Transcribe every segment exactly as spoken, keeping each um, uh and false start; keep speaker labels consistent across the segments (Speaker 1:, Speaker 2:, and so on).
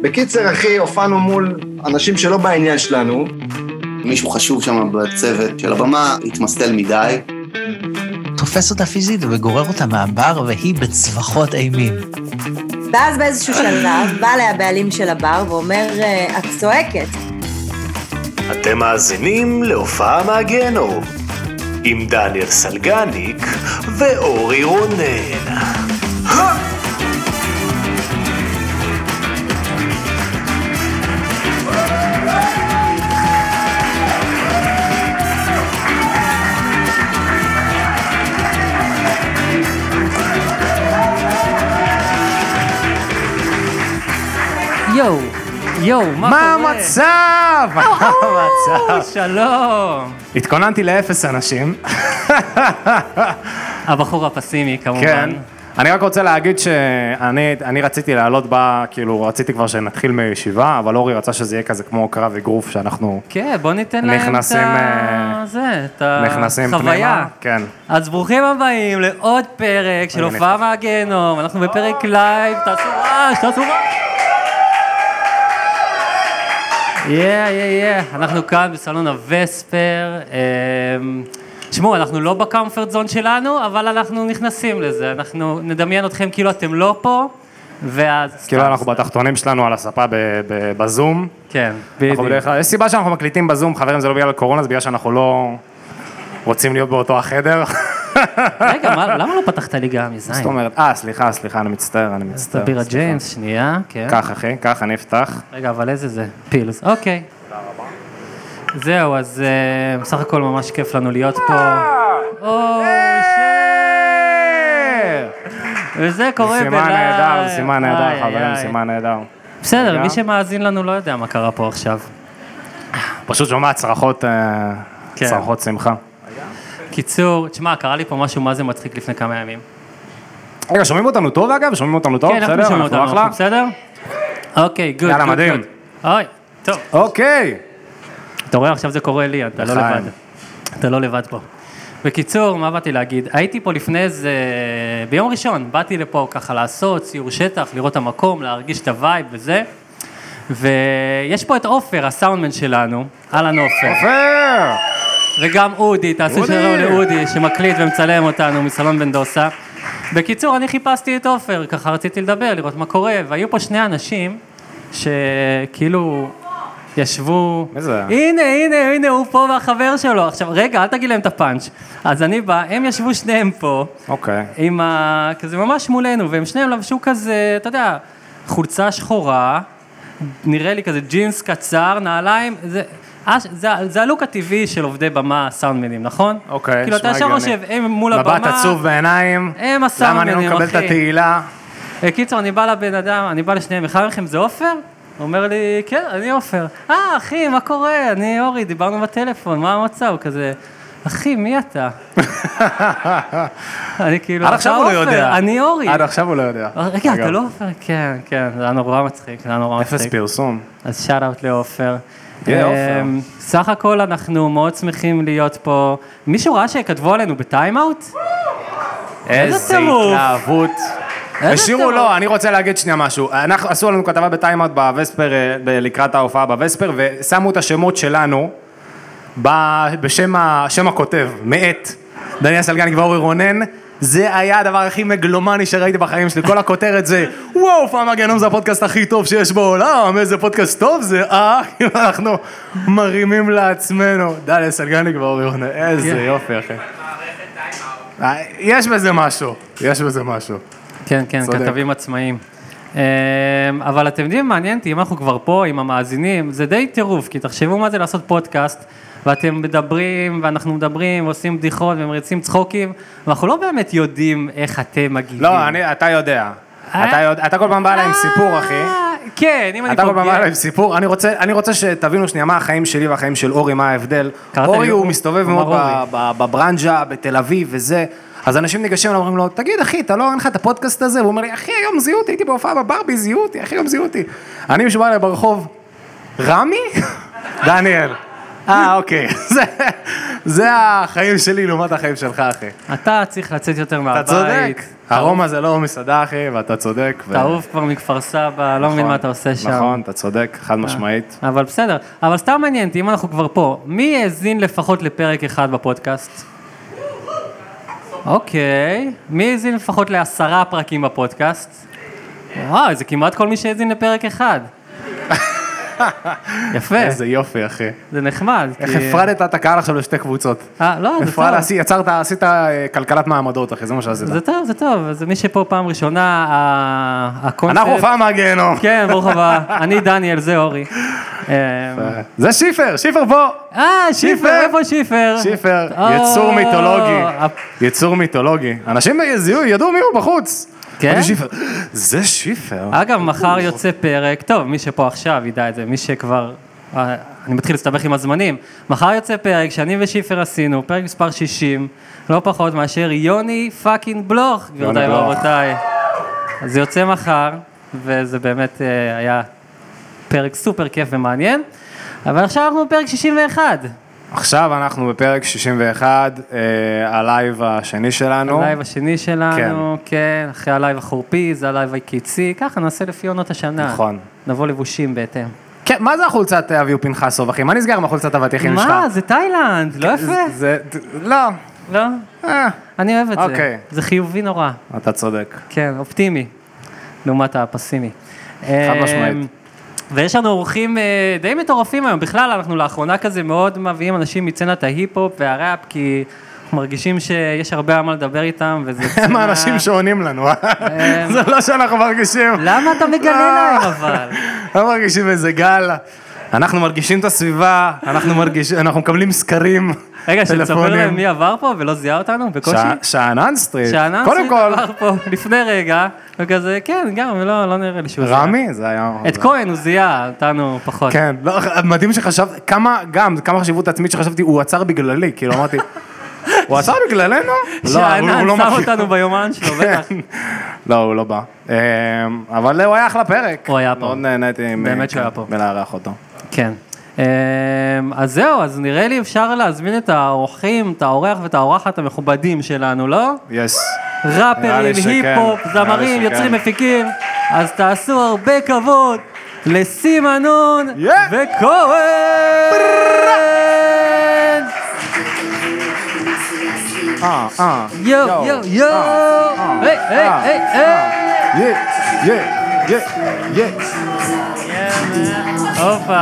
Speaker 1: בקיצר, אחי, הופענו מול אנשים שלא בעניין שלנו.
Speaker 2: מישהו חשוב שם בצוות של הבמה, התמסטל מדי.
Speaker 3: תופס אותה פיזית וגורר אותה מהבר, והיא בצווחות אימים.
Speaker 4: ואז באיזשהו שלב, בא לה הבעלים של הבר ואומר, את צועקת.
Speaker 5: אתם מאזינים להופעה מהגיהנום, עם דניאל סלגניק ואורי רונן.
Speaker 6: יואו, יואו, מה קורה?
Speaker 7: מה המצב? מה המצב?
Speaker 6: שלום.
Speaker 7: התכוננתי לאפס אנשים.
Speaker 6: הבחור הפסימי כמובן.
Speaker 7: כן. אני רק רוצה להגיד שאני אני רציתי לעלות בה, כאילו רציתי כבר שנתחיל מישיבה, אבל אורי רצה שזה יהיה כזה כמו קרב אגרוף שאנחנו
Speaker 6: כן, בוא ניתן להם את זה, את החוויה.
Speaker 7: כן.
Speaker 6: אז ברוכים הבאים לעוד פרק של הופעה מהגיהנום. אנחנו בפרק לייב, תעשו רעש, תעשו רעש. יא, יא, יא, אנחנו כאן בסלון הווספר, תשמעו, אנחנו לא בקומפורט זון שלנו, אבל אנחנו נכנסים לזה, אנחנו נדמיין אתכם כאילו אתם לא פה, ואז...
Speaker 7: כאילו אנחנו בתחתונים שלנו על הספה בזום.
Speaker 6: כן, בדיוק.
Speaker 7: יש סיבה שאנחנו מקליטים בזום, חברים, זה לא בגלל הקורונה, זה בגלל שאנחנו לא רוצים להיות באותו החדר.
Speaker 6: רגע, למה לא פתחת לי גם מזין?
Speaker 7: זאת אומרת, אה, סליחה, סליחה, אני מצטער, אני מצטער.
Speaker 6: בירה ג'יימס, שנייה, כן.
Speaker 7: כך, אחי, כך, אני אפתח.
Speaker 6: רגע, אבל איזה זה? פילס, אוקיי. תודה רבה. זהו, אז בסך הכל ממש כיף לנו להיות פה. אוי, שר! וזה קורה בלייב.
Speaker 7: סימן נהדר, סימן נהדר, חברים, סימן נהדר.
Speaker 6: בסדר, מי שמאזין לנו לא יודע מה קרה פה עכשיו.
Speaker 7: פשוט שומע צרחות, צרחות שמחה.
Speaker 6: קיצור, תשמע, קרה לי פה משהו, מה זה מצחיק לפני כמה ימים.
Speaker 7: רגע, שומעים אותנו טוב אגב? שומעים אותנו טוב?
Speaker 6: כן, אנחנו שומעים אותנו, בסדר? אוקיי, גוד,
Speaker 7: יאללה, מדהים.
Speaker 6: אוי, טוב.
Speaker 7: אוקיי.
Speaker 6: אתה רואה, עכשיו זה קורה לי, אתה לא לבד. אתה לא לבד פה. בקיצור, מה באתי להגיד? הייתי פה לפני איזה... ביום ראשון, באתי לפה ככה לעשות ציור שטח, לראות את המקום, להרגיש את הווייב וזה. ויש פה את אופר, הסאונדמן שלנו, אהלן אופר.
Speaker 7: אופר!
Speaker 6: וגם אודי, תעשו שלום לאודי, שמקליט ומצלם אותנו מסלון בן דוסה. בקיצור, אני חיפשתי את אופר, ככה רציתי לדבר, לראות מה קורה, והיו פה שני אנשים שכאילו ישבו...
Speaker 7: מי זה?
Speaker 6: הנה, הנה, הנה, הוא פה והחבר שלו. עכשיו, רגע, אל תגיד להם את הפאנץ'. אז אני בא, הם ישבו שניהם פה,
Speaker 7: אוקיי.
Speaker 6: עם ה... כזה ממש מולנו, והם שניהם לבשו כזה, אתה יודע, חולצה שחורה, נראה לי כזה ג'ינס קצר, נעליים, זה... זה, זה הלוק הטבעי של עובדי במה, סאונדמנים, נכון?
Speaker 7: אוקיי,
Speaker 6: כאילו, אתה ישר חושב, הם מול הבמה...
Speaker 7: מבט עצוב בעיניים.
Speaker 6: הם הסאונדמנים, אחי.
Speaker 7: למה אני לא מקבל את התהילה?
Speaker 6: קיצור, אני בא לבן אדם, אני בא לשניהם, אחד מכם זה אופר? הוא אומר לי, כן, אני אופר. אה, אחי, מה קורה? אני אורי, דיברנו בטלפון, מה המצב? הוא כזה, אחי, מי אתה? אני כאילו,
Speaker 7: עד עכשיו הוא לא יודע.
Speaker 6: אני אורי.
Speaker 7: עד עכשיו הוא לא יודע.
Speaker 6: רגע, אתה לא אופר? כן, כן, זה היה נורא מצחיק, זה היה נורא מצחיק.
Speaker 7: אפס פרסום.
Speaker 6: אז שאט אאוט לאופר.
Speaker 7: אופר.
Speaker 6: סך הכל אנחנו מאוד שמחים להיות פה. מישהו ראה שכתבו עלינו בטיימאוט?
Speaker 7: איזה התלהבות. השאירו לא, אני רוצה להגיד שנייה משהו. עשו לנו כתבה בטיימאוט בווספר, לקראת ההופעה בווספר, ושמו את השמות שלנו בשם הכותב, מאת דניאל סלגניק ואורי רונן. זה היה הדבר הכי מגלומני שראיתי בחיים שלי. כל הכותרת זה, וואו, הופעה מהגיהנום זה הפודקאסט הכי טוב שיש בעולם, איזה פודקאסט טוב זה, אה, אנחנו מרימים לעצמנו. דניאל סלגניק ואורי רונן, איזה יופי, אחי. יש בזה משהו, יש בזה משהו.
Speaker 6: כן, כן, כתבים עצמאיים. אבל אתם יודעים, מעניין אותי, אם אנחנו כבר פה עם המאזינים, זה די טירוף, כי תחשבו מה זה לעשות פודקאסט, ואתם מדברים, ואנחנו מדברים, ועושים בדיחות, ומריצים צחוקים, ואנחנו לא באמת יודעים איך אתם מגיבים.
Speaker 7: לא, אני, אתה יודע. אתה כל פעם בא אליי עם סיפור, אחי.
Speaker 6: כן, אם אני
Speaker 7: אתה כל פעם בא אליי עם סיפור. אני רוצה שתבינו שנייה מה החיים שלי והחיים של אורי, מה ההבדל. אורי הוא מסתובב מאוד בברנג'ה, בתל אביב וזה. אז אנשים ניגשים ואומרים לו, תגיד אחי, אתה לא, אין לך את הפודקאסט הזה? והוא אומר לי, אחי, היום זיהו אותי, הייתי בהופעה בברבי, זיהו אותי, אחי, היום זיהו אותי. אני משובע אליי ברחוב, רמי? דניאל. אה, אוקיי. זה החיים שלי לעומת החיים שלך, אחי.
Speaker 6: אתה צריך לצאת יותר מהבית.
Speaker 7: אתה צודק. הרומא זה לא מסעדה, אחי, ואתה צודק.
Speaker 6: תעוף כבר מכפר סבא, לא מבין מה אתה עושה שם.
Speaker 7: נכון, אתה צודק, חד משמעית.
Speaker 6: אבל בסדר. אבל סתם מעניין, אם אנחנו כבר פה, מי האזין לפחות לפרק אחד בפודקאסט? אוקיי. מי האזין לפחות לעשרה פרקים בפודקאסט? וואו, זה כמעט כל מי שהאזין לפרק אחד. יפה.
Speaker 7: איזה יופי, אחי.
Speaker 6: זה נחמד.
Speaker 7: איך הפרדת את הקהל עכשיו לשתי קבוצות?
Speaker 6: אה, לא, זה טוב.
Speaker 7: יצרת, עשית כלכלת מעמדות, אחי, זה מה שעשית.
Speaker 6: זה טוב, זה טוב. זה מי שפה פעם ראשונה, הקונספט...
Speaker 7: אנחנו הופעה מהגיהנום.
Speaker 6: כן, ברוך הבא. אני דניאל, זה אורי.
Speaker 7: זה שיפר, שיפר פה.
Speaker 6: אה, שיפר, איפה שיפר?
Speaker 7: שיפר, יצור מיתולוגי. יצור מיתולוגי. אנשים ידעו מי הוא בחוץ.
Speaker 6: כן?
Speaker 7: זה שיפר.
Speaker 6: אגב, מחר יוצא פרק, טוב, מי שפה עכשיו ידע את זה, מי שכבר, אני מתחיל להסתבך עם הזמנים, מחר יוצא פרק שאני ושיפר עשינו, פרק מספר שישים, לא פחות מאשר יוני פאקינג בלוך, גבירותיי ורבותיי. אז זה יוצא מחר, וזה באמת היה פרק סופר כיף ומעניין, אבל עכשיו אנחנו בפרק שישים ואחת.
Speaker 7: עכשיו אנחנו בפרק שישים ואחת, אה, הלייב השני שלנו.
Speaker 6: הלייב השני שלנו, כן, כן אחרי הלייב החורפי, זה הלייב הקיצי, ככה נעשה לפי עונות השנה.
Speaker 7: נכון.
Speaker 6: נבוא לבושים בהתאם.
Speaker 7: כן, מה זה החולצת אביהו פנחסוב, אחי? מה נסגר עם החולצת אבטיחים שלך?
Speaker 6: מה? זה תאילנד, לא יפה?
Speaker 7: זה, לא.
Speaker 6: לא?
Speaker 7: אה.
Speaker 6: אני אוהב את זה.
Speaker 7: אוקיי.
Speaker 6: זה חיובי נורא.
Speaker 7: אתה צודק.
Speaker 6: כן, אופטימי, לעומת הפסימי.
Speaker 7: חד משמעית.
Speaker 6: ויש לנו אורחים די מטורפים היום, בכלל אנחנו לאחרונה כזה מאוד מביאים אנשים מצנת ההיפ-הופ והראפ, כי אנחנו מרגישים שיש הרבה מה לדבר איתם, וזה צנה...
Speaker 7: הם האנשים שעונים לנו, זה לא שאנחנו מרגישים.
Speaker 6: למה אתה מגלה להם אבל?
Speaker 7: לא מרגישים איזה גל, אנחנו מרגישים את הסביבה, אנחנו מקבלים סקרים.
Speaker 6: רגע, שתספר להם מי עבר פה ולא זיהה אותנו בקושי?
Speaker 7: שאנן סטריט.
Speaker 6: שאנן סטריט עבר פה לפני רגע, וכזה, כן, גם, לא נראה לי שהוא זיהה.
Speaker 7: רמי? זה היה...
Speaker 6: את כהן הוא זיהה, אותנו פחות.
Speaker 7: כן, מדהים שחשב, כמה, גם, כמה חשיבות עצמית שחשבתי, הוא עצר בגללי, כאילו אמרתי, הוא עצר בגללנו?
Speaker 6: שאנן שם אותנו ביומן שלו, בטח.
Speaker 7: לא, הוא לא בא. אבל הוא היה אחלה פרק.
Speaker 6: הוא היה פה.
Speaker 7: מאוד נהניתי מלארח אותו.
Speaker 6: כן. אז זהו, אז נראה לי אפשר להזמין את האורחים, את האורח ואת האורחת המכובדים שלנו, לא?
Speaker 7: יס.
Speaker 6: ראפרים, היפ-הופ, זמרים, יוצרים מפיקים, אז תעשו הרבה כבוד לסימנון וכהן!
Speaker 7: אה, אה.
Speaker 6: יו, יו, יו! היי, היי, היי, היי!
Speaker 7: יא, יא, יא, יא.
Speaker 6: הופה,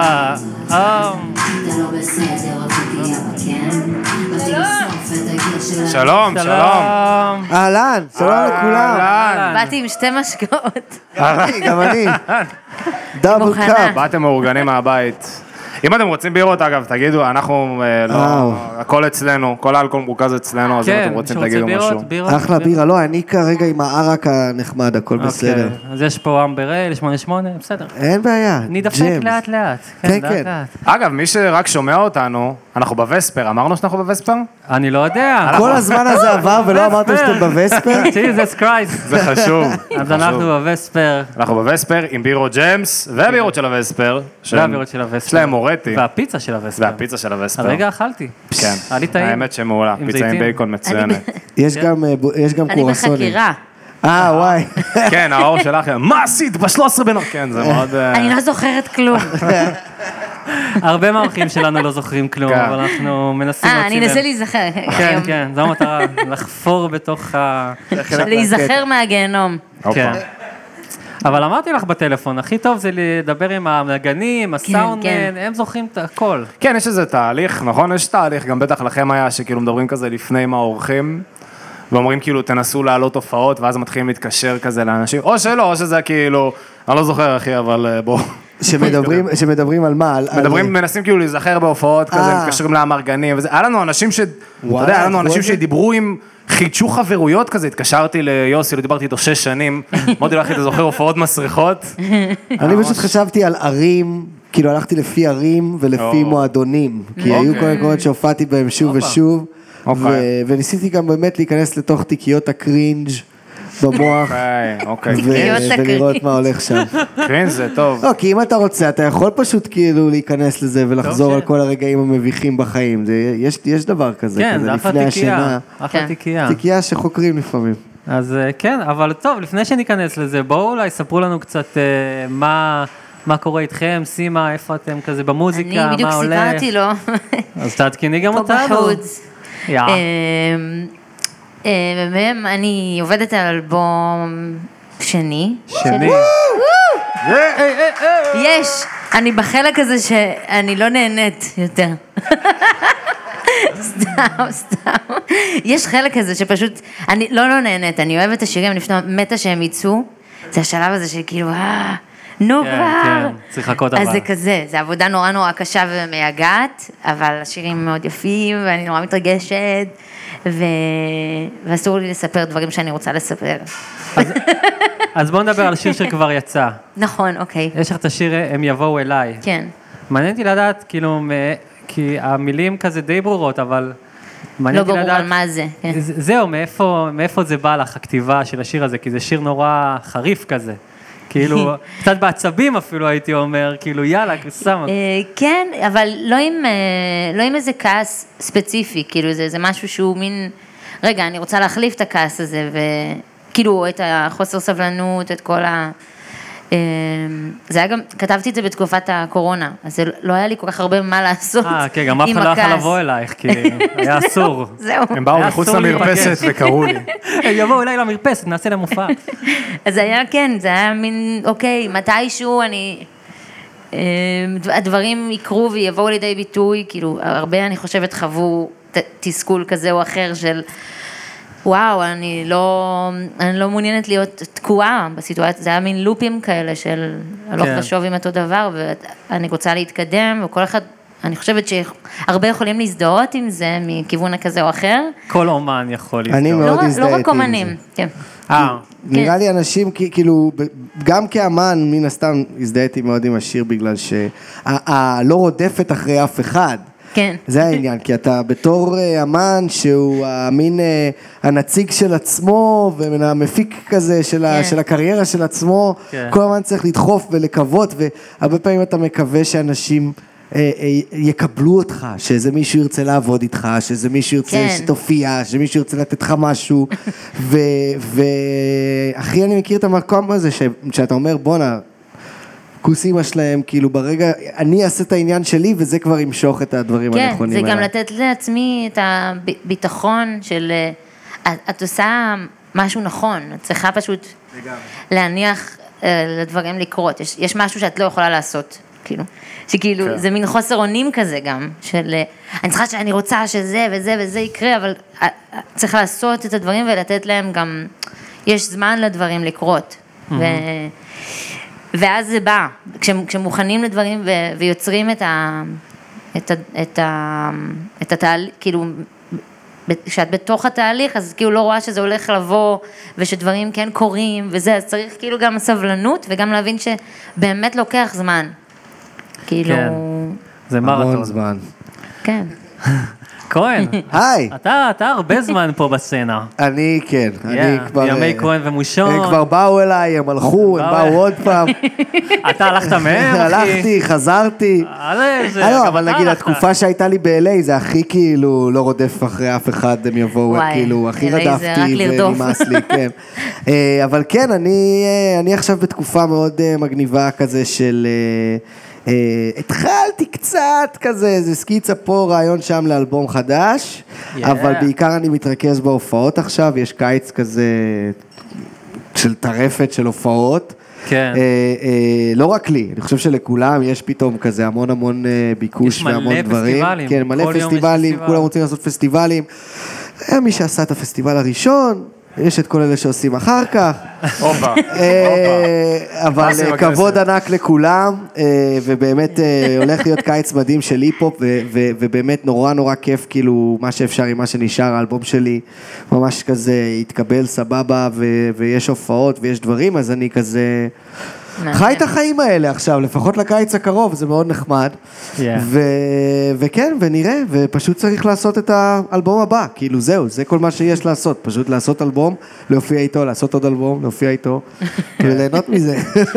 Speaker 7: שלום, שלום.
Speaker 8: אהלן, שלום לכולם.
Speaker 9: באתי עם שתי משקאות.
Speaker 8: גם אני. דאבל קאפ.
Speaker 7: באתם מאורגנים מהבית. אם אתם רוצים בירות, אגב, תגידו, אנחנו, לא, הכל אצלנו, כל האלכוהול מרוכז אצלנו, אז אם אתם רוצים, תגידו משהו.
Speaker 8: אחלה בירה, לא, אני כרגע עם הערק הנחמד, הכל בסדר.
Speaker 6: אז יש פה אמברל, שמונה שמונה, בסדר.
Speaker 8: אין בעיה,
Speaker 6: נדפק לאט לאט.
Speaker 8: כן, כן.
Speaker 7: אגב, מי שרק שומע אותנו, אנחנו בווספר, אמרנו שאנחנו בווספר?
Speaker 6: אני לא יודע.
Speaker 8: כל הזמן הזה עבר ולא אמרתם שאתם בווספר?
Speaker 6: ג'יזוס קרייסט.
Speaker 7: זה חשוב.
Speaker 6: אז אנחנו בווספר.
Speaker 7: אנחנו בווספר עם בירו ג'מס ובירות של הווספר.
Speaker 6: והבירות של הווספר.
Speaker 7: שלהם מוריתי.
Speaker 6: והפיצה של הווספר.
Speaker 7: והפיצה של הווספר.
Speaker 6: הרגע אכלתי.
Speaker 7: כן.
Speaker 6: היה לי טעים.
Speaker 7: האמת שמעולה. פיצה עם בייקון מצוינת.
Speaker 8: יש גם קורסונים.
Speaker 9: אני בחקירה.
Speaker 8: אה, וואי.
Speaker 7: כן, האור שלך, מה עשית? ב-שלוש עשרה בנובמבר. כן, זה מאוד...
Speaker 9: אני לא זוכרת כלום.
Speaker 6: הרבה מהאורחים שלנו לא זוכרים כלום, אבל אנחנו מנסים
Speaker 9: אה, אני אנסה להיזכר.
Speaker 6: כן, כן, זו המטרה, לחפור בתוך ה...
Speaker 9: להיזכר מהגיהנום.
Speaker 6: כן. אבל אמרתי לך בטלפון, הכי טוב זה לדבר עם המנגנים, הסאונדמן, הם זוכרים את הכל.
Speaker 7: כן, יש איזה תהליך, נכון? יש תהליך, גם בטח לכם היה שכאילו מדברים כזה לפני עם האורחים, ואומרים כאילו תנסו לעלות הופעות, ואז מתחילים להתקשר כזה לאנשים, או שלא, או שזה כאילו, אני לא זוכר אחי, אבל בוא.
Speaker 8: שמדברים, שמדברים על מה?
Speaker 7: מדברים, מנסים כאילו להיזכר בהופעות כזה, מתקשרים לאמרגנים, וזה, היה לנו אנשים ש... אתה יודע, היה לנו אנשים שדיברו עם... חידשו חברויות כזה, התקשרתי ליוסי, לא דיברתי איתו שש שנים, אמרתי לו, אחי, אתה זוכר הופעות מסריחות?
Speaker 8: אני פשוט חשבתי על ערים, כאילו הלכתי לפי ערים ולפי מועדונים, כי היו כל מקומות שהופעתי בהם שוב ושוב, וניסיתי גם באמת להיכנס לתוך תיקיות הקרינג', במוח,
Speaker 7: אוקיי.
Speaker 8: ו- ולראות מה הולך שם.
Speaker 7: כן, זה טוב.
Speaker 8: לא, כי אם אתה רוצה, אתה יכול פשוט כאילו להיכנס לזה ולחזור
Speaker 6: טוב,
Speaker 8: על
Speaker 6: כן.
Speaker 8: כל הרגעים המביכים בחיים. זה, יש, יש דבר כזה,
Speaker 6: כן,
Speaker 8: כזה
Speaker 6: זה אחלה
Speaker 8: לפני
Speaker 6: תיקייה.
Speaker 8: השינה.
Speaker 6: אחלה
Speaker 9: כן.
Speaker 6: תיקייה.
Speaker 8: תיקייה שחוקרים לפעמים.
Speaker 6: אז אה, כן, אבל טוב, לפני שניכנס לזה, בואו אולי ספרו לנו קצת אה, מה... מה קורה איתכם, סימה, איפה אתם כזה במוזיקה, מה
Speaker 9: אני
Speaker 6: הולך?
Speaker 9: בדיוק סיפרתי לו.
Speaker 6: אז תעדכני גם
Speaker 9: פה
Speaker 6: אותנו.
Speaker 9: בחוץ.
Speaker 6: יא.
Speaker 9: אמ, אמ, אמ, אני עובדת על אלבום שני.
Speaker 6: שני.
Speaker 9: יש, אני בחלק הזה שאני לא נהנית יותר. סתם, סתם. יש חלק כזה שפשוט, אני לא לא נהנית, אני אוהבת את השירים, אני פשוט מתה שהם יצאו. זה השלב הזה שכאילו, אה, נו
Speaker 6: כן,
Speaker 9: כבר.
Speaker 6: כן, צריך לחכות
Speaker 9: אז
Speaker 6: אבל.
Speaker 9: זה כזה, זה עבודה נורא נורא קשה ומייגעת, אבל השירים מאוד יפים, ואני נורא מתרגשת, ו... ואסור לי לספר דברים שאני רוצה לספר.
Speaker 6: אז בואו נדבר על שיר שכבר יצא.
Speaker 9: נכון, אוקיי.
Speaker 6: יש לך את השיר "הם יבואו אליי".
Speaker 9: כן.
Speaker 6: מעניין אותי לדעת, כאילו, מ- כי המילים כזה די ברורות, אבל
Speaker 9: לא
Speaker 6: מעניין אותי
Speaker 9: ברור
Speaker 6: לדעת...
Speaker 9: על מה זה. כן.
Speaker 6: ז- זהו, מאיפה, מאיפה זה בא לך, הכתיבה של השיר הזה? כי זה שיר נורא חריף כזה. כאילו, קצת בעצבים אפילו הייתי אומר, כאילו, יאללה, שמה.
Speaker 9: אה, כן, אבל לא עם, אה, לא עם איזה כעס ספציפי, כאילו זה, זה משהו שהוא מין, רגע, אני רוצה להחליף את הכעס הזה, וכאילו את החוסר סבלנות, את כל ה... אה, זה היה גם, כתבתי את זה בתקופת הקורונה, אז זה לא היה לי כל כך הרבה מה לעשות עם הכעס.
Speaker 6: אה, כן, גם אף אחד לא יכול לבוא אלייך, כי היה אסור.
Speaker 9: זהו.
Speaker 7: הם באו
Speaker 6: היה
Speaker 7: מחוץ
Speaker 6: אסור
Speaker 7: למרפסת
Speaker 6: להיפגש.
Speaker 7: וקראו לי.
Speaker 6: הם יבואו אליי למרפסת, נעשה להם מופע.
Speaker 9: אז היה כן, זה היה מין, אוקיי, מתישהו אני, אה, הדברים יקרו ויבואו לידי ביטוי, כאילו, הרבה אני חושבת חוו ת- תסכול כזה או אחר של, וואו, אני לא, אני לא מעוניינת להיות תקועה בסיטואציה, זה היה מין לופים כאלה של הלוך
Speaker 6: כן.
Speaker 9: ושוב עם אותו דבר, ואני רוצה להתקדם, וכל אחד, אני חושבת שהרבה יכולים להזדהות עם זה מכיוון כזה או אחר.
Speaker 6: כל אומן יכול
Speaker 8: אני
Speaker 6: לזכור.
Speaker 8: מאוד
Speaker 9: לא, רק- לא
Speaker 8: הזדהיתי
Speaker 9: רק
Speaker 8: עם
Speaker 9: אומנים,
Speaker 8: זה.
Speaker 9: כן.
Speaker 6: אה,
Speaker 8: נראה לי אנשים, כ- כאילו, ב- גם כאמן, מן הסתם, הזדהיתי מאוד עם השיר, בגלל שהלא רודפת אחרי אף אחד.
Speaker 9: כן.
Speaker 8: זה העניין, כי אתה בתור אה, אמן שהוא המין אה, הנציג של עצמו והמפיק כזה של, ה,
Speaker 9: כן.
Speaker 8: של הקריירה של עצמו,
Speaker 6: כן.
Speaker 8: כל הזמן צריך לדחוף ולקוות, והרבה פעמים אתה מקווה שאנשים אה, אה, יקבלו אותך, שאיזה מישהו ירצה לעבוד איתך, שאיזה מישהו ירצה
Speaker 9: כן.
Speaker 8: שתופיע, שמישהו ירצה לתת לך משהו, ואחי אני מכיר את המקום הזה, ש, שאתה אומר בונה, כוס אימא שלהם, כאילו ברגע, אני אעשה את העניין שלי, וזה כבר ימשוך את הדברים
Speaker 9: כן,
Speaker 8: הנכונים.
Speaker 9: זה גם
Speaker 8: אליי.
Speaker 9: לתת לעצמי את הביטחון של, אה, את, את עושה משהו נכון, את צריכה פשוט להניח אה, לדברים לקרות, יש, יש משהו שאת לא יכולה לעשות, כאילו, שכאילו,
Speaker 7: כן.
Speaker 9: זה מין חוסר אונים כזה גם, של, אה, אני צריכה שאני רוצה שזה וזה וזה יקרה, אבל אה, אה, צריך לעשות את הדברים ולתת להם גם, יש זמן לדברים לקרות, ו... ואז זה בא, כשהם, כשמוכנים לדברים ו, ויוצרים את ה... את ה... את ה... את התהליך, כאילו, כשאת בתוך התהליך, אז כאילו לא רואה שזה הולך לבוא, ושדברים כן קורים, וזה, אז צריך כאילו גם סבלנות, וגם להבין שבאמת לוקח זמן. כאילו...
Speaker 6: כן. זה
Speaker 8: המון
Speaker 6: מרתון.
Speaker 8: זמן.
Speaker 9: כן.
Speaker 6: כהן,
Speaker 8: היי,
Speaker 6: אתה אתה הרבה זמן פה בסצנה.
Speaker 8: אני כן, אני
Speaker 6: Yeah,
Speaker 8: כבר...
Speaker 6: ימי
Speaker 8: אה,
Speaker 6: כהן ומושון.
Speaker 8: הם כבר באו אליי, הם הלכו, הם
Speaker 6: באו
Speaker 8: באו
Speaker 6: אליי.
Speaker 8: עוד פעם,
Speaker 6: אתה הלכת מהם, אחי?
Speaker 8: הלכתי, חזרתי.
Speaker 6: אה, זה,
Speaker 8: אה, לא,
Speaker 6: גם
Speaker 8: אבל
Speaker 6: אתה
Speaker 8: נגיד,
Speaker 6: הלכת.
Speaker 8: התקופה שהייתה לי ב-אל איי, זה הכי כאילו לא רודף אחרי אף אחד, הם יבואו,
Speaker 9: וואי,
Speaker 8: כאילו, הכי
Speaker 9: אל איי זה רק
Speaker 8: רדפתי
Speaker 9: לרדוף.
Speaker 8: ונמאס לי, כן. אה, אבל כן, אני אה, אני עכשיו בתקופה מאוד אה, מגניבה כזה של... אה, אה, התחלתי קצת כזה, איזה סקיצה פה, רעיון שם לאלבום חדש,
Speaker 6: Yeah.
Speaker 8: אבל בעיקר אני מתרכז בהופעות עכשיו, יש קיץ כזה של טרפת של הופעות.
Speaker 6: כן.
Speaker 8: אה, אה, לא רק לי, אני חושב שלכולם יש פתאום כזה המון המון אה, ביקוש
Speaker 6: יש מלא
Speaker 8: והמון דברים.
Speaker 6: פסטיבלים,
Speaker 8: כן, מלא
Speaker 6: כל יום יש
Speaker 8: פסטיבלים,
Speaker 6: פסטיבל.
Speaker 8: כולם רוצים לעשות פסטיבלים. היה מי שעשה את הפסטיבל הראשון, יש את כל אלה שעושים אחר כך.
Speaker 7: הופה,
Speaker 8: אה, אבל
Speaker 7: פאסיב
Speaker 8: אה,
Speaker 7: אגרסיב.
Speaker 8: כבוד ענק לכולם, אה, ובאמת אה, הולך להיות קיץ מדהים של היפ-הופ, ו- ו- ובאמת נורא נורא כיף, כאילו, מה שאפשר עם מה שנשאר, האלבום שלי, ממש כזה התקבל סבבה, ו- ויש הופעות ויש דברים, אז אני כזה חי את החיים האלה עכשיו, לפחות לקיץ הקרוב, זה מאוד נחמד. וכן, ונראה, ופשוט צריך לעשות את האלבום הבא, כאילו זהו, זה כל מה שיש לעשות, פשוט לעשות אלבום, להופיע איתו, לעשות עוד אלבום, להופיע איתו, וליהנות מזה.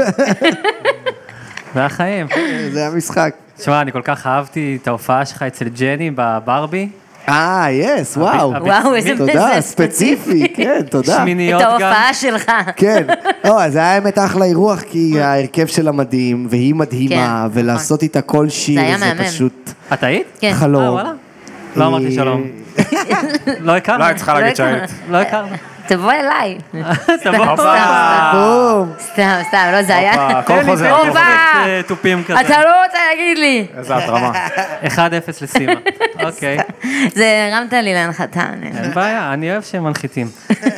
Speaker 6: זה החיים.
Speaker 8: זה המשחק.
Speaker 6: תשמע, אני כל כך אהבתי את ההופעה שלך אצל ג'ני בברבי.
Speaker 8: אה, יס, וואו.
Speaker 9: וואו, איזה
Speaker 8: תודה, ספציפי, כן, תודה.
Speaker 6: שמיניות
Speaker 9: את
Speaker 6: גם.
Speaker 9: ההופעה שלך.
Speaker 8: כן, לא, זה היה האמת אחלה אירוח, כי ההרכב שלה מדהים, והיא מדהימה,
Speaker 9: כן,
Speaker 8: ולעשות איתה כל שיר,
Speaker 9: זה היה
Speaker 8: זה
Speaker 9: מהמם.
Speaker 8: פשוט
Speaker 6: את היית?
Speaker 9: כן.
Speaker 8: חלום.
Speaker 6: אה, וואלה. לא אמרתי שלום. לא הכרנו.
Speaker 7: לא, היית צריכה להגיד שהיית.
Speaker 6: לא הכרנו.
Speaker 9: תבוא אליי.
Speaker 6: תבוא.
Speaker 8: בום.
Speaker 9: סתם, סתם, לא, זה היה...
Speaker 7: הכל חוזר.
Speaker 9: הכל חוזר.
Speaker 6: אה, תופים כזה.
Speaker 9: אתה לא רוצה להגיד לי.
Speaker 7: איזה התרמה.
Speaker 6: אחד אפס לסימה. אוקיי.
Speaker 9: זה הרמת לי להנחתה.
Speaker 6: אין בעיה, אני אוהב שהם מנחיתים.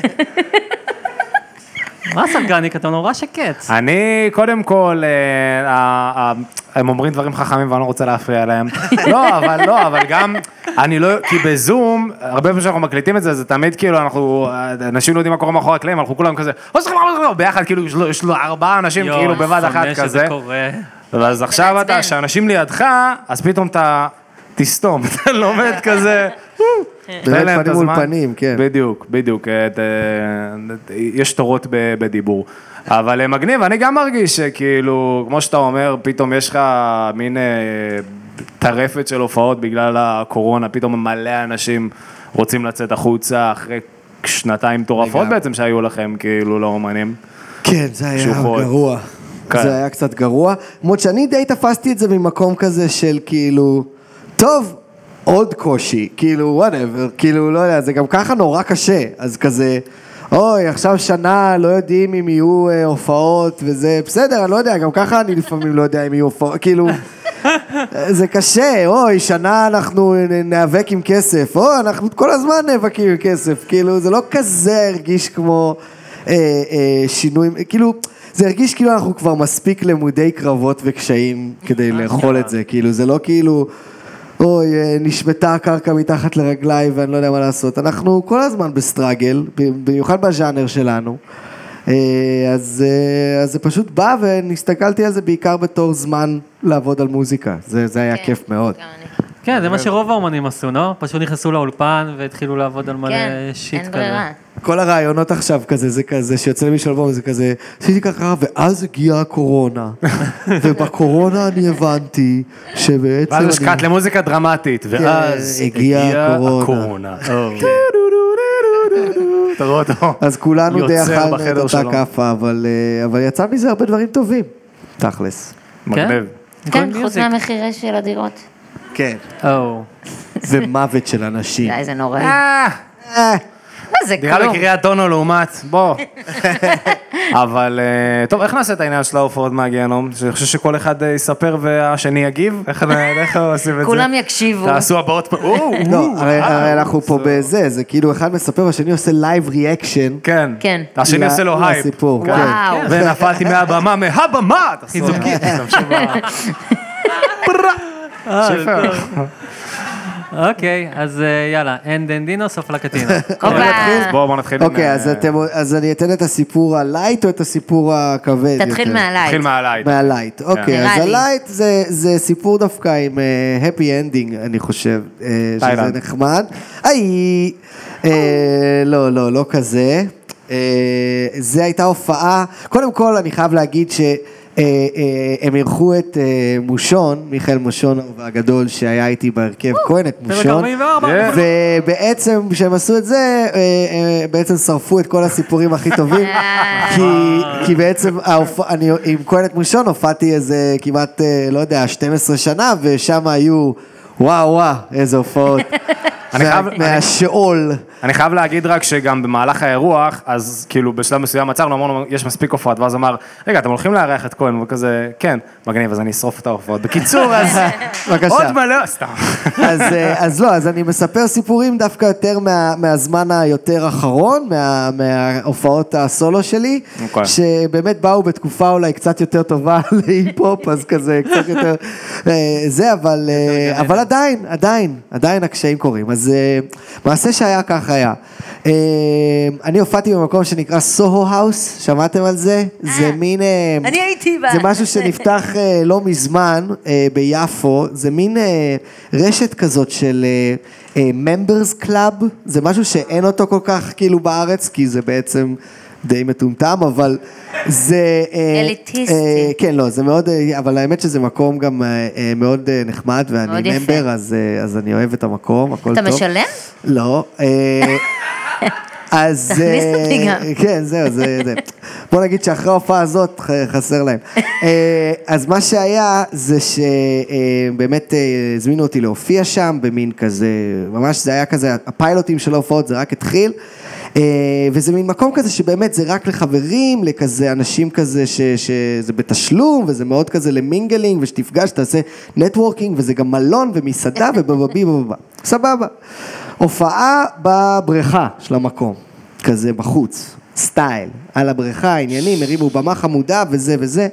Speaker 6: מה סלגניק, אתה נורא שקט.
Speaker 7: אני, קודם כל, אה, אה, אה, הם אומרים דברים חכמים ואני לא רוצה להפריע להם. לא, אבל לא, אבל גם, אני לא, כי בזום, הרבה פעמים שאנחנו מקליטים את זה, זה תמיד כאילו, אנחנו, אנשים לא יודעים מה קורה מאחורי הקלעים, אנחנו כולם כזה, ביחד, כאילו, יש לו ארבעה אנשים כאילו בבת אחת כזה.
Speaker 6: יואו, שזה קורה.
Speaker 7: ואז עכשיו אתה, שאנשים לידך, אז פתאום אתה תסתום, אתה לומד כזה,
Speaker 8: באמת פנים מול פנים, כן.
Speaker 7: בדיוק, בדיוק, יש תורות בדיבור. אבל מגניב, אני גם מרגיש שכאילו, כמו שאתה אומר, פתאום יש לך מין טרפת של הופעות בגלל הקורונה, פתאום מלא אנשים רוצים לצאת החוצה אחרי שנתיים מטורפות בעצם שהיו לכם, כאילו, לאומנים.
Speaker 8: כן, זה היה גרוע. זה היה קצת גרוע. למרות שאני די תפסתי את זה ממקום כזה של כאילו, טוב, עוד קושי, כאילו, whatever, כאילו, לא יודע, זה גם ככה נורא קשה, אז כזה, אוי, עכשיו שנה, לא יודעים אם יהיו אה, הופעות, וזה בסדר, אני לא יודע, גם ככה אני לפעמים לא יודע אם יהיו הופעות, כאילו, זה קשה, אוי, שנה אנחנו נאבק עם כסף, אוי, אנחנו כל הזמן נאבקים עם כסף, כאילו, זה לא כזה הרגיש כמו אה, אה, שינויים, כאילו, זה הרגיש כאילו אנחנו כבר מספיק למודי קרבות וקשיים כדי לאכול את זה, כאילו, זה לא כאילו, אוי, נשמתה הקרקע מתחת לרגליי ואני לא יודע מה לעשות. אנחנו כל הזמן בסטרגל, במיוחד בז'אנר שלנו. אז, אז זה פשוט בא ונסתכלתי על זה בעיקר בתור זמן לעבוד על מוזיקה. זה, זה היה כיף מאוד.
Speaker 6: כן, זה מה שרוב האומנים עשו, לא? פשוט נכנסו לאולפן והתחילו לעבוד על מלא שיט כזה.
Speaker 9: כן, אין ברירה.
Speaker 8: כל הרעיונות עכשיו כזה, זה כזה, שיוצא למישהו אלבום, זה כזה, עשיתי ככה, ואז הגיעה הקורונה. ובקורונה אני הבנתי שבעצם...
Speaker 7: ואז יש קאט למוזיקה דרמטית, ואז הגיעה הקורונה. תראו אותו.
Speaker 8: אז כולנו די אכלנו את אותה כאפה, אבל יצא מזה הרבה דברים טובים. תכלס.
Speaker 7: מגניב.
Speaker 9: כן, חוץ מהמחירי של הדירות.
Speaker 8: כן.
Speaker 6: או.
Speaker 8: ומוות של אנשים.
Speaker 9: די, זה נורא. זה כלום.
Speaker 7: נראה לי קריאת טונו לעומת, בוא. אבל, טוב, איך נעשה את העניין של ההופעות מהגיהנום? אני חושב שכל אחד יספר והשני יגיב? איך עושים את זה?
Speaker 9: כולם יקשיבו.
Speaker 7: תעשו הבאות,
Speaker 8: לא, הרי אנחנו פה בזה, זה כאילו אחד מספר והשני עושה לייב ריאקשן.
Speaker 7: כן.
Speaker 9: כן.
Speaker 7: השני עושה לו הייפ.
Speaker 8: לסיפור, כן.
Speaker 9: וואו.
Speaker 7: ונפלתי מהבמה, מהבמה! חיזוקי. שפר.
Speaker 6: אוקיי, אז יאללה, אין דנדינו, סוף לקטינה.
Speaker 7: בואו בוא נתחיל.
Speaker 8: אוקיי, אז אני אתן את הסיפור הלייט או את הסיפור הכבד יותר?
Speaker 9: תתחיל מהלייט.
Speaker 7: תתחיל מהלייט.
Speaker 8: מהלייט, אוקיי, אז הלייט זה סיפור דווקא עם הפי אנדינג, אני חושב, שזה נחמד. איי, לא, לא, לא כזה. זה הייתה הופעה, קודם כל אני חייב להגיד ש... הם אירחו את מושון, מיכאל מושון הגדול שהיה איתי בהרכב כהן, את מושון, ובעצם כשהם עשו את זה, בעצם שרפו את כל הסיפורים הכי טובים, כי בעצם אני עם כהן את מושון הופעתי איזה כמעט, לא יודע, שתים עשרה שנה, ושם היו, וואו וואו, איזה הופעות. מהשאול.
Speaker 7: אני חייב להגיד רק שגם במהלך האירוח, אז כאילו בשלב מסוים עצרנו, אמרנו, יש מספיק הופעות, ואז אמר, רגע, אתם הולכים לארח את כהן, וכזה, כן, מגניב, אז אני אשרוף את ההופעות. בקיצור, אז עוד מלא, סתם.
Speaker 8: אז לא, אז אני מספר סיפורים דווקא יותר מהזמן היותר אחרון, מההופעות הסולו שלי, שבאמת באו בתקופה אולי קצת יותר טובה להיפ-הופ, אז כזה קצת יותר זה, אבל עדיין, עדיין, עדיין הקשיים קורים. אז מעשה שהיה ככה, כך היה. אני הופעתי במקום שנקרא סוהו האוס, שמעתם על זה? זה מין...
Speaker 9: אני הייתי בה.
Speaker 8: זה משהו שנפתח לא מזמן ביפו, זה מין רשת כזאת של members club, זה משהו שאין אותו כל כך כאילו בארץ, כי זה בעצם די מטומטם, אבל זה...
Speaker 9: אליטיסטי.
Speaker 8: כן, לא, זה מאוד, אבל האמת שזה מקום גם מאוד נחמד, ואני ממבר, אז אני אוהב את המקום, הכל טוב.
Speaker 9: אתה משלם?
Speaker 8: לא. אז...
Speaker 9: תכניס אותי גם.
Speaker 8: כן, זהו, זה... בוא נגיד שאחרי ההופעה הזאת חסר להם. אז מה שהיה זה שבאמת הזמינו אותי להופיע שם, במין כזה, ממש זה היה כזה, הפיילוטים של ההופעות זה רק התחיל, וזה מין מקום כזה שבאמת זה רק לחברים, לכזה אנשים כזה שזה בתשלום, וזה מאוד כזה למינגלינג, ושתפגש, תעשה נטוורקינג, וזה גם מלון ומסעדה ובבבי ובבא. סבבה. הופעה בבריכה של המקום, כזה בחוץ, סטייל, על הבריכה, עניינים, הרימו במה חמודה וזה וזה.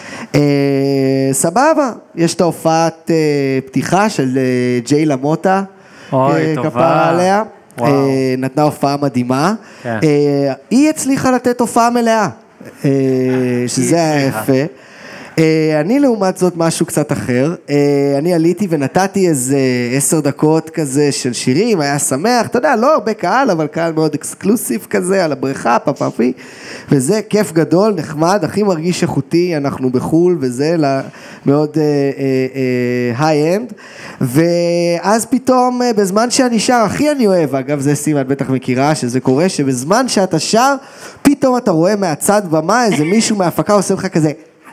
Speaker 8: סבבה, יש את ההופעת פתיחה של ג'יי למוטה, כפרה עליה. נתנה הופעה מדהימה, היא הצליחה לתת הופעה מלאה, שזה היה יפה. אני לעומת זאת משהו קצת אחר, אני עליתי ונתתי איזה עשר דקות כזה של שירים, היה שמח, אתה יודע, לא הרבה קהל, אבל קהל מאוד אקסקלוסיב כזה, על הבריכה, פפפי, וזה כיף גדול, נחמד, הכי מרגיש איכותי, אנחנו בחול, וזה מאוד היי-אנד, ואז פתאום, בזמן שאני שר, הכי אני אוהב, אגב, זה סימן, את בטח מכירה, שזה קורה, שבזמן שאתה שר, פתאום אתה רואה מהצד במה, איזה מישהו מההפקה עושה לך כזה,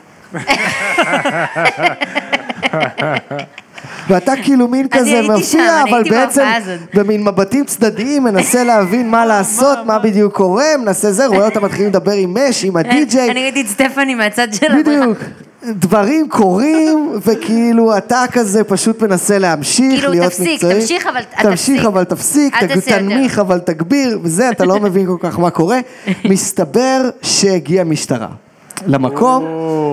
Speaker 8: ואתה כאילו מין כזה מופיע, אבל בעצם במין מבטים צדדיים מנסה להבין מה לעשות, מה בדיוק קורה, מנסה זה, רואה אותה מתחילים לדבר עם מש, עם הדי-ג'יי.
Speaker 9: אני ראיתי את סטפני מהצד שלה.
Speaker 8: בדיוק. דברים קורים, וכאילו אתה כזה פשוט מנסה להמשיך, להיות מקצועי.
Speaker 9: כאילו תפסיק, תמשיך אבל תפסיק.
Speaker 8: תמשיך אבל תפסיק, תנמיך אבל תגביר, וזה, אתה לא מבין כל כך מה קורה. מסתבר שהגיעה משטרה למקום,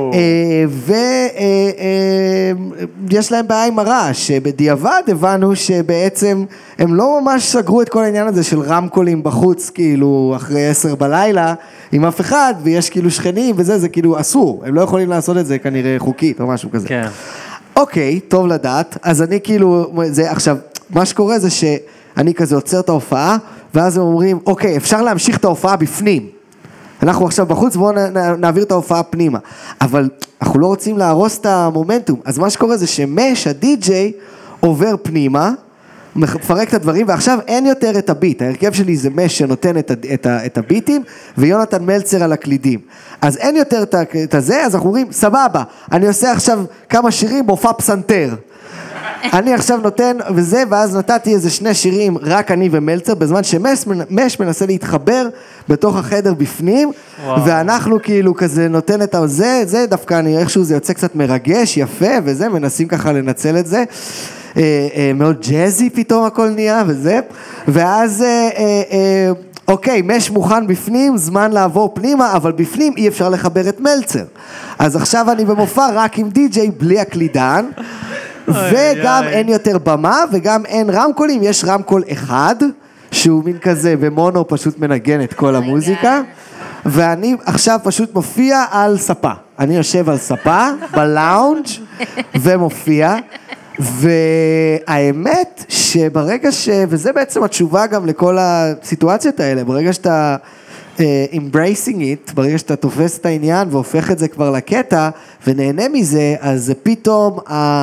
Speaker 8: ויש להם בעיה עם הרעש, שבדיעבד הבנו שבעצם הם לא ממש סגרו את כל העניין הזה של רמקולים בחוץ, כאילו אחרי עשר בלילה, עם אף אחד, ויש כאילו שכנים וזה, זה כאילו אסור, הם לא יכולים לעשות את זה כנראה חוקית או משהו כזה.
Speaker 6: כן.
Speaker 8: אוקיי, טוב לדעת, אז אני כאילו, זה עכשיו, מה שקורה זה שאני כזה עוצר את ההופעה, ואז הם אומרים, אוקיי, אפשר להמשיך את ההופעה בפנים. אנחנו עכשיו בחוץ, בואו נעביר את ההופעה פנימה. אבל אנחנו לא רוצים להרוס את המומנטום. אז מה שקורה זה שמש, הדי-ג'יי, עובר פנימה, מפרק את הדברים, ועכשיו אין יותר את הביט. ההרכב שלי זה מש שנותן את, את, את הביטים, ויונתן מלצר על הקלידים. אז אין יותר את זה, אז אנחנו אומרים, סבבה, אני עושה עכשיו כמה שירים, מופע פסנתר. אני עכשיו נותן וזה, ואז נתתי איזה שני שירים, רק אני ומלצר, בזמן שמש מנסה להתחבר בתוך החדר בפנים, וואו. ואנחנו כאילו כזה נותן את זה, זה דווקא אני איכשהו זה יוצא קצת מרגש, יפה, וזה, מנסים ככה לנצל את זה, אה, אה, מאוד ג'זי פתאום הכל נהיה, וזה, ואז... אה, אה, אוקיי, מש מוכן בפנים, זמן לעבור פנימה, אבל בפנים אי אפשר לחבר את מלצר. אז עכשיו אני במופע רק עם די-ג'יי בלי הקלידן, וגם אין יותר במה, וגם אין רמקולים, יש רמקול אחד, שהוא מין כזה במונו פשוט מנגן את כל המוזיקה, ואני עכשיו פשוט מופיע על ספה. אני יושב על ספה, בלאונג' ומופיע, והאמת שברגע ש... וזה בעצם התשובה גם לכל הסיטואציות האלה, ברגע שאתה uh, embracing it, ברגע שאתה תופס את העניין והופך את זה כבר לקטע ונהנה מזה, אז זה פתאום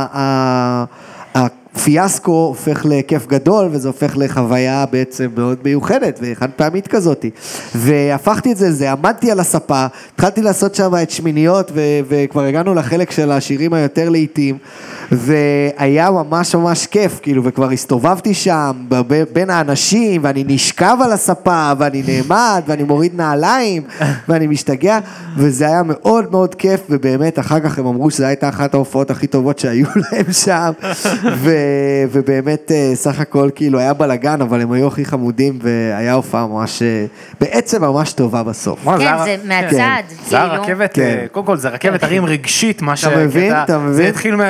Speaker 8: הפיאסקו הופך לכיף גדול, וזה הופך לחוויה בעצם מאוד מיוחדת וחד פעמית כזאת. והפכתי את זה, זה עמדתי על הספה, התחלתי לעשות שם את שמיניות, ו- וכבר הגענו לחלק של השירים היותר לעיתים, והיה ממש ממש כיף, כאילו, וכבר הסתובבתי שם בין האנשים, ואני נשכב על הספה, ואני נעמד, ואני מוריד נעליים, ואני משתגע, וזה היה מאוד מאוד כיף, ובאמת אחר כך הם אמרו שזו הייתה אחת ההופעות הכי טובות שהיו להם שם, ו... ובאמת סך הכל כאילו היה בלגן, אבל הם היו הכי חמודים, והיה הופעה ממש, בעצם ממש טובה בסוף.
Speaker 9: כן, זה מהצד.
Speaker 7: זה הרכבת, קודם כל זה רכבת הרים רגשית, מה
Speaker 8: אתה מבין, אתה מבין.
Speaker 7: זה התחיל, תשמע,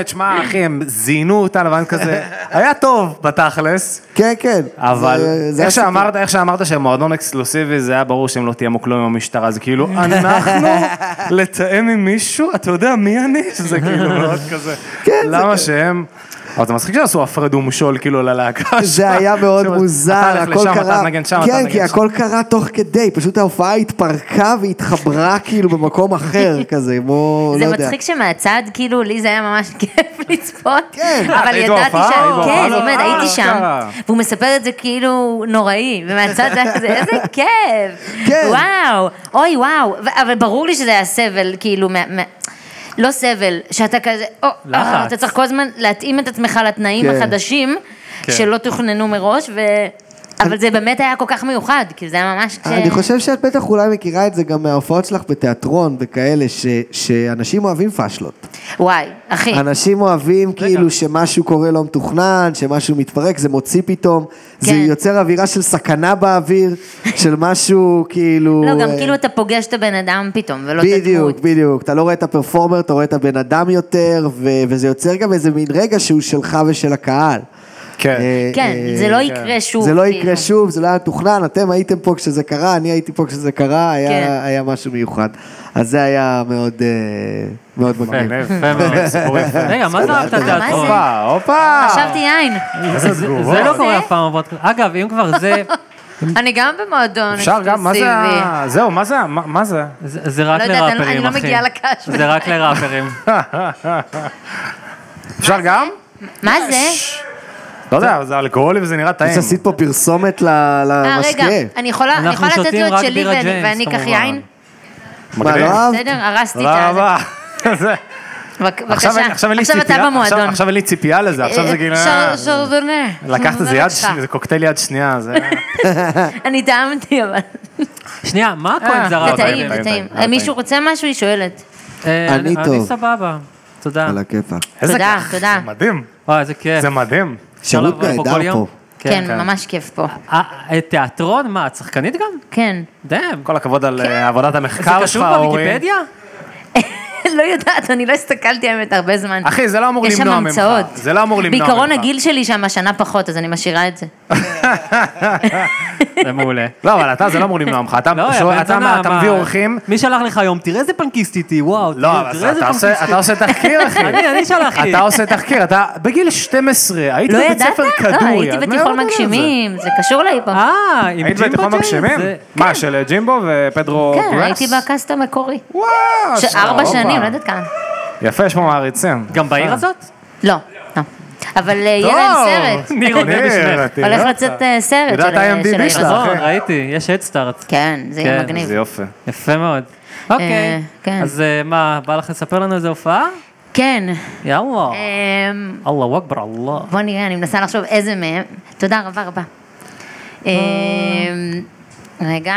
Speaker 7: אחי, הם זינו אותנו, ואני כזה, היה טוב בתכלס.
Speaker 8: כן, כן.
Speaker 7: אבל
Speaker 8: זה- זה
Speaker 7: איך
Speaker 8: הסיפור.
Speaker 7: שאמרת, איך שאמרת שמועדון אקסקלוסיבי, זה היה ברור שהם לא תיאמו כלום עם המשטרה, זה כאילו, אנחנו לתאם עם מישהו, אתה יודע מי אני? זה כאילו מאוד כזה.
Speaker 8: כן, זה
Speaker 7: למה
Speaker 8: כן.
Speaker 7: שהם... אבל זה מצחיק שעשו הפרד ומשול כאילו ללהקה.
Speaker 8: זה היה מאוד
Speaker 7: אתה
Speaker 8: מוזר,
Speaker 7: הולך
Speaker 8: הכל
Speaker 7: לשם, אתה
Speaker 8: קרה,
Speaker 7: נגן שם, אתה
Speaker 8: כן,
Speaker 7: נגן
Speaker 8: כי
Speaker 7: שם.
Speaker 8: הכל קרה תוך כדי, פשוט ההופעה התפרקה והתחברה כאילו במקום אחר כזה, כמו, לא
Speaker 9: זה
Speaker 8: יודע.
Speaker 9: מצחיק שמהצד, כאילו, לי זה היה ממש כיף לצפות.
Speaker 8: כן.
Speaker 9: אבל
Speaker 7: היית
Speaker 9: ידעתי
Speaker 7: בהופעה?
Speaker 9: ש...
Speaker 7: היית בהופעה?
Speaker 9: כן,
Speaker 7: לא,
Speaker 9: באמת,
Speaker 7: אה,
Speaker 9: הייתי שם.
Speaker 7: אשכרה.
Speaker 9: והוא מספר את זה כאילו נוראי, ומהצד זה היה כזה, איזה כיף.
Speaker 8: כן.
Speaker 9: וואו, אוי, וואו. ו- אבל ברור לי שזה היה סבל, כאילו, מה- מה- לא סבל, שאתה כזה, או,
Speaker 6: לחץ.
Speaker 9: אה, אתה צריך כל הזמן להתאים את עצמך לתנאים
Speaker 8: כן.
Speaker 9: החדשים, שלא תוכננו מראש, ו... אבל זה באמת היה כל כך מיוחד, כי זה היה ממש... כש-
Speaker 8: אני חושב שאת בטח אולי מכירה את זה גם מההופעות שלך בתיאטרון וכאלה, ש- שאנשים אוהבים פאשלות.
Speaker 9: וואי, אחי.
Speaker 8: אנשים אוהבים כאילו שמשהו קורה לא מתוכנן, שמשהו מתפרק, זה מוציא פתאום, זה
Speaker 9: כן.
Speaker 8: יוצר אווירה של סכנה באוויר, של משהו כאילו...
Speaker 9: לא, גם
Speaker 8: אה,
Speaker 9: כאילו אתה פוגש את הבן אדם פתאום, ולא את הדמות.
Speaker 8: בדיוק, בדיוק. אתה לא רואה את הפרפורמר, אתה רואה את הבן אדם יותר, ו- וזה יוצר גם איזה מין רגע שהוא שלך ושל הקהל.
Speaker 7: כן.
Speaker 8: אה,
Speaker 9: כן,
Speaker 8: אה,
Speaker 9: זה לא יקרה שוב.
Speaker 8: זה לא
Speaker 9: כאילו.
Speaker 8: יקרה שוב, זה לא היה תוכנן, אתם הייתם פה כשזה קרה, אני הייתי פה כשזה קרה, היה,
Speaker 9: כן.
Speaker 8: היה משהו מיוחד. אז זה היה מאוד, אה, מאוד מגניב.
Speaker 6: יפה, יפה מאוד.
Speaker 7: סיפור יפה.
Speaker 6: רגע, מה זה אהבת
Speaker 9: מה זה?
Speaker 6: תיאטרון?
Speaker 7: הופה, הופה.
Speaker 9: חשבתי יין.
Speaker 6: זה- זה לא קורה אף פעם בפודקאסט. אגב, אם כבר זה,
Speaker 9: אני גם במועדון
Speaker 7: אפשר גם, מה זה,
Speaker 9: אקסקלוסיבי.
Speaker 7: ה- זהו, מה זה, ה- מה מה זה?
Speaker 6: זה זה רק
Speaker 9: לא יודעת, אני-
Speaker 6: לראפרים,
Speaker 9: אני לא
Speaker 6: אחי.
Speaker 9: מגיעה לקש.
Speaker 6: זה רק לראפרים.
Speaker 7: אפשר גם?
Speaker 9: מה זה?
Speaker 7: לא יודע, זה אלכוהולי וזה נראה טעים.
Speaker 8: אז עשית פה פרסומת ל-
Speaker 9: אה,
Speaker 8: למשקה.
Speaker 9: רגע, אני יכולה אני
Speaker 6: אנחנו
Speaker 9: יכולה לתת
Speaker 6: שותים
Speaker 9: לו את
Speaker 6: רק
Speaker 9: שלי
Speaker 6: בירה
Speaker 9: ואני-
Speaker 6: ג'יימס,
Speaker 9: ואני אקח
Speaker 6: כמובן.
Speaker 9: יין?
Speaker 8: מה,
Speaker 7: מגניב.
Speaker 8: לא אהבת?
Speaker 9: בסדר, הרסתי
Speaker 7: תודה
Speaker 9: את
Speaker 7: רבה. זה-
Speaker 9: בבק-
Speaker 7: עכשיו
Speaker 9: בבקשה.
Speaker 7: אין- עכשיו אין לי
Speaker 9: עכשיו אתה
Speaker 7: ציפייה,
Speaker 9: במועדון.
Speaker 7: עכשיו- עכשיו אין לי ציפייה לזה, עכשיו זה כאילו...
Speaker 9: שר- שרדונה.
Speaker 7: לקחת איזה יד,
Speaker 9: בבקשה.
Speaker 7: שני- זה קוקטייל יד שנייה, זה...
Speaker 9: אני טעמתי, אבל...
Speaker 6: שנייה, מה הכהן
Speaker 7: אה,
Speaker 6: זרה?
Speaker 9: זה
Speaker 7: טעים,
Speaker 9: טעים,
Speaker 7: טעים,
Speaker 9: זה טעים.
Speaker 7: טעים.
Speaker 9: מישהו רוצה משהו? היא שואלת.
Speaker 6: אה,
Speaker 8: אני טוב.
Speaker 6: אני סבבה. תודה.
Speaker 8: על הכיפק.
Speaker 7: איזה
Speaker 9: תודה,
Speaker 7: כיף,
Speaker 9: תודה.
Speaker 7: זה מדהים,
Speaker 6: וואי, איזה כיף.
Speaker 7: זה מדהים.
Speaker 6: אפשר
Speaker 8: שירות
Speaker 6: לבוא כל
Speaker 8: נהדר
Speaker 6: יום?
Speaker 8: פה.
Speaker 9: כן, ממש כיף פה.
Speaker 6: אה, אה, תיאטרון? מה, את שחקנית גם?
Speaker 9: כן.
Speaker 6: דאם.
Speaker 7: כל הכבוד על אה, עבודת
Speaker 6: זה
Speaker 7: המחקר שלך,
Speaker 6: כתוב
Speaker 7: אורי.
Speaker 6: בוויקיפדיה?
Speaker 9: לא יודעת, אני לא הסתכלתי האמת הרבה זמן.
Speaker 7: אחי, זה לא אמור למנוע ממך.
Speaker 9: יש שם המצאות.
Speaker 7: זה לא אמור למנוע ממך.
Speaker 9: בעיקרון הגיל שלי שם השנה פחות, אז אני משאירה את זה.
Speaker 6: זה מעולה.
Speaker 7: לא, אבל אתה, זה לא אמור למנוע ממך. אתה
Speaker 6: לא,
Speaker 7: שואל-
Speaker 6: הבן
Speaker 7: אתה
Speaker 6: זונה,
Speaker 7: אתה
Speaker 6: מה-
Speaker 7: מביא אורחים.
Speaker 6: מי שלח לך היום? תראה איזה פנקיסטית היא, וואו.
Speaker 7: לא,
Speaker 6: תראה-
Speaker 7: אבל
Speaker 6: תראה איזה
Speaker 7: אתה עושה-
Speaker 6: פנקיסטית.
Speaker 7: אתה עושה תחקיר, אחי.
Speaker 6: אני, אני שלחתי.
Speaker 7: אתה עושה תחקיר, אתה בגיל שתים עשרה, היית
Speaker 9: לא
Speaker 7: בבית
Speaker 9: ידעת?
Speaker 7: ספר
Speaker 9: לא,
Speaker 7: כדורי.
Speaker 9: הייתי
Speaker 7: אז
Speaker 9: בתיכון
Speaker 7: מאיפה אתה יודע את זה?
Speaker 9: מגשימים, זה קשור להיפ-הופ.
Speaker 6: אה, עם
Speaker 7: היית
Speaker 6: ג'ימבו
Speaker 7: בתיכון
Speaker 6: ג'יימס,
Speaker 7: מגשימים?
Speaker 6: זה-
Speaker 7: מה, של ג'ימבו ופדרו גראס?
Speaker 9: כן, הייתי בקאסט המקורי.
Speaker 7: וואו,
Speaker 9: ש- ארבע
Speaker 7: הופה.
Speaker 9: שנים, לא יודעת כמה.
Speaker 7: יפה, יש פה מעריצים.
Speaker 6: גם בעיר הזאת?
Speaker 9: לא, לא. אבל אה, יהיה להם סרט.
Speaker 6: ניר עונה בשמך.
Speaker 7: תראה
Speaker 9: הולך
Speaker 7: אותך.
Speaker 9: לצאת אה, סרט
Speaker 7: יודעת
Speaker 9: של אה,
Speaker 7: IMDb
Speaker 9: של העיר
Speaker 7: שלך.
Speaker 9: הזאת.
Speaker 6: נכון, ראיתי, יש הדסטארט.
Speaker 9: כן, זה יהיה
Speaker 6: כן,
Speaker 9: מגניב.
Speaker 7: איזה יופי.
Speaker 6: יפה מאוד. אוקיי,
Speaker 9: כן.
Speaker 6: אז אה, מה, בא לך לספר לנו איזה הופעה?
Speaker 9: כן.
Speaker 6: יאללה.
Speaker 9: אמ,
Speaker 6: אללה אכבר, אללה.
Speaker 9: בוא נראה, אני מנסה לחשוב איזה מהם. תודה רבה רבה. אמ, רגע.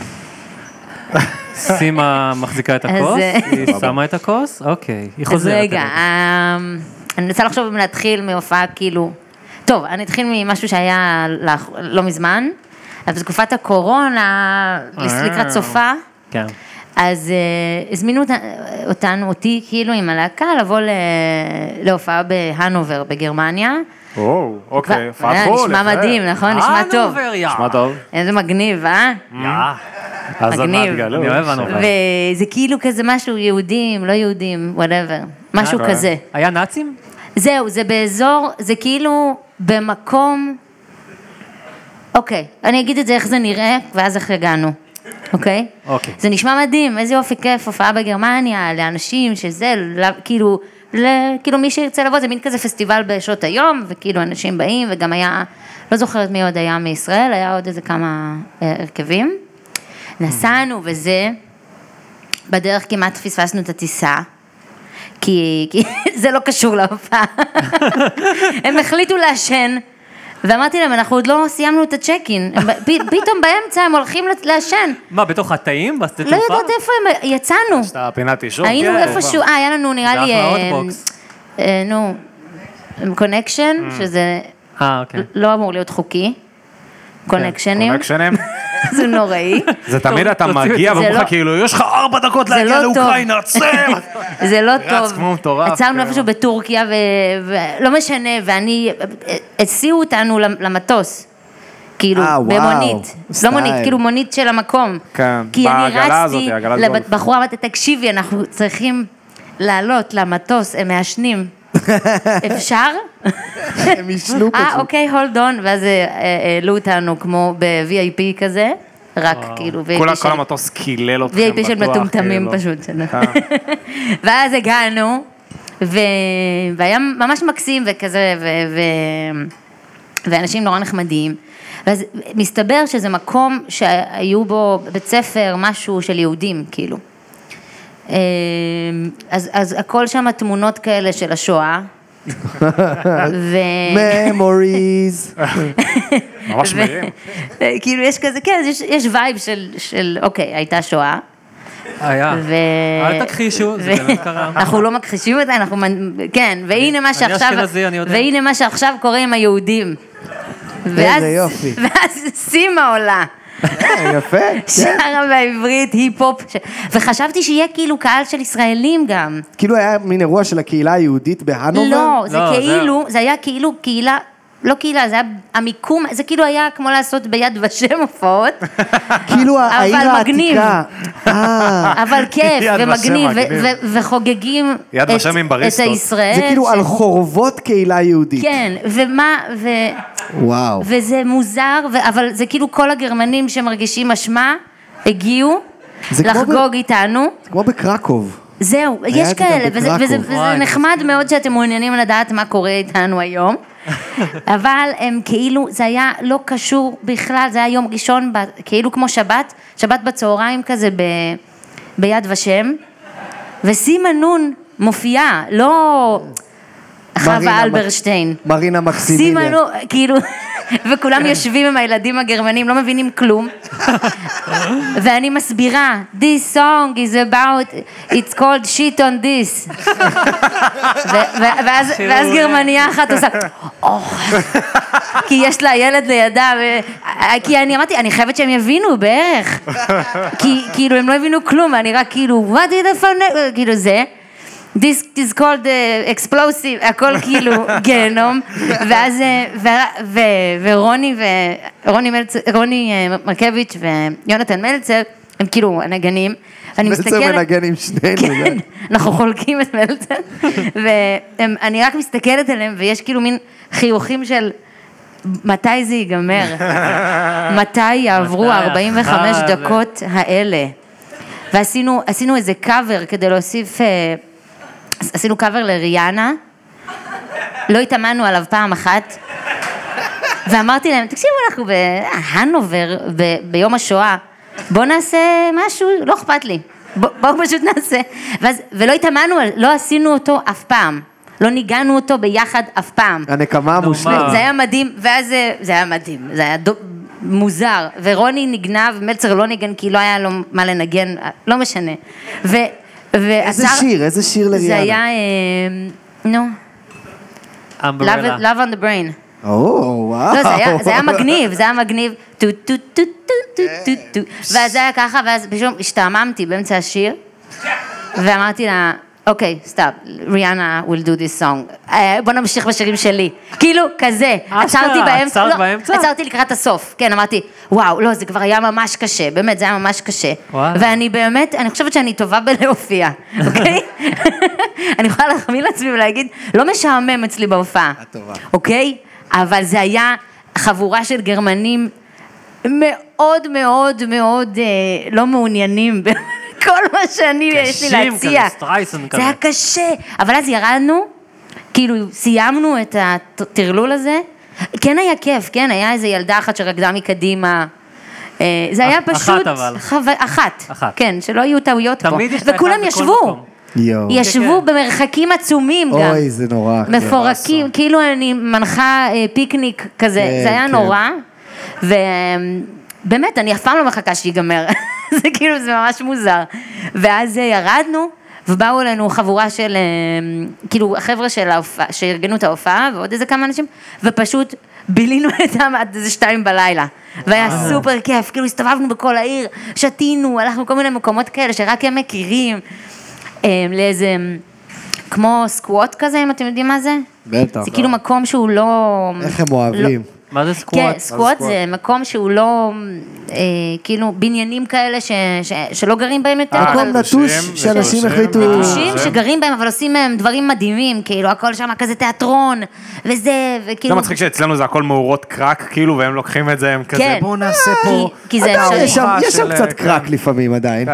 Speaker 6: סימה מחזיקה את
Speaker 9: אז,
Speaker 6: הכוס,
Speaker 9: אה,
Speaker 6: היא שמה את הכוס, אוקיי, היא
Speaker 9: אז
Speaker 6: חוזרת.
Speaker 9: רגע,
Speaker 6: אלינו.
Speaker 9: אמ, אני מנסה לחשוב אם להתחיל מהופעה כאילו... טוב, אני אתחיל ממשהו שהיה לאח- לא מזמן, אז בתקופת הקורונה, לקראת סופה,
Speaker 6: כן.
Speaker 9: אז uh, הזמינו אותה, אותנו, אותי כאילו עם הלהקה, לבוא ל- להופעה בהנובר בגרמניה.
Speaker 7: או, אוקיי,
Speaker 9: ו-
Speaker 7: הופעת
Speaker 9: אה,
Speaker 7: חו"ל.
Speaker 9: נשמע
Speaker 7: יפה.
Speaker 9: מדהים, נכון? נשמע טוב.
Speaker 6: הנובר, יא.
Speaker 7: נשמע טוב.
Speaker 9: איזה מגניב, אה?
Speaker 6: יא.
Speaker 7: אז עוד
Speaker 9: מגניב.
Speaker 7: מעט גלו.
Speaker 6: אני אוהב הנובר.
Speaker 9: וזה כאילו כזה משהו יהודים, לא יהודים, whatever, משהו
Speaker 7: אוקיי.
Speaker 9: כזה.
Speaker 6: היה נאצים?
Speaker 9: זהו, זה באזור, זה כאילו במקום... אוקיי, אני אגיד את זה איך זה נראה, ואז איך הגענו, אוקיי?
Speaker 6: אוקיי.
Speaker 9: זה נשמע מדהים, איזה יופי כיף, הופעה בגרמניה, לאנשים שזה, לא- כאילו, ל- כאילו מי שירצה לבוא, זה מין כזה פסטיבל בשעות היום, וכאילו אנשים באים, וגם היה, לא זוכרת מי עוד היה מישראל, היה עוד איזה כמה אה, הרכבים. נסענו וזה, בדרך כמעט פספסנו את הטיסה, כי, כי זה לא קשור להופעה. הם החליטו לעשן, ואמרתי להם, אנחנו עוד לא סיימנו את הצ'קין, הם, פ, פתאום באמצע הם הולכים לעשן.
Speaker 6: מה, בתוך התאים? בשדה
Speaker 9: לא
Speaker 6: תעופה?
Speaker 9: יודעת איפה הם, יצאנו.
Speaker 7: יש את הפינת אישור.
Speaker 9: היינו
Speaker 7: כן.
Speaker 9: איפשהו, אה, היה לנו נראה לי,
Speaker 6: זה
Speaker 9: אה,
Speaker 6: אחלה הוטבוקס.
Speaker 9: אה, נו, קונקשן, שזה
Speaker 6: אה, אוקיי.
Speaker 9: לא אמור להיות חוקי, קונקשנים.
Speaker 7: קונקשנים.
Speaker 9: זה נוראי.
Speaker 7: זה תמיד אתה מגיע ואומר לך כאילו, יש לך ארבע דקות להגיע לאוקראינה, צא!
Speaker 9: זה לא טוב.
Speaker 7: רץ כמו מטורף.
Speaker 9: עצרנו איפשהו בטורקיה, ולא משנה, ואני, הסיעו אותנו למטוס. כאילו, במונית. לא מונית, כאילו מונית של המקום.
Speaker 7: כן,
Speaker 9: כי אני
Speaker 7: בעגלה הזאת,
Speaker 9: רצתי
Speaker 7: עגלת גולף.
Speaker 9: לבחורה, אמרתי, תקשיבי, אנחנו צריכים לעלות למטוס, הם מעשנים. אפשר?
Speaker 8: הם ישנו פשוט.
Speaker 9: אה, אוקיי, הולד און, ואז העלו אותנו כמו ב-וי איי פי כזה, רק כאילו,
Speaker 7: כל המטוס קילל אתכם
Speaker 9: וי איי פי של
Speaker 7: בטוח,
Speaker 9: מטומטמים
Speaker 7: כאילו.
Speaker 9: פשוט. ואז הגענו, והיה ממש מקסים וכזה, ואנשים נורא נחמדים, ואז מסתבר שזה מקום שהיו בו בית ספר, משהו של יהודים, כאילו. אז, אז הכל שם תמונות כאלה של השואה. ו...
Speaker 8: Memories.
Speaker 7: ממש מרים.
Speaker 9: כאילו יש כזה, כן, יש, יש וייב של, של, אוקיי, הייתה שואה.
Speaker 6: היה.
Speaker 9: ו...
Speaker 6: אל תכחישו, זה באמת קרה.
Speaker 9: אנחנו לא מכחישים את זה, אנחנו, כן, והנה מה שעכשיו,
Speaker 6: אשכנזי, אני יודע.
Speaker 9: והנה מה שעכשיו קורה עם היהודים.
Speaker 8: איזה יופי.
Speaker 9: ואז סימה עולה.
Speaker 8: יפה, כן.
Speaker 9: שרה בעברית, היפ-הופ, וחשבתי שיהיה כאילו קהל של ישראלים גם.
Speaker 8: כאילו היה מין אירוע של הקהילה היהודית בהנובר?
Speaker 9: לא, זה
Speaker 6: לא,
Speaker 9: כאילו, זה היה כאילו קהילה, לא קהילה, זה היה המיקום, זה כאילו היה כמו לעשות ביד ושם הופעות,
Speaker 8: כאילו העיר
Speaker 9: אבל מגניב.
Speaker 8: העתיקה. אה,
Speaker 9: אבל כיף
Speaker 7: יד ושם
Speaker 9: ומגניב, ו-
Speaker 7: מגניב.
Speaker 9: ו- וחוגגים
Speaker 7: יד
Speaker 9: את-
Speaker 7: ושם עם
Speaker 9: את
Speaker 7: בריסטות.
Speaker 9: הישראל.
Speaker 8: זה כאילו
Speaker 9: ש-
Speaker 8: על חורבות קהילה יהודית.
Speaker 9: כן, ומה, ו...
Speaker 8: וואו.
Speaker 9: וזה מוזר, ו- אבל זה כאילו כל הגרמנים שמרגישים אשמה, הגיעו
Speaker 8: זה כמו
Speaker 9: לחגוג איתנו.
Speaker 8: זה כמו בקרקוב.
Speaker 9: זהו,
Speaker 8: היה
Speaker 9: יש
Speaker 8: את זה גם
Speaker 9: כאלה, וזה,
Speaker 8: בקרקוב.
Speaker 9: וזה, וזה
Speaker 6: וואי,
Speaker 9: נחמד מאוד שאתם מעוניינים לדעת מה קורה איתנו היום, אבל הם כאילו, זה היה לא קשור בכלל, זה היה יום ראשון, ב, כאילו כמו שבת, שבת בצהריים כזה ב, ביד ושם, וסימה נון מופיעה, לא
Speaker 8: מרינה
Speaker 9: חווה אלברשטיין.
Speaker 8: מרינה מקסימיליה.
Speaker 9: סימה נון, כאילו, וכולם יושבים עם הילדים הגרמנים, לא מבינים כלום, ואני מסבירה, this song is about, it's called shit on this, ו- ו- ואז, ואז גרמניה אחת עושה, "אוח", כי יש לה ילד לידה, ו- כי אני אמרתי, אני חייבת שהם יבינו בערך, כי כאילו הם לא הבינו כלום, אני רק כאילו, what did I find, כאילו זה, This is called uh, explosive, הכל כאילו גיהנום, ואז, ו, ו, ורוני, ורוני מלצר, רוני מרקביץ' ויונתן מלצר, הם כאילו הנגנים, ואני מסתכלת...
Speaker 8: מלצר מנגן עם שנינו.
Speaker 9: כן, אנחנו חולקים את מלצר, ואני רק מסתכלת עליהם, ויש כאילו מין חיוכים של... מתי זה ייגמר? מתי יעברו ארבעים וחמש דקות האלה? ועשינו עשינו איזה קאבר כדי להוסיף... עשינו קאבר לריאנה, לא התאמנו עליו פעם אחת, ואמרתי להם, תקשיבו, אנחנו בהנובר, ב- ביום השואה, בואו נעשה משהו, לא אכפת לי, בואו בוא פשוט נעשה, ואז, ולא התאמנו, לא עשינו אותו אף פעם, לא ניגענו אותו ביחד אף פעם.
Speaker 8: הנקמה המושלמת.
Speaker 9: זה היה מדהים, ואז זה, זה היה מדהים, זה היה דו, מוזר, ורוני נגנב, מלצר לא ניגן, כי לא היה לו מה לנגן, לא משנה, ו...
Speaker 8: איזה שיר, איזה שיר לריאנה?
Speaker 9: זה היה, נו,
Speaker 6: אמברלה.
Speaker 9: Love on the Brain.
Speaker 8: או, וואו.
Speaker 9: לא, זה היה, זה היה מגניב, זה היה מגניב, טו טו טו טו טו טו טו, ואז זה היה ככה, ואז פשוט השתעממתי באמצע השיר, ואמרתי לה, אוקיי, סטאפ, ריאנה will do this song, בוא נמשיך בשירים שלי, כאילו, כזה, עצרתי באמצע,
Speaker 6: עצרת באמצע?
Speaker 9: עצרתי לקראת הסוף, כן, אמרתי, וואו, לא, זה כבר היה ממש קשה, באמת, זה היה ממש קשה,
Speaker 6: וואו.
Speaker 9: ואני באמת, אני חושבת שאני טובה בלהופיע, אוקיי? אני יכולה להחמיא לעצמי ולהגיד, לא משעמם אצלי בהופעה, אוקיי? אבל זה היה חבורה של גרמנים מאוד מאוד מאוד לא מעוניינים בכל מה שאני יש לי להציע.
Speaker 6: קשים כזה, סטרייסן כזה.
Speaker 9: זה היה קשה, אבל אז ירדנו, כאילו סיימנו את הטרלול הזה, כן היה כיף, כן, היה איזו ילדה אחת שרקדה מקדימה, זה היה פשוט...
Speaker 6: אחת אבל.
Speaker 9: אחת,
Speaker 6: אחת.
Speaker 9: כן, שלא יהיו טעויות פה.
Speaker 6: תמיד יש את האחד
Speaker 9: וכולם
Speaker 6: בכל
Speaker 9: ישבו.
Speaker 6: מקום.
Speaker 8: יואו.
Speaker 9: ישבו במרחקים עצומים גם.
Speaker 8: אוי, זה נורא.
Speaker 9: מפורקים, כאילו אני מנחה אה, פיקניק כזה,
Speaker 8: כן,
Speaker 9: זה היה
Speaker 8: כן.
Speaker 9: נורא, ובאמת, אני אף פעם לא מחכה שיגמר, זה כאילו, זה ממש מוזר. ואז אה, ירדנו, ובאו אלינו חבורה של, אה, כאילו, החבר'ה של ההופעה, שארגנו את ההופעה, ועוד איזה כמה אנשים, ופשוט בילינו איתם עד איזה שתיים בלילה, והיה סופר כיף, כאילו הסתובבנו בכל העיר, שתינו, הלכנו כל מיני מקומות כאלה שרק הם מכירים, לאיזה, כמו סקווט כזה, אם אתם יודעים מה זה?
Speaker 8: בטח.
Speaker 9: זה כאילו מקום שהוא לא...
Speaker 8: איך הם אוהבים.
Speaker 6: מה זה סקווט?
Speaker 9: כן, סקווט זה מקום שהוא לא, כאילו, בניינים כאלה שלא גרים בהם יותר.
Speaker 8: מקום נטוש שאנשים החליטו...
Speaker 9: נטושים שגרים בהם, אבל עושים מהם דברים מדהימים, כאילו, הכל שם כזה תיאטרון, וזה, וכאילו...
Speaker 7: זה מצחיק שאצלנו זה הכל מאורות קרק, כאילו, והם לוקחים את זה, הם כזה, בואו נעשה פה...
Speaker 9: כי זה אפשרי.
Speaker 8: יש שם קצת קרק לפעמים עדיין.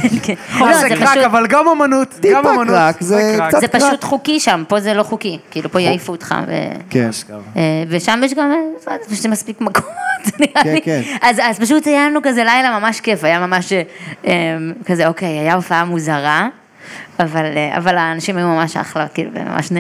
Speaker 7: זה קרק, אבל גם אמנות.
Speaker 8: טיפה קרק, זה קצת קרק.
Speaker 9: זה פשוט חוקי שם, פה זה לא חוקי, כאילו, פה יעיפו אותך.
Speaker 8: כן.
Speaker 9: ושם יש גם... זה מספיק מקומות, נראה לי.
Speaker 8: כן, כן.
Speaker 9: אז, אז פשוט היה לנו כזה לילה ממש כיף, היה ממש כזה, אוקיי, היה הופעה מוזרה, אבל, אבל האנשים היו ממש אחלה, כאילו, וממש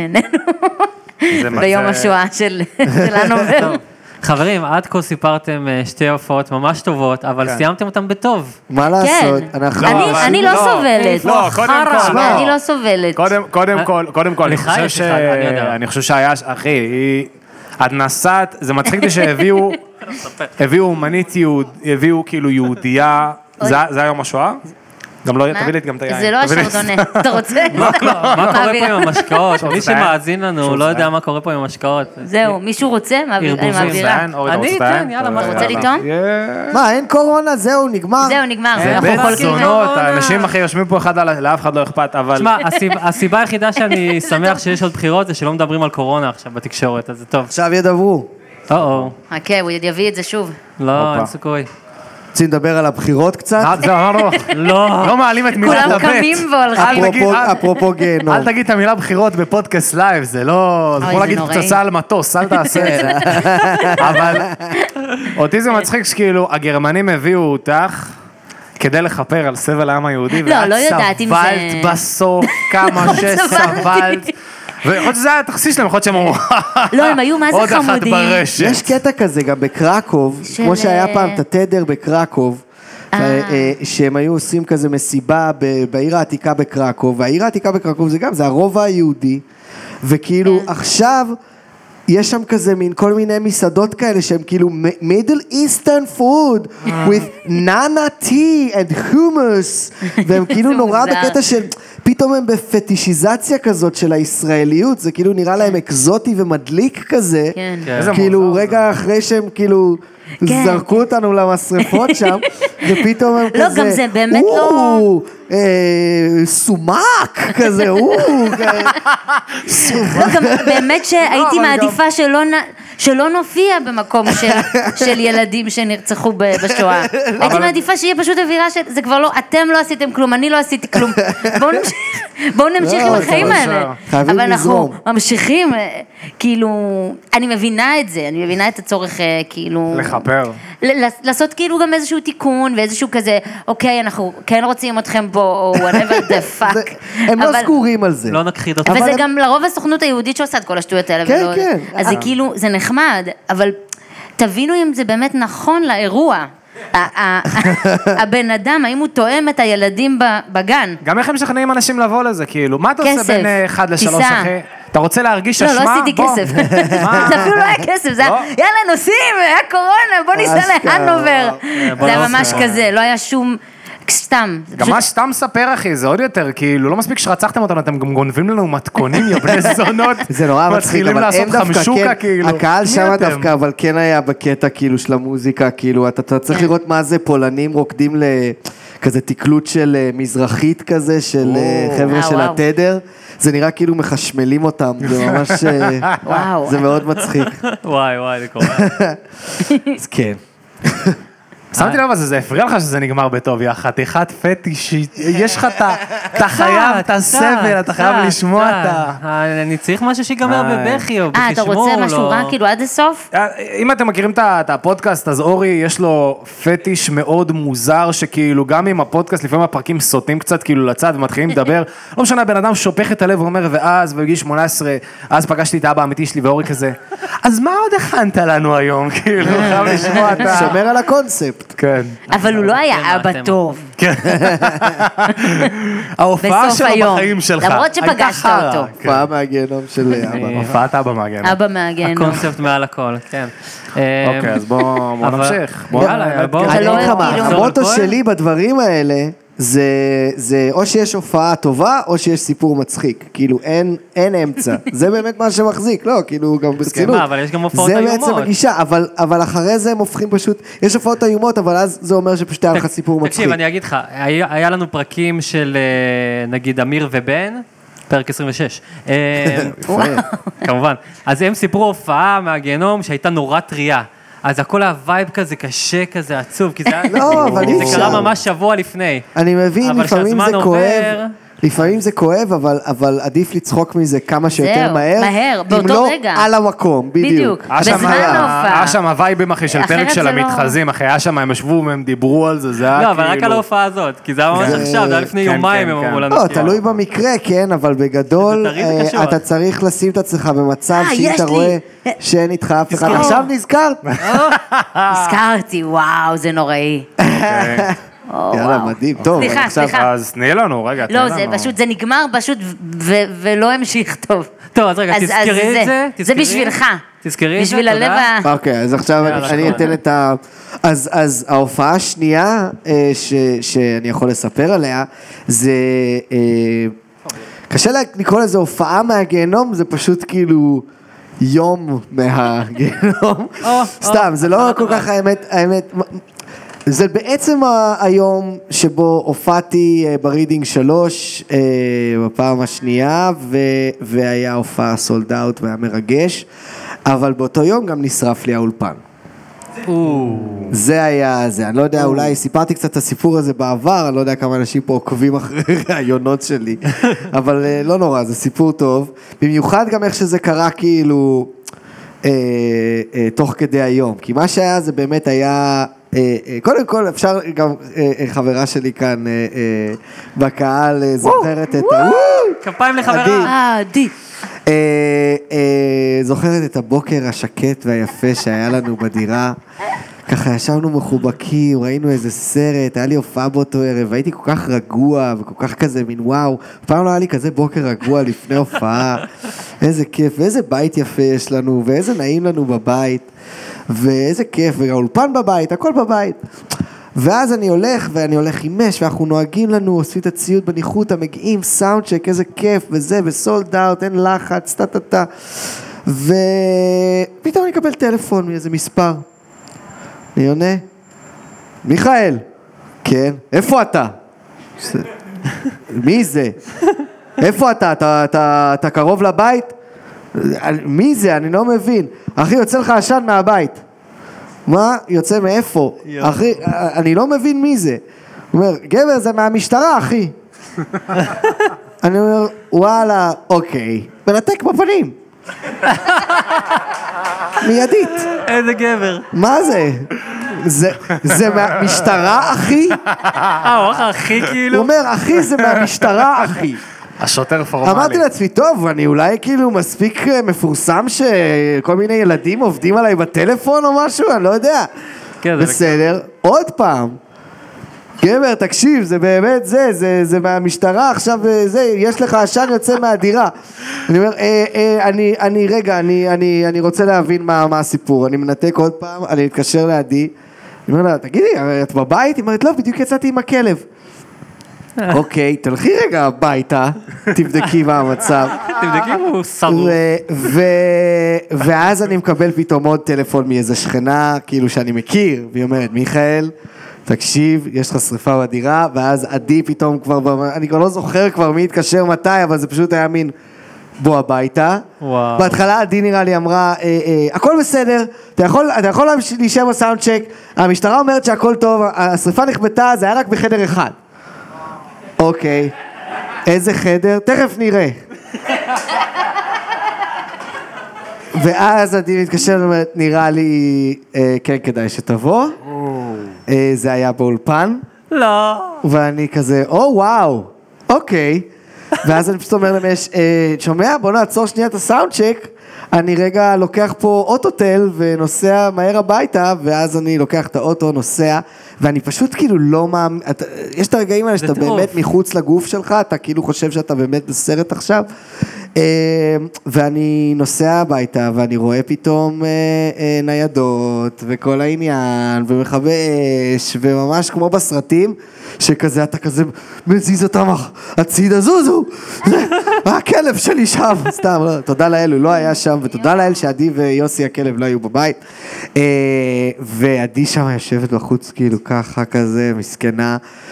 Speaker 9: נהנינו. ביום השואה של הנובר.
Speaker 6: חברים, עד כה סיפרתם שתי הופעות ממש טובות, אבל סיימתם אותם בטוב.
Speaker 8: מה לעשות?
Speaker 9: אני לא סובלת. לא, אני לא סובלת.
Speaker 7: קודם כל, קודם כל, אני חושב שהיה, אחי, את נסעת, זה מצחיק לי שהביאו, הביאו אומנית יהוד, הביאו כאילו יהודייה, זה היום השואה? גם לא, תביא לי גם את היין.
Speaker 9: זה לא השרדונה, אתה רוצה?
Speaker 6: מה קורה פה עם המשקאות? מי שמאזין לנו לא יודע מה קורה פה עם המשקאות.
Speaker 9: זהו, מישהו רוצה? אני מעבירה.
Speaker 6: אני אתן, יאללה, מה
Speaker 9: רוצה לטעום?
Speaker 8: מה, אין קורונה, זהו, נגמר.
Speaker 9: זהו, נגמר.
Speaker 7: זה בית זונות, האנשים אחי יושבים פה אחד לאף אחד לא אכפת, אבל...
Speaker 6: תשמע, הסיבה היחידה שאני שמח שיש עוד בחירות זה שלא מדברים על קורונה עכשיו בתקשורת, אז זה טוב.
Speaker 8: עכשיו ידברו.
Speaker 6: או-או.
Speaker 9: חכה, הוא יביא את זה שוב.
Speaker 6: לא, אין סיכוי.
Speaker 8: רוצים לדבר על הבחירות קצת?
Speaker 7: זה אמרנו, לא מעלים את מילת הבית.
Speaker 9: כולם קמים והולכים.
Speaker 8: אפרופו גיהנום.
Speaker 7: אל תגיד את המילה בחירות בפודקאסט לייב, זה לא... זה כמו להגיד פצצה על מטוס, אל תעשה את זה. אבל אותי זה מצחיק שכאילו, הגרמנים הביאו אותך כדי לחפר על סבל העם היהודי, ואת סבלת בסוף כמה שסבלת. ויכול להיות שזה היה התכסיס שלהם, יכול להיות שהם אמרו,
Speaker 9: לא, הם היו מה זה חמודים.
Speaker 7: עוד אחת ברשת.
Speaker 8: יש קטע כזה גם בקרקוב, כמו שהיה פעם את התדר בקרקוב, שהם היו עושים כזה מסיבה בעיר העתיקה בקרקוב, והעיר העתיקה בקרקוב זה גם, זה הרובע היהודי, וכאילו עכשיו יש שם כזה מין כל מיני מסעדות כאלה שהם כאילו Middle Eastern food with nana tea and hummus, והם כאילו נורא בקטע של... פתאום הם בפטישיזציה כזאת של הישראליות, זה כאילו נראה להם אקזוטי ומדליק כזה, כאילו רגע אחרי שהם כאילו זרקו אותנו למשרפות שם, ופתאום הם כזה,
Speaker 9: לא, גם זה באמת לא...
Speaker 8: סומק כזה,
Speaker 9: לא, גם באמת שהייתי מעדיפה שלא... שלא נופיע במקום של ילדים שנרצחו בשואה. הייתי מעדיפה שיהיה פשוט אווירה של, זה כבר לא, אתם לא עשיתם כלום, אני לא עשיתי כלום. בואו נמשיך עם החיים האלה. אבל אנחנו ממשיכים, כאילו, אני מבינה את זה, אני מבינה את הצורך, כאילו...
Speaker 7: לחפר.
Speaker 9: לעשות כאילו גם איזשהו תיקון, ואיזשהו כזה, אוקיי, אנחנו כן רוצים אתכם פה, או whatever the fuck.
Speaker 8: הם לא סגורים על זה.
Speaker 6: לא נכחיד אותם.
Speaker 9: וזה גם לרוב הסוכנות היהודית שעושה את כל השטויות האלה.
Speaker 8: כן, כן.
Speaker 9: אז זה כאילו, זה נחמד, אבל תבינו אם זה באמת נכון לאירוע. הבן אדם, האם הוא תואם את הילדים בגן?
Speaker 7: גם איך הם משכנעים אנשים לבוא לזה, כאילו? מה אתה עושה בין אחד לשלוש אחרי? אתה רוצה להרגיש אשמה?
Speaker 9: לא, לא עשיתי כסף. זה אפילו לא היה כסף, זה היה, יאללה, נוסעים, היה קורונה, בוא ניסע להנובר. זה היה ממש כזה, לא היה שום... סתם.
Speaker 7: גם מה סתם ספר אחי, זה עוד יותר, כאילו, לא מספיק שרצחתם אותנו, אתם גם גונבים לנו מתכונים, יא בני זונות.
Speaker 8: זה נורא מצחיק,
Speaker 7: מתחילים
Speaker 8: אבל
Speaker 7: לעשות חמשוקה, כאילו.
Speaker 8: הקהל שם דווקא, אבל כן היה בקטע, כאילו, של המוזיקה, כאילו, אתה צריך לראות מה זה פולנים רוקדים לכזה תקלוט של מזרחית כזה, של חבר'ה של התדר. זה נראה כאילו מחשמלים אותם, זה ממש, זה מאוד מצחיק.
Speaker 6: וואי, וואי, זה קורה.
Speaker 8: אז כן.
Speaker 7: שמתי לב על זה, זה הפריע לך שזה נגמר בטוב, יא חתיכת פטיש, יש לך, אתה חייב את הסבל, אתה חייב לשמוע את ה...
Speaker 6: אני צריך משהו שיגמר בבכי או בחשמול.
Speaker 9: אה, אתה רוצה משהו רע כאילו עד הסוף?
Speaker 7: אם אתם מכירים את הפודקאסט, אז אורי יש לו פטיש מאוד מוזר, שכאילו גם אם הפודקאסט, לפעמים הפרקים סוטים קצת כאילו לצד ומתחילים לדבר, לא משנה, בן אדם שופך את הלב ואומר, ואז בגיל שמונה עשרה, אז פגשתי את האבא האמיתי שלי ואורי כזה, אז מה עוד הכנת לנו היום? כאילו, חייב לשמוע את ה...
Speaker 8: שומר על הקונספט. הקונספט.
Speaker 7: כן.
Speaker 9: אבל הוא לא היה אבא טוב.
Speaker 7: ההופעה
Speaker 9: בסוף
Speaker 7: שלו
Speaker 9: היום.
Speaker 7: בחיים שלך.
Speaker 9: למרות שפגשת
Speaker 7: הייתה חרא.
Speaker 9: אותו.
Speaker 8: הופעה מהגיהנום של אבא.
Speaker 7: הופעת אבא מהגיהנום.
Speaker 9: אבא מהגיהנום.
Speaker 6: הקונספט מעל הכל, כן.
Speaker 7: אוקיי, אז בואו
Speaker 6: אבל-
Speaker 7: נמשיך.
Speaker 6: יאללה, בואו.
Speaker 9: אתה
Speaker 8: אני
Speaker 9: לא
Speaker 8: אגיד לך
Speaker 9: אוהב
Speaker 8: מה,
Speaker 9: כאילו-
Speaker 8: המוטו
Speaker 6: כהן?
Speaker 8: שלי בדברים האלה, זה, זה או שיש הופעה טובה, או שיש סיפור מצחיק. כאילו, אין, אין אמצע. זה באמת מה שמחזיק, לא, כאילו, גם ברצינות.
Speaker 6: מה, אבל יש גם הופעות
Speaker 8: זה
Speaker 6: איומות.
Speaker 8: בעצם הגישה, אבל, אבל אחרי זה הם הופכים פשוט, יש הופעות איומות, אבל אז זה אומר שפשוט היה לך סיפור מצחיק.
Speaker 6: תקשיב, אני אגיד לך, היה היה לנו פרקים של אה, נגיד אמיר ובן, פרק עשרים ושש. אה, כמובן. אז הם סיפרו הופעה מהגיהנום שהייתה נורא טריה. אז הכל הווייב כזה קשה, כזה עצוב, כי זה היה-
Speaker 8: לא, אבל אי
Speaker 6: זה
Speaker 8: אפשר.
Speaker 6: קרה ממש שבוע לפני.
Speaker 8: אני מבין,
Speaker 6: אבל
Speaker 8: לפעמים
Speaker 6: כשהזמן
Speaker 8: זה
Speaker 6: עובר-
Speaker 8: כואב, לפעמים זה כואב, אבל, אבל עדיף לצחוק מזה כמה שיותר
Speaker 9: זהו,
Speaker 8: מהר,
Speaker 9: מהר,
Speaker 8: אם
Speaker 9: באותו
Speaker 8: לא
Speaker 9: רגע.
Speaker 8: על המקום, בדיוק.
Speaker 9: בדיוק.
Speaker 7: היה שם-
Speaker 9: בזמן ההופעה.
Speaker 7: היה שם הווייבים אחי של
Speaker 9: אחרת
Speaker 7: פרק של
Speaker 9: זה לא-
Speaker 7: המתחזים, אחי, היה שם, הם ישבו והם דיברו על זה, זה היה
Speaker 6: לא,
Speaker 7: כאילו...
Speaker 6: אבל רק על ההופעה הזאת, כי זה היה ממש
Speaker 8: זה-
Speaker 6: עכשיו, זה היה לפני
Speaker 7: כן,
Speaker 6: יומיים
Speaker 7: כן,
Speaker 6: הם
Speaker 7: כן.
Speaker 6: אמרו לנו.
Speaker 8: לא,
Speaker 6: כאילו.
Speaker 8: תלוי במקרה, כן, אבל בגדול,
Speaker 6: זה טרי, זה
Speaker 8: אה,
Speaker 6: קשור.
Speaker 8: אתה צריך לשים את עצמך במצב
Speaker 9: אה,
Speaker 8: שאם
Speaker 9: יש
Speaker 8: אתה
Speaker 9: לי.
Speaker 8: רואה שאין איתך אף אחד,
Speaker 9: תזכור.
Speaker 8: עכשיו נזכרת?
Speaker 9: הזכרתי, וואו, זה נוראי. או,
Speaker 8: יאללה,
Speaker 9: וואו.
Speaker 8: מדהים, טוב.
Speaker 9: סליחה,
Speaker 8: עכשיו-
Speaker 9: סליחה.
Speaker 7: אז תני לנו, רגע, תני
Speaker 9: לא,
Speaker 7: לנו.
Speaker 9: זה פשוט, זה נגמר פשוט ו- ולא המשיך טוב.
Speaker 6: טוב, אז רגע,
Speaker 9: אז- אז
Speaker 6: תזכרי את זה.
Speaker 9: זה
Speaker 6: תזכרי.
Speaker 9: בשבילך.
Speaker 6: תזכרי את זה,
Speaker 9: בשביל הלב
Speaker 6: תודה.
Speaker 9: ה...
Speaker 8: אוקיי, אז עכשיו
Speaker 6: יאללה,
Speaker 8: אני
Speaker 6: שכונה.
Speaker 8: אתן את ה... אז, אז ההופעה השנייה אה, ש, שאני יכול לספר עליה, זה... אה, קשה לה- לקרוא לזה הופעה מהגיהנום, זה פשוט כאילו יום מהגיהנום.
Speaker 6: או,
Speaker 8: סתם,
Speaker 6: או,
Speaker 8: זה לא
Speaker 6: התחלה
Speaker 8: כל
Speaker 6: טובה.
Speaker 8: כך האמת, האמת... זה בעצם ה- היום שבו הופעתי אה, ברידינג שלוש אה, בפעם השנייה, ו- והיה הופעה סולד אאוט והיה מרגש, אבל באותו יום גם נשרף לי האולפן. זה היה זה, אני לא יודע, אולי סיפרתי קצת את הסיפור הזה בעבר, אני לא יודע כמה אנשים פה עוקבים אחרי רעיונות שלי, אבל אה, לא נורא, זה סיפור טוב, במיוחד גם איך שזה קרה כאילו אה, אה, תוך כדי היום, כי מה שהיה זה באמת היה... אה, אה, קודם כל אפשר גם אה, אה, חברה שלי כאן אה, אה, בקהל אה, זוכרת את ה...
Speaker 6: כפיים
Speaker 8: עדי.
Speaker 6: לחברה.
Speaker 9: אה, עדי.
Speaker 8: אה, אה, זוכרת את הבוקר השקט והיפה שהיה לנו בדירה, ככה ישבנו מחובקים, ראינו איזה סרט, היה לי הופעה באותו ערב, הייתי כל כך רגוע וכל כך כזה מין וואו, פעם לא היה לי כזה בוקר רגוע לפני הופעה, איזה כיף, ואיזה בית יפה יש לנו, ואיזה נעים לנו בבית, ואיזה כיף, והאולפן בבית, הכל בבית. ואז אני הולך, ואני הולך עם מש, ואנחנו נוהגים לנו, אוספים את הציוד בניחותא, מגיעים, סאונד צ'ק, איזה כיף, וזה, וסולד אאוט, אין לחץ, טה טה טה. ופתאום אני אקבל טלפון מאיזה מספר. אני עונה, מיכאל, כן, איפה אתה? מי זה? איפה אתה? אתה, אתה, אתה קרוב לבית? מי זה? אני לא מבין. אחי, יוצא לך עשן מהבית. מה? יוצא מאיפה? אחי, אני לא מבין מי זה. הוא אומר, גבר, זה מהמשטרה, אחי. אני אומר, וואלה, אוקיי. מנתק בפנים. מיידית.
Speaker 6: איזה גבר.
Speaker 8: מה זה? זה, זה מהמשטרה, אחי?
Speaker 6: אה, הוא אחר הכי
Speaker 8: הוא
Speaker 6: כאילו.
Speaker 8: אומר, אחי, זה מהמשטרה, אחי.
Speaker 7: השוטר פורמלי.
Speaker 8: אמרתי לעצמי, טוב, אני אולי כאילו מספיק מפורסם שכל מיני ילדים עובדים עליי בטלפון או משהו, אני לא יודע.
Speaker 6: כן, זה
Speaker 8: בסדר, עוד פעם. גבר, תקשיב, זה באמת זה, זה, זה מהמשטרה, עכשיו זה, יש לך עשן יוצא מהדירה. אני אומר, אה, אה, אני, אני, רגע, אני, אני, אני רוצה להבין מה, מה הסיפור. אני מנתק עוד פעם, אני מתקשר לידי, אני אומר לה, תגידי, את בבית? היא אומרת, לא, בדיוק יצאתי עם הכלב. אוקיי, תלכי רגע הביתה, תבדקי מה המצב.
Speaker 6: תבדקי אם הוא שרוף.
Speaker 8: ו- ו- ואז אני מקבל פתאום עוד טלפון מאיזה שכנה, כאילו שאני מכיר, והיא אומרת, מיכאל, תקשיב, יש לך שריפה בדירה, ואז עדי פתאום כבר, אני כבר לא זוכר כבר מי התקשר מתי, אבל זה פשוט היה מין, בוא הביתה.
Speaker 6: וואו.
Speaker 8: בהתחלה עדי נראה לי אמרה, אה, אה, הכל בסדר, אתה יכול, אתה יכול להישאר בסאונד צ'ק, המשטרה אומרת שהכל טוב, השריפה נכבתה, זה היה רק בחדר אחד. אוקיי, איזה חדר? תכף נראה. ואז עדי מתקשר, אומרת, נראה לי, אה, כן כדאי שתבוא. אה, זה היה באולפן.
Speaker 6: לא.
Speaker 8: ואני כזה, או וואו, אוקיי. ואז אני פשוט אומר להם, יש, אה, שומע, בוא נעצור שנייה את הסאונד צ'ק, אני רגע לוקח פה אוטוטל ונוסע מהר הביתה, ואז אני לוקח את האוטו, נוסע, ואני פשוט כאילו לא מאמין, יש את הרגעים האלה שאתה באמת מחוץ לגוף שלך, אתה כאילו חושב שאתה באמת בסרט עכשיו, ואני נוסע הביתה, ואני רואה פתאום ניידות, וכל העניין, ומכבה אש, וממש כמו בסרטים, שכזה, אתה כזה מזיז אותם הצידה, זוזו, הכלב שלי שם, סתם, תודה לאל, הוא לא היה שם, ותודה לאל שעדי ויוסי הכלב לא היו בבית, ועדי שם יושבת בחוץ, כאילו ככה כזה, מסכנה,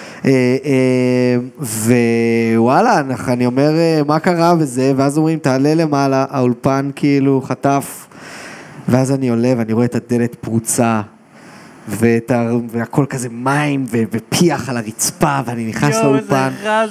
Speaker 8: ווואלה, אני אומר, מה קרה וזה, ואז אומרים, תעלה למעלה, האולפן כאילו חטף, ואז אני עולה ואני רואה את הדלת פרוצה, והכל כזה מים ופיח על הרצפה, ואני נכנס לאולפן,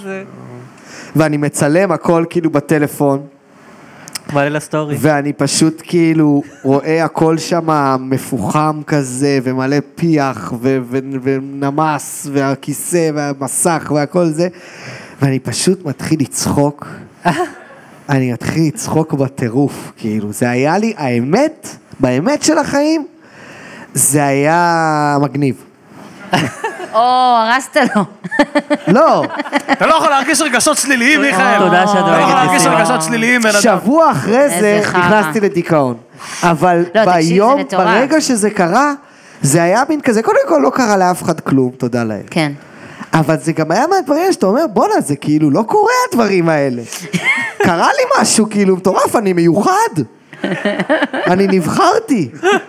Speaker 8: ואני מצלם הכל כאילו בטלפון,
Speaker 6: מעלה לסטורי.
Speaker 8: ואני פשוט כאילו רואה הכל שם מפוחם כזה, ומלא פיח, ו- ו- ונמס, והכיסא, והמסך, והכל זה, ואני פשוט מתחיל לצחוק, אני מתחיל לצחוק בטירוף, כאילו, זה היה לי, האמת, באמת של החיים, זה היה מגניב.
Speaker 9: או, הרסת לו.
Speaker 8: לא.
Speaker 7: אתה לא יכול להרגיש רגשות שליליים, מיכאל.
Speaker 6: תודה שאת
Speaker 7: אתה לא יכול להרגיש רגשות שליליים.
Speaker 8: שבוע אחרי זה נכנסתי לדיכאון. אבל ביום, ברגע שזה קרה, זה היה מין כזה, קודם כל לא קרה לאף אחד כלום, תודה להם.
Speaker 9: כן.
Speaker 8: אבל זה גם היה מהדברים שאתה אומר, בונה, זה כאילו לא קורה הדברים האלה. קרה לי משהו כאילו מטורף, אני מיוחד. אני נבחרתי.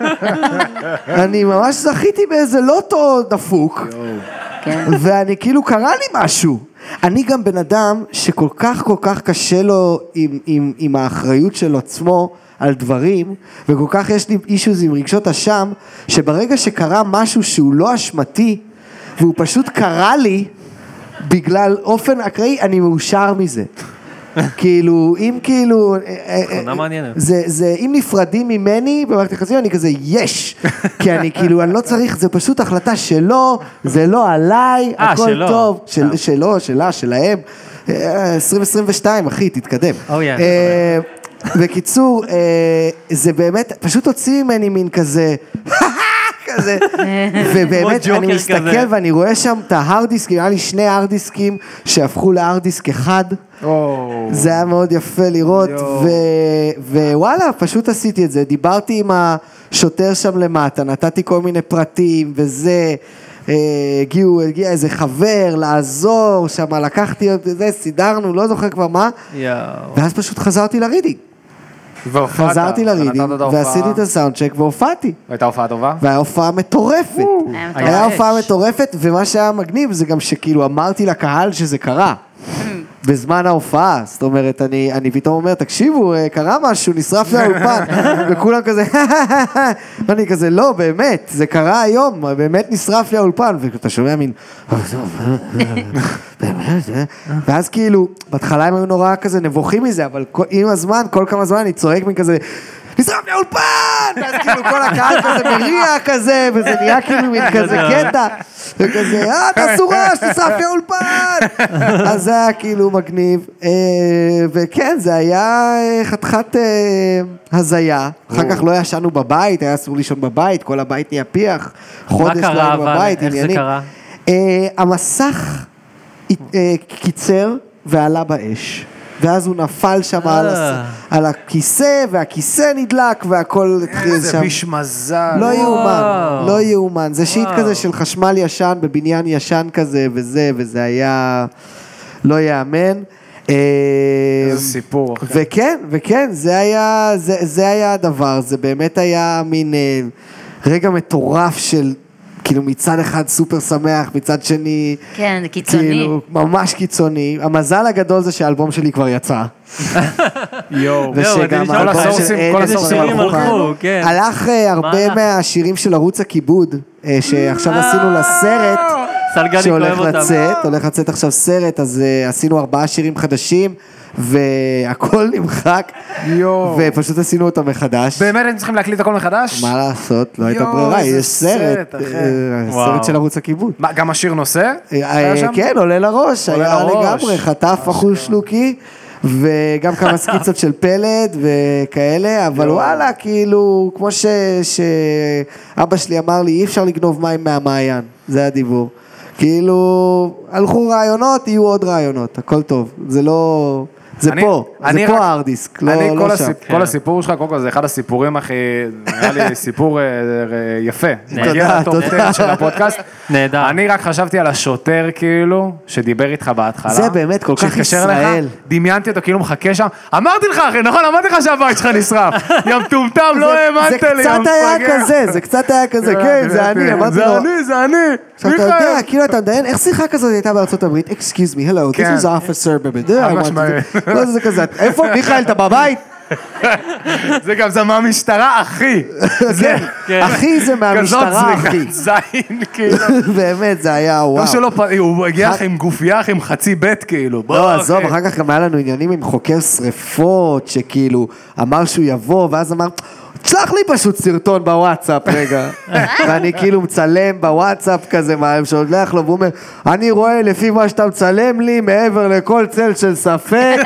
Speaker 8: אני ממש זכיתי באיזה לוטו דפוק. ואני כאילו קרה לי משהו. אני גם בן אדם שכל כך כל כך קשה לו עם, עם, עם האחריות של עצמו על דברים, וכל כך יש לי אישוז עם רגשות אשם, שברגע שקרה משהו שהוא לא אשמתי, והוא פשוט קרה לי, בגלל אופן אקראי, אני מאושר מזה. כאילו, אם כאילו, זה, זה, אם נפרדים ממני במערכת יחסים, אני כזה, יש, כי אני כאילו, אני לא צריך, זה פשוט החלטה שלו, זה לא עליי, הכל טוב, שלו, שלה, שלהם, עשרים עשרים ושתיים, אחי, תתקדם. בקיצור, זה באמת, פשוט הוציא ממני מין כזה, כזה, ובאמת אני מסתכל ואני רואה שם את ההארד דיסקים, היה לי שני הארד דיסקים שהפכו להארד דיסק אחד, זה היה מאוד יפה לראות, ווואלה, פשוט עשיתי את זה, דיברתי עם השוטר שם למטה, נתתי כל מיני פרטים וזה, הגיעו, הגיע איזה חבר לעזור שם, לקחתי את זה, סידרנו, לא זוכר כבר מה, ואז פשוט חזרתי לרידינג. חזרתי לרידינג, ועשיתי את הסאונד צ'ק והופעתי.
Speaker 7: והייתה הופעה טובה?
Speaker 8: והייתה הופעה מטורפת. היה הופעה מטורפת, ומה שהיה מגניב זה גם שכאילו אמרתי לקהל שזה קרה. בזמן ההופעה, זאת אומרת, אני, אני פתאום אומר, תקשיבו, קרה משהו, נשרף לאולפן, וכולם כזה, ואני כזה, לא, באמת, זה קרה היום, באמת נשרף לאולפן, ואתה שומע מין, ואז כאילו, בהתחלה הם היו נורא כזה נבוכים מזה, אבל עם הזמן, כל כמה זמן, אני צועק מין כזה, נשרף לאולפן! ואז כאילו כל הקהל כזה מריע כזה, וזה נהיה כאילו מין כזה קטע, וכזה, אה, תעשו רעש, נשרף לאולפן! אז זה היה כאילו מגניב, וכן, זה היה חתיכת הזיה, אחר כך לא ישנו בבית, היה אסור לישון בבית, כל הבית נהיה פיח, חודש לא היינו בבית,
Speaker 6: איך זה קרה?
Speaker 8: המסך קיצר ועלה באש. ואז הוא נפל שם על הכיסא, והכיסא נדלק, והכל התחיל שם.
Speaker 7: זה ביש מזל.
Speaker 8: לא יאומן, לא יאומן. זה שיט כזה של חשמל ישן, בבניין ישן כזה, וזה, וזה היה לא יאמן.
Speaker 7: איזה סיפור.
Speaker 8: וכן, וכן, זה היה, זה היה הדבר, זה באמת היה מין רגע מטורף של... כאילו מצד אחד סופר שמח, מצד שני...
Speaker 9: כן, זה קיצוני.
Speaker 8: כאילו, ממש קיצוני. המזל הגדול זה שהאלבום שלי כבר יצא.
Speaker 7: יואו.
Speaker 8: ושגם האלבום של
Speaker 7: כל הסורסים הלכו.
Speaker 8: הלך הרבה מהשירים של ערוץ הכיבוד, שעכשיו עשינו לסרט,
Speaker 6: סלגניק
Speaker 8: שהולך
Speaker 6: אוהב אותם.
Speaker 8: לצאת, הולך לצאת עכשיו סרט, אז uh, עשינו ארבעה שירים חדשים, והכל נמחק,
Speaker 7: יואו.
Speaker 8: ופשוט עשינו אותם מחדש.
Speaker 7: באמת הם צריכים להקליט הכל מחדש?
Speaker 8: מה לעשות? לא הייתה
Speaker 7: יואו,
Speaker 8: ברירה,
Speaker 7: איזה
Speaker 8: יש סרט,
Speaker 7: אחי.
Speaker 8: אה,
Speaker 6: וואו.
Speaker 8: סרט של ערוץ הכיבוד.
Speaker 7: מה, גם השיר נושא?
Speaker 8: אה, כן, עולה לראש,
Speaker 7: עולה
Speaker 8: היה
Speaker 7: לראש.
Speaker 8: לגמרי, חטף אחוז שלוקי, וגם כמה סקיצות של פלד וכאלה, אבל וואלה, כאילו, כמו ש- שאבא שלי אמר לי, אי אפשר לגנוב מים מהמעיין, זה הדיבור. כאילו, הלכו רעיונות, יהיו עוד רעיונות, הכל טוב, זה לא... זה
Speaker 7: אני-
Speaker 8: פה,
Speaker 7: אני
Speaker 8: זה
Speaker 7: רק-
Speaker 8: פה הארדיסק, לא
Speaker 7: אני, כל,
Speaker 8: לא שם.
Speaker 7: הסיפ, כל הסיפור שלך, קודם כל זה אחד הסיפורים הכי, נראה לי סיפור אה, אה, יפה.
Speaker 8: תודה,
Speaker 7: מגיע לטופ
Speaker 8: תודה.
Speaker 7: עשר של הפודקאסט.
Speaker 6: נהדר.
Speaker 7: אני רק חשבתי על השוטר כאילו, שדיבר איתך בהתחלה.
Speaker 8: זה באמת כל כך
Speaker 7: שהתקשר
Speaker 8: ישראל.
Speaker 7: לך, דמיינתי אותו כאילו מחכה שם. אמרתי לך אחי, נכון, אמרתי לך שהבית שלך נשרף. ים טומטם, לא
Speaker 8: זה
Speaker 7: האמנת לי.
Speaker 8: קצת
Speaker 7: ים
Speaker 8: היה
Speaker 7: מפגר.
Speaker 8: כזה, זה קצת היה כזה, כן, זה אני, אמרתי
Speaker 7: זה
Speaker 8: לו,
Speaker 7: אני, זה אני.
Speaker 8: עכשיו אתה
Speaker 7: מיכאל.
Speaker 8: יודע, כאילו אתה מדיין, איך שיחה כזאת הייתה בארצות הברית? Excuse me, hello, this
Speaker 7: כן.
Speaker 8: is officer, בבדה,
Speaker 7: חד משמעית.
Speaker 8: לא זה כזה, איפה, מיכאל, אתה בבית?
Speaker 7: זה גם זה מהמשטרה, אחי.
Speaker 8: כן, אחי זה מהמשטרה, אחי.
Speaker 7: כזאת זין, כאילו.
Speaker 8: באמת, זה היה וואו.
Speaker 7: לא שלא, פ- הוא הגיע לך עם גופייה, עם חצי בית, כאילו. בוא,
Speaker 8: לא, עזוב,
Speaker 7: אחי.
Speaker 8: אחר כך גם היה לנו עניינים עם חוקר שריפות, שכאילו אמר שהוא יבוא, ואז אמר, תשלח לי פשוט סרטון בוואטסאפ רגע. ואני כאילו מצלם בוואטסאפ כזה, מה, שולח לו, והוא אומר, אני רואה לפי מה שאתה מצלם לי, מעבר לכל צל של ספק,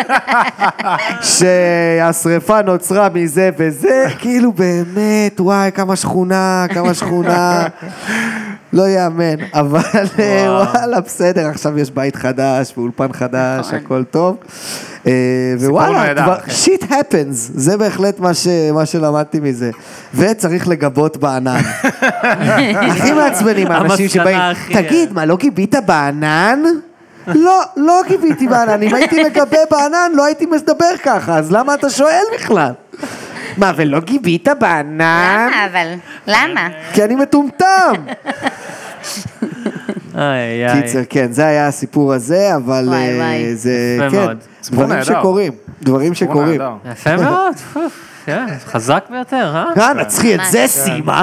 Speaker 8: שהשריפה נוצרה מזה וזה, כאילו באמת, וואי, כמה שכונה, כמה שכונה. לא יאמן, אבל וואלה, בסדר, עכשיו יש בית חדש, ואולפן חדש, הכל טוב. אה, ווואלה,
Speaker 7: נהדר,
Speaker 8: כבר,
Speaker 7: אחי.
Speaker 8: שיט הפנס, זה בהחלט מה ש- מה שלמדתי מזה. וצריך לגבות בענן. הכי מעצבנים האנשים
Speaker 6: המסקנה
Speaker 8: שבאים,
Speaker 6: הכי-
Speaker 8: תגיד, מה, לא גיבית בענן? לא, לא גיביתי בענן, אם הייתי מגבה בענן, לא הייתי מדבר ככה, אז למה אתה שואל בכלל? מה, ולא גיבית בענן?
Speaker 9: למה אבל? למה?
Speaker 8: כי אני מטומטם.
Speaker 6: איי, איי.
Speaker 8: קיצר, כן, זה היה הסיפור הזה, אבל
Speaker 9: וואי,
Speaker 8: אה,
Speaker 9: וואי.
Speaker 8: זה,
Speaker 6: יפה
Speaker 8: כן,
Speaker 6: מאוד.
Speaker 7: סיפור
Speaker 8: דברים
Speaker 7: נהדר.
Speaker 8: שקורים, דברים שקורים.
Speaker 7: נהדר.
Speaker 6: יפה מאוד, פוף, כן, חזק ביותר, אה?
Speaker 8: אה, נצחי את זה סימה.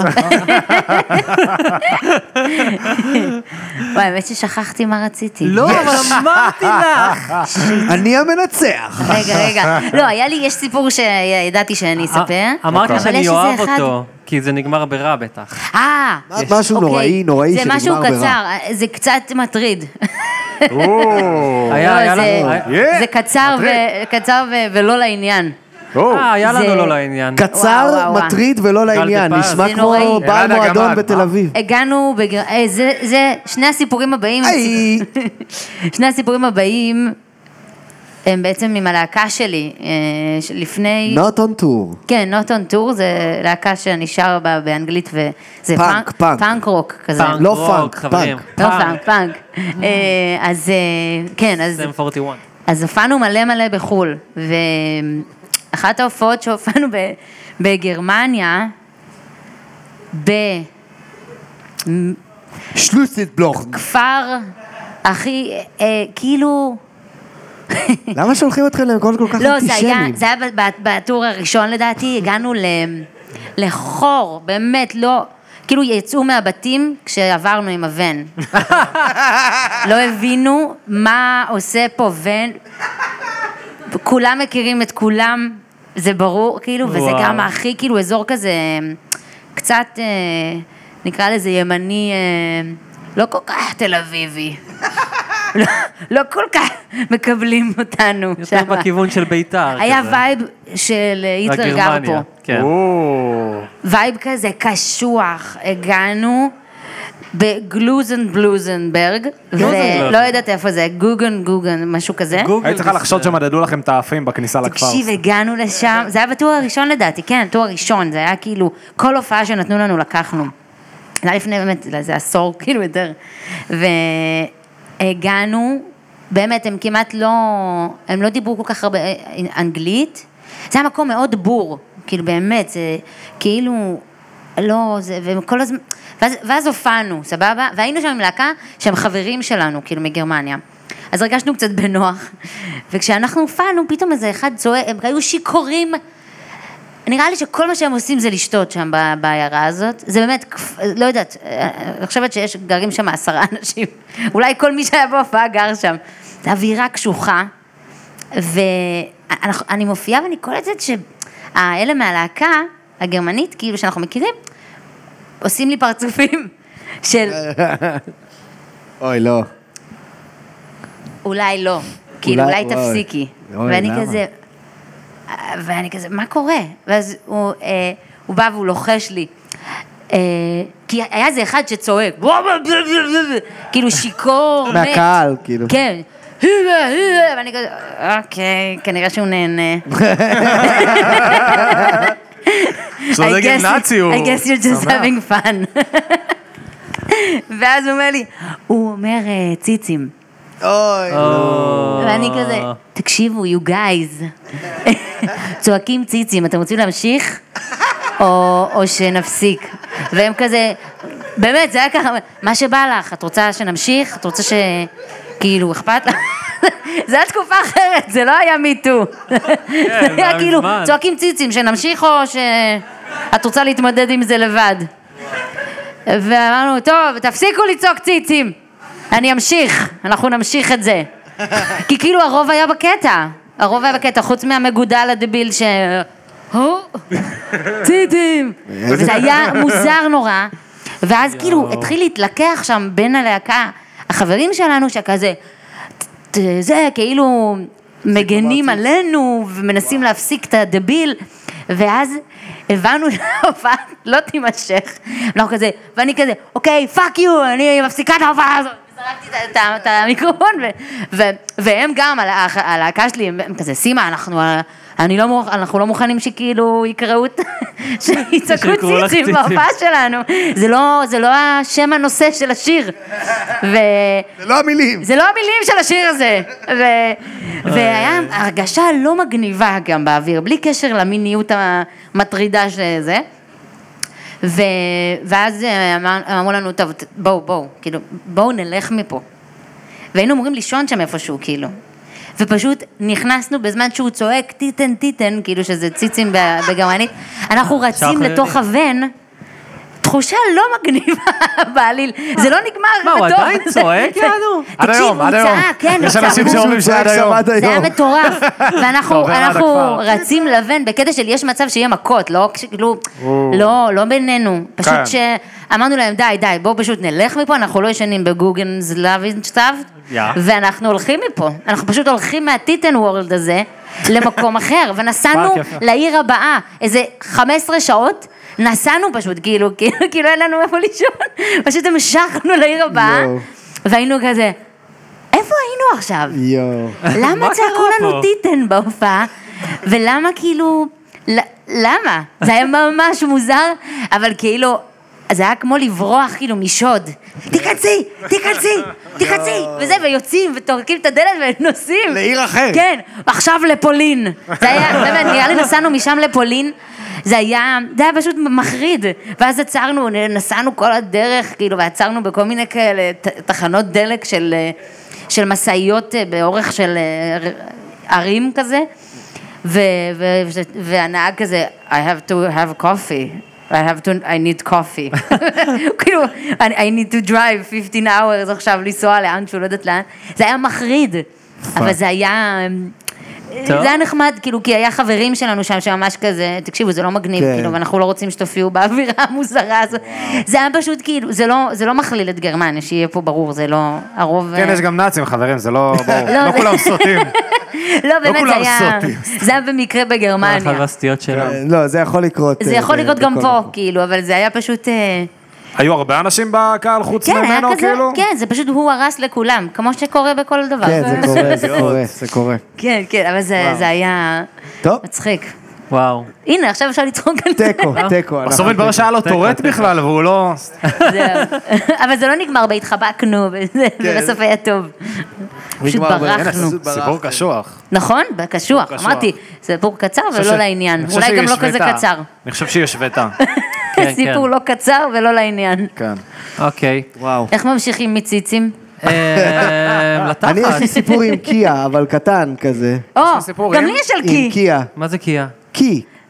Speaker 9: וואי, האמת ששכחתי מה רציתי.
Speaker 6: לא, אבל אמרתי לך.
Speaker 8: אני המנצח.
Speaker 9: רגע, רגע. לא, היה לי, יש סיפור שידעתי שאני אספר.
Speaker 6: אמרתי
Speaker 9: אבל
Speaker 6: שאני
Speaker 9: יש
Speaker 6: אוהב
Speaker 9: איזה אחד-
Speaker 6: אותו, כי זה נגמר ברע בטח.
Speaker 9: אה,
Speaker 8: משהו
Speaker 9: אוקיי.
Speaker 8: נוראי, נוראי
Speaker 9: זה משהו
Speaker 8: שנגמר ברע.
Speaker 9: קצר, זה קצת מטריד.
Speaker 6: היה,
Speaker 9: לא,
Speaker 6: היה
Speaker 9: זה-
Speaker 6: לנו... היה-
Speaker 9: זה קצר ו- קצר ו- ולא לעניין.
Speaker 6: אה, היה לנו
Speaker 9: זה-
Speaker 6: לא לעניין.
Speaker 8: קצר,
Speaker 9: וואו, וואו, וואו.
Speaker 8: מטריד ולא לעניין,
Speaker 6: פז.
Speaker 8: נשמע
Speaker 9: זה
Speaker 8: כמו
Speaker 9: נוראי.
Speaker 8: בעל
Speaker 7: אלעד
Speaker 8: מועדון
Speaker 7: הגמד.
Speaker 8: בתל אביב.
Speaker 9: הגענו, בגר... אה, זה, זה שני הסיפורים הבאים,
Speaker 8: היי.
Speaker 9: שני הסיפורים הבאים הם בעצם עם הלהקה שלי, אה, ש- לפני...
Speaker 8: Not on tour.
Speaker 9: כן, Not on Tour, זה להקה שאני שר בה באנגלית, וזה
Speaker 8: פאנק, פאנק.
Speaker 9: פאנק רוק כזה.
Speaker 6: פאנק
Speaker 8: לא
Speaker 6: רוק,
Speaker 8: פאנק,
Speaker 6: חברים.
Speaker 9: לא פאנק, פאנק. אה, אז אה, כן, אז...
Speaker 6: סם ארבעים ואחת.
Speaker 9: אז הופענו מלא מלא בחול, ואחת ההופעות שהופענו ב- בגרמניה, בכפר
Speaker 8: שלוסיט בלוך.
Speaker 9: הכי, אה, כאילו,
Speaker 8: למה שולחים אתכם למקומות כל כך
Speaker 9: לא, זה היה,
Speaker 8: אנטישמיים?
Speaker 9: זה היה ב- ב- בטור הראשון לדעתי, הגענו ל- לחור, באמת, לא, כאילו יצאו מהבתים כשעברנו עם הוון. לא הבינו מה עושה פה ון, כולם מכירים את כולם, זה ברור, כאילו, וזה
Speaker 6: וואו.
Speaker 9: גם הכי, כאילו, אזור כזה, קצת, אה, נקרא לזה ימני, אה, לא כל כך תל אביבי. לא, לא כל כך מקבלים אותנו.
Speaker 6: יותר
Speaker 9: שמה.
Speaker 6: בכיוון של בית"ר.
Speaker 9: היה
Speaker 6: כזה.
Speaker 9: וייב של היטלר גר
Speaker 6: הגרמניה,
Speaker 9: פה.
Speaker 6: כן.
Speaker 7: או,
Speaker 9: וייב כזה קשוח. הגענו בגלוזנבלוזנברג, ולא יודעת איפה זה, גוגן גוגן, משהו כזה.
Speaker 6: גוגל
Speaker 7: היית צריכה
Speaker 6: זה-
Speaker 7: לחשוד שמדדו לכם את האפים בכניסה לכפר.
Speaker 9: תקשיב, הגענו לשם, זה היה בטור הראשון לדעתי, כן, טור הראשון, זה היה כאילו, כל הופעה שנתנו לנו לקחנו. זה היה לפני באמת, זה עשור, כאילו יותר. והגענו, באמת, הם כמעט לא, הם לא דיברו כל כך הרבה אנגלית, זה היה מקום מאוד בור, כאילו באמת, זה כאילו, לא, זה, וכל הזמן, ואז, ואז הופענו, סבבה? והיינו שם עם להקה שהם חברים שלנו, כאילו מגרמניה. אז הרגשנו קצת בנוח, וכשאנחנו הופענו, פתאום איזה אחד צועק, הם היו שיכורים, נראה לי שכל מה שהם עושים זה לשתות שם בעיירה הזאת, זה באמת, לא יודעת, אני חושבת שיש גרים שם עשרה אנשים, אולי כל מי שהיה בהופעה גר שם, זה אווירה קשוחה, ואני מופיעה ואני קולטת שהאלה מהלהקה הגרמנית, כאילו שאנחנו מכירים, עושים לי פרצופים של...
Speaker 8: אוי, לא.
Speaker 9: אולי לא, כאילו אולי תפסיקי, ואני כזה... ואני כזה, מה קורה? ואז הוא, אה, הוא בא והוא לוחש לי, אה, כי היה איזה אחד שצועק, כאילו שיקור, מת.
Speaker 8: מהקהל, כאילו.
Speaker 9: כן. ואני כזה, אוקיי, כנראה שהוא נהנה.
Speaker 7: So זה גימנצי, הוא...
Speaker 9: I guess you're just having fun. ואז הוא אומר לי, הוא אומר ציצים.
Speaker 8: אוי, לא.
Speaker 9: ואני כזה, תקשיבו, you guys, צועקים ציצים, אתם רוצים להמשיך? או, או שנפסיק? והם כזה, באמת, זה היה ככה, מה שבא לך, את רוצה שנמשיך? את רוצה ש... כאילו, אכפת לך? זה היה תקופה אחרת, זה לא היה מיטו. זה היה כאילו, צועקים ציצים, שנמשיך או שאת רוצה להתמודד עם זה לבד? ואמרנו, טוב, תפסיקו לצעוק ציצים. אני אמשיך, אנחנו נמשיך את זה. כי כאילו הרוב היה בקטע, הרוב היה בקטע, חוץ מהמגודל הדביל ש... ציטים! וזה היה מוזר נורא, ואז כאילו התחיל להתלקח שם בין הלהקה, החברים שלנו שכזה, זה כאילו מגנים עלינו ומנסים להפסיק את הדביל, ואז הבנו שההופעה לא תימשך, אנחנו כזה, ואני כזה, אוקיי, פאק יו, אני מפסיקה את ההופעה הזאת. זרקתי את המיקרופון, והם גם, הלהקה שלי, הם כזה, סימה, אנחנו לא מוכנים שכאילו יקראו, שיצעקו ציצים בהופעה שלנו. זה לא השם הנושא של השיר.
Speaker 8: זה לא המילים.
Speaker 9: זה לא המילים של השיר הזה. והיה הרגשה לא מגניבה גם באוויר, בלי קשר למיניות המטרידה של זה. ואז אמרו לנו, טוב, בואו, בואו, כאילו, בואו נלך מפה. והיינו אמורים לישון שם איפשהו, כאילו. ופשוט נכנסנו בזמן שהוא צועק, טיטן, טיטן, כאילו שזה ציצים בגרמנית. אנחנו רצים לתוך הבן, תחושה לא מגניבה בעליל. זה לא נגמר
Speaker 6: מה, הוא
Speaker 9: בטוב.
Speaker 6: עדיין צועק, יענו?
Speaker 7: עד היום, עד היום.
Speaker 9: כן,
Speaker 7: יש אנשים שאומרים שעד היום.
Speaker 9: זה היה מטורף. ואנחנו רצים לבן, בקטע של יש מצב שיהיה מכות, לא בינינו. פשוט שאמרנו להם, די, די, בואו פשוט נלך מפה, אנחנו לא ישנים בגוגן זלאבינסטאב, ואנחנו הולכים מפה. אנחנו פשוט הולכים מהטיטן וורלד הזה למקום אחר, ונסענו לעיר הבאה, איזה חמש עשרה שעות, נסענו פשוט, כאילו, כאילו אין לנו איפה לישון, פשוט המשכנו לעיר הבאה, והיינו כזה, איפה היינו עכשיו? למה צעקו לנו טיטן בהופעה? ולמה כאילו, למה? זה היה ממש מוזר, אבל כאילו, זה היה כמו לברוח כאילו משוד, תיכנסי, תיכנסי, תיכנסי, וזה, ויוצאים וטורקים את הדלת ונוסעים.
Speaker 8: לעיר אחר.
Speaker 9: כן, עכשיו לפולין. זה היה, באמת, נראה לי נסענו משם לפולין, זה היה, זה היה פשוט מחריד, ואז עצרנו, נסענו כל הדרך, כאילו, ועצרנו בכל מיני כאלה תחנות דלק של, של מסעיות באורך של ערים כזה, ו, ו, והנהג כזה, I have to have coffee. I have to, I need coffee. כאילו, I need to drive fifteen hours עכשיו לנסוע לאן שהוא לא יודעת לאן. זה היה מחריד, אבל זה היה... זה היה נחמד, כאילו, כי היה חברים שלנו שם, שממש כזה, תקשיבו, זה לא מגניב, כאילו, ואנחנו לא רוצים שתופיעו באווירה המוזרה הזאת. זה היה פשוט, כאילו, זה לא מכליל את גרמניה, שיהיה פה ברור, זה לא הרוב...
Speaker 7: כן, יש גם נאצים, חברים, זה לא ברור, לא כולם סוטים.
Speaker 9: לא, באמת, זה היה... זה היה במקרה בגרמניה.
Speaker 6: החלבסטיות שלנו.
Speaker 8: לא, זה יכול לקרות.
Speaker 9: זה יכול לקרות גם פה, כאילו, אבל זה היה פשוט...
Speaker 7: היו הרבה אנשים בקהל חוץ ממנו, כאילו?
Speaker 9: כן, זה פשוט הוא הרס לכולם, כמו שקורה בכל דבר.
Speaker 8: כן, זה קורה, זה קורה, זה קורה.
Speaker 9: כן, כן, אבל זה היה מצחיק.
Speaker 6: וואו.
Speaker 9: הנה, עכשיו אפשר לצחוק על זה.
Speaker 8: טקו, טקו.
Speaker 7: בסוף מתברר שהיה לו טורט בכלל, והוא לא...
Speaker 9: אבל זה לא נגמר בהתחבקנו, ובסוף היה טוב. פשוט ברחנו.
Speaker 7: סיפור קשוח.
Speaker 9: נכון, קשוח, אמרתי, סיפור קצר ולא לעניין. אולי גם לא כזה קצר.
Speaker 7: אני חושב שהיא השוותה.
Speaker 9: סיפור לא קצר ולא לעניין.
Speaker 7: כן.
Speaker 6: אוקיי.
Speaker 8: וואו.
Speaker 9: איך ממשיכים מציצים?
Speaker 6: לתחת.
Speaker 8: אני יש לי סיפור עם קיה, אבל קטן כזה.
Speaker 9: או, גם לי יש על קי.
Speaker 8: עם קיה.
Speaker 6: מה זה קיה?
Speaker 8: קי.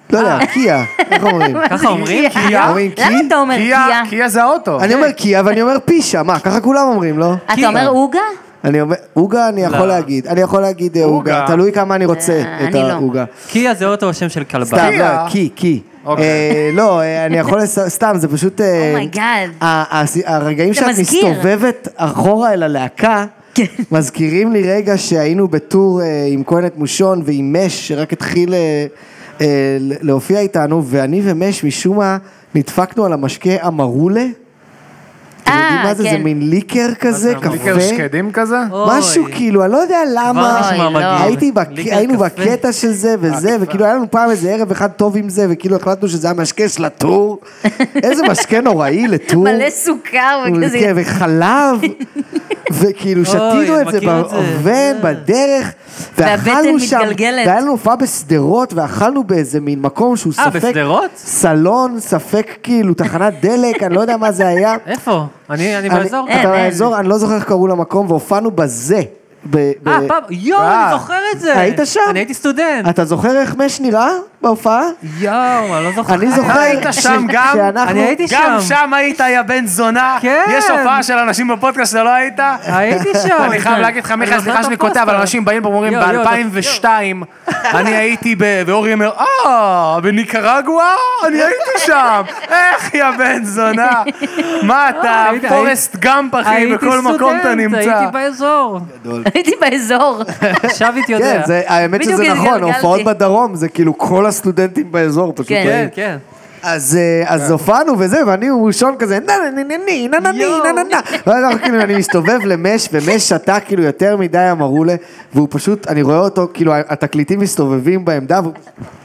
Speaker 8: לא יודע, קיה, איך אומרים?
Speaker 6: ככה אומרים?
Speaker 7: קיה?
Speaker 8: אומרים קי?
Speaker 9: למה אתה אומר
Speaker 7: קיה,
Speaker 9: קיה?
Speaker 7: קיה זה האוטו.
Speaker 8: אני אומר קיה ואני אומר פישה, מה, ככה כולם אומרים, לא?
Speaker 9: אתה אומר אוגה?
Speaker 8: אני אומר, אוגה אני יכול להגיד, אני יכול להגיד אוגה, תלוי כמה אני רוצה את
Speaker 9: אני לא.
Speaker 8: האוגה.
Speaker 6: קיה זה אוטו שם של כלבה.
Speaker 8: סתם, לא, קי, קי. אה, לא, אה, אני יכול, לס- סתם, זה פשוט... אה,
Speaker 9: אומייגאד.
Speaker 8: ה- ה- הרגעים
Speaker 9: זה
Speaker 8: שאת
Speaker 9: מזכיר.
Speaker 8: מסתובבת אחורה אל הלהקה, מזכירים לי רגע שהיינו בטור אה, עם כהנת מושון ועם מש, שרק התחיל אה, אה, להופיע איתנו, ואני ומש משום מה נדפקנו על המשקה אמרולה. אתם
Speaker 9: אה,
Speaker 8: יודעים מה זה? זה
Speaker 9: כן.
Speaker 8: מין ליקר כזה,
Speaker 7: ליקר
Speaker 8: קפה.
Speaker 7: שקדים כזה?
Speaker 8: משהו כאילו, אני לא יודע למה,
Speaker 6: נשמע
Speaker 9: אוי,
Speaker 6: מגעיל.
Speaker 9: לא.
Speaker 8: הייתי בק...
Speaker 6: ליקר
Speaker 8: היינו
Speaker 6: קפה.
Speaker 8: בקטע של זה וזה, וכאילו היה לנו פעם איזה ערב אחד טוב עם זה, וכאילו החלטנו שזה המשקה של הטור, איזה משקה נוראי לטור.
Speaker 9: מלא סוכר וכזה.
Speaker 8: כן, וחלב, וכאילו שתינו את זה
Speaker 6: מכיר את זה.
Speaker 8: באובן, בדרך,
Speaker 9: והבטן
Speaker 8: ואכלנו שם,
Speaker 9: מתגלגלת.
Speaker 8: והיה לנו הופעה בשדרות, ואכלנו באיזה מין מקום שהוא
Speaker 6: אה,
Speaker 8: ספק,
Speaker 6: בשדרות?
Speaker 8: סלון, ספק כאילו, תחנת דלק, אני לא יודע מה זה היה.
Speaker 6: איפה? אני אני
Speaker 8: אני-
Speaker 6: באזור?
Speaker 8: אתה
Speaker 9: אין, אין.
Speaker 8: באזור, אני לא זוכר איך קראו למקום, והופענו בזה. ב- ב-
Speaker 6: אה, פעם, יואו,
Speaker 7: אה.
Speaker 6: אני זוכר את זה.
Speaker 8: היית שם?
Speaker 6: אני הייתי סטודנט.
Speaker 8: אתה זוכר איך מש נראה בהופעה?
Speaker 6: יואו, אני לא זוכר.
Speaker 8: אני זוכר
Speaker 7: היית שם
Speaker 8: ש-
Speaker 7: גם?
Speaker 8: שאנחנו-
Speaker 6: אני הייתי
Speaker 7: גם
Speaker 6: שם.
Speaker 7: שם היית, יא בן זונה.
Speaker 6: כן.
Speaker 7: יש הופעה של אנשים בפודקאסט שלא היית?
Speaker 6: הייתי שם.
Speaker 7: אני חייב להגיד לך, מיכאל,
Speaker 6: אני
Speaker 7: סליחה
Speaker 6: זוכר
Speaker 7: שאני
Speaker 6: את הפוסטר.
Speaker 7: קוטע, אבל אנשים באים פה ואומרים,
Speaker 6: יואו, יואו,
Speaker 7: ב-אלפיים ושתיים אני הייתי ב... ואורי אומר, אה, בניקרגואה? אני הייתי שם. איך, יא בן זונה? מה אתה,
Speaker 6: הייתי-
Speaker 7: פורסט גאמפ, אחי,
Speaker 6: הייתי
Speaker 7: בכל מקום אתה
Speaker 6: סטודנט,
Speaker 7: נמצא.
Speaker 6: הייתי באזור.
Speaker 9: הייתי באזור.
Speaker 6: שביט יודע.
Speaker 8: כן, זה- האמת
Speaker 9: בדיוק
Speaker 8: שזה נכון,
Speaker 9: התגלגלתי.
Speaker 8: הופעות בדרום, זה כאילו כל הסטודנטים באזור, פשוט
Speaker 9: כן.
Speaker 6: כן,
Speaker 8: באים.
Speaker 6: כן.
Speaker 8: אז אה, אז הופענו וזה, ואני ראשון כזה, נה נה נה נה נה נה נה נה נה נה ואז אנחנו כאילו, אני מסתובב למש, ומש שתה כאילו יותר מדי אמרולה, והוא פשוט, אני רואה אותו, כאילו התקליטים מסתובבים בעמדה, והוא...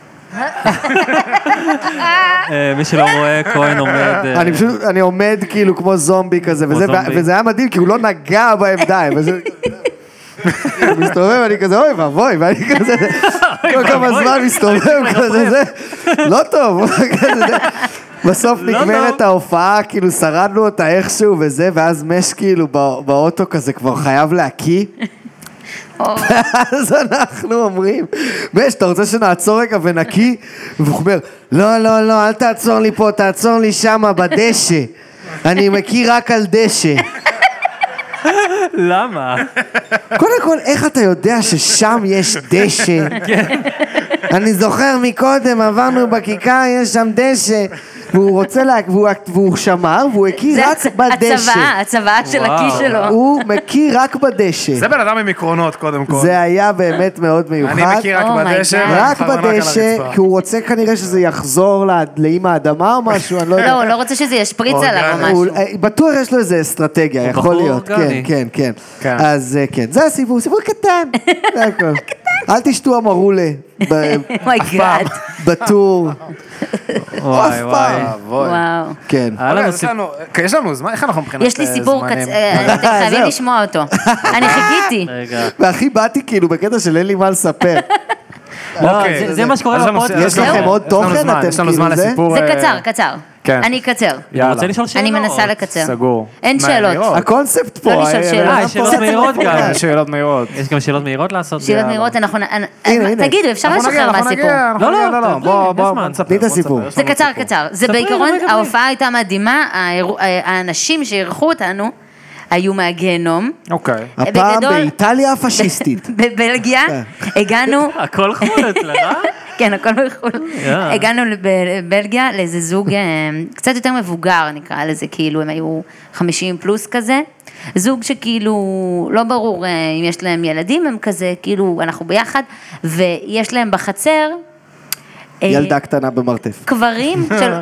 Speaker 6: אה, מי שלא רואה, כהן עומד... אה,
Speaker 8: אני פשוט, אני עומד כאילו כמו זומבי כזה, וזה,
Speaker 6: זומבי.
Speaker 8: וזה היה מדהים, כי הוא לא נגע בעמדיים, וזה... כאילו, מסתובב, אני כזה, אוי ואבוי, ואני כזה, כל כמה זמן מסתובב כזה, זה, לא טוב, כזה, זה. בסוף נגמרת ההופעה, כאילו שרדנו אותה איכשהו וזה, ואז מש כאילו בא- באוטו כזה כבר חייב להקיא, ואז אנחנו אומרים, מש, אתה רוצה שנעצור רגע ונקיא? והוא אומר, לא, לא, לא, אל תעצור לי פה, תעצור לי שמה בדשא, אני מכיר רק על דשא.
Speaker 6: למה?
Speaker 8: קודם כל, איך אתה יודע ששם יש דשא? אני זוכר מקודם, עברנו בכיכר, יש שם דשא, והוא רוצה לה... והוא, והוא שמר, והוא הקיא
Speaker 9: זה
Speaker 8: רק
Speaker 9: הצ-
Speaker 8: בדשא.
Speaker 9: הצוואה, הצוואה של
Speaker 6: וואו.
Speaker 9: הכי שלו.
Speaker 8: הוא מכיר רק בדשא.
Speaker 7: זה בן אדם עם עקרונות, קודם כל.
Speaker 8: זה היה באמת מאוד מיוחד.
Speaker 7: אני מכיר רק
Speaker 9: Oh my
Speaker 7: בדשא,
Speaker 9: God.
Speaker 7: ואני
Speaker 8: רק
Speaker 7: מכוון על
Speaker 8: בדשא,
Speaker 7: הרצפה.
Speaker 8: כי הוא רוצה כנראה שזה יחזור לה- לאמא האדמה או משהו, אני לא יודע.
Speaker 9: לא, הוא לא רוצה שזה ישפריץ עליו או
Speaker 8: הוא-
Speaker 9: משהו.
Speaker 8: אה, בטוח יש לו איזה אסטרטגיה, יכול
Speaker 6: בחור
Speaker 8: להיות, כן,
Speaker 6: אורגני.
Speaker 8: כן, כן.
Speaker 7: כן.
Speaker 8: אז אה, כן, זה הסיפור, סיפור קטן, זה הכל. אל תשתו אמרולה ב-
Speaker 9: אומייגאד.
Speaker 8: בטור,
Speaker 6: וואי
Speaker 8: אף
Speaker 6: וואי.
Speaker 8: פעם.
Speaker 7: אבוי.
Speaker 9: וואו.
Speaker 8: כן.
Speaker 6: היה לנו
Speaker 7: יש
Speaker 6: סיפור.
Speaker 7: לנו- יש לנו זמן, איך אנחנו מבחינת
Speaker 9: יש לי
Speaker 7: אה,
Speaker 9: סיפור
Speaker 7: זמנים?
Speaker 9: קצר, אה, אתם חייבים
Speaker 8: זהו.
Speaker 9: לשמוע אותו. אני חיכיתי.
Speaker 6: רגע.
Speaker 8: והכי באתי כאילו בקטע של אין לי מה לספר.
Speaker 6: לא,
Speaker 7: אוקיי.
Speaker 6: זה- זה מה שקורה
Speaker 7: אז לנו-
Speaker 6: בפודקאסט.
Speaker 8: יש לכם
Speaker 9: זהו.
Speaker 8: עוד
Speaker 7: יש לנו
Speaker 8: תוכן?
Speaker 7: זמן,
Speaker 8: אתם
Speaker 7: יש לנו
Speaker 8: כאילו
Speaker 7: זמן
Speaker 8: זה?
Speaker 7: לסיפור.
Speaker 9: זה
Speaker 7: אה,
Speaker 9: קצר, קצר.
Speaker 7: כן.
Speaker 9: אני אקצר.
Speaker 6: אתה רוצה לשאול שאלות?
Speaker 9: אני מנסה לקצר.
Speaker 7: סגור.
Speaker 9: אין
Speaker 7: מה,
Speaker 9: שאלות.
Speaker 7: מהירות?
Speaker 8: הקונספט פה.
Speaker 9: לא לשאול
Speaker 8: אה,
Speaker 9: שאלות.
Speaker 8: אה,
Speaker 6: אה, יש שאלות
Speaker 8: פה-
Speaker 6: מהירות גם.
Speaker 7: יש שאלות מהירות.
Speaker 6: יש גם שאלות מהירות לעשות?
Speaker 9: שאלות
Speaker 6: יאללה.
Speaker 9: מהירות, אנחנו... נ-
Speaker 8: הנה, הנה.
Speaker 9: תגידו, אפשר
Speaker 7: אנחנו נגיע,
Speaker 9: לשחרר
Speaker 7: אנחנו
Speaker 9: מהסיפור.
Speaker 7: נגיע, אנחנו
Speaker 6: לא, לא,
Speaker 7: נגיע, לא, לא,
Speaker 6: תדברי,
Speaker 7: בוא,
Speaker 6: יש
Speaker 7: בוא,
Speaker 6: זמן.
Speaker 7: בוא נספר.
Speaker 8: תני את
Speaker 7: בוא
Speaker 8: הסיפור.
Speaker 7: נספר, יש
Speaker 9: זה
Speaker 7: לנו
Speaker 9: קצר,
Speaker 7: סיפור.
Speaker 9: קצר. זה
Speaker 6: ספרי,
Speaker 9: בעיקרון,
Speaker 6: דברי, דברי.
Speaker 9: ההופעה הייתה מדהימה, האירוע- האנשים שאירחו אותנו היו מהגיהנום.
Speaker 7: אוקיי.
Speaker 8: הפעם
Speaker 9: בגדול-
Speaker 8: באיטליה הפשיסטית.
Speaker 9: בבלגיה, הגענו...
Speaker 6: הכל חול אצלך?
Speaker 9: כן, הכל בחו"ל.
Speaker 6: יאה.
Speaker 9: הגענו לבלגיה לאיזה זוג אה, קצת יותר מבוגר, נקרא לזה, כאילו, הם היו חמישים פלוס כזה. זוג שכאילו, לא ברור אה, אם יש להם ילדים, הם כזה, כאילו, אנחנו ביחד, ויש להם בחצר... אה,
Speaker 8: ילדה קטנה במרתף.
Speaker 9: קברים של...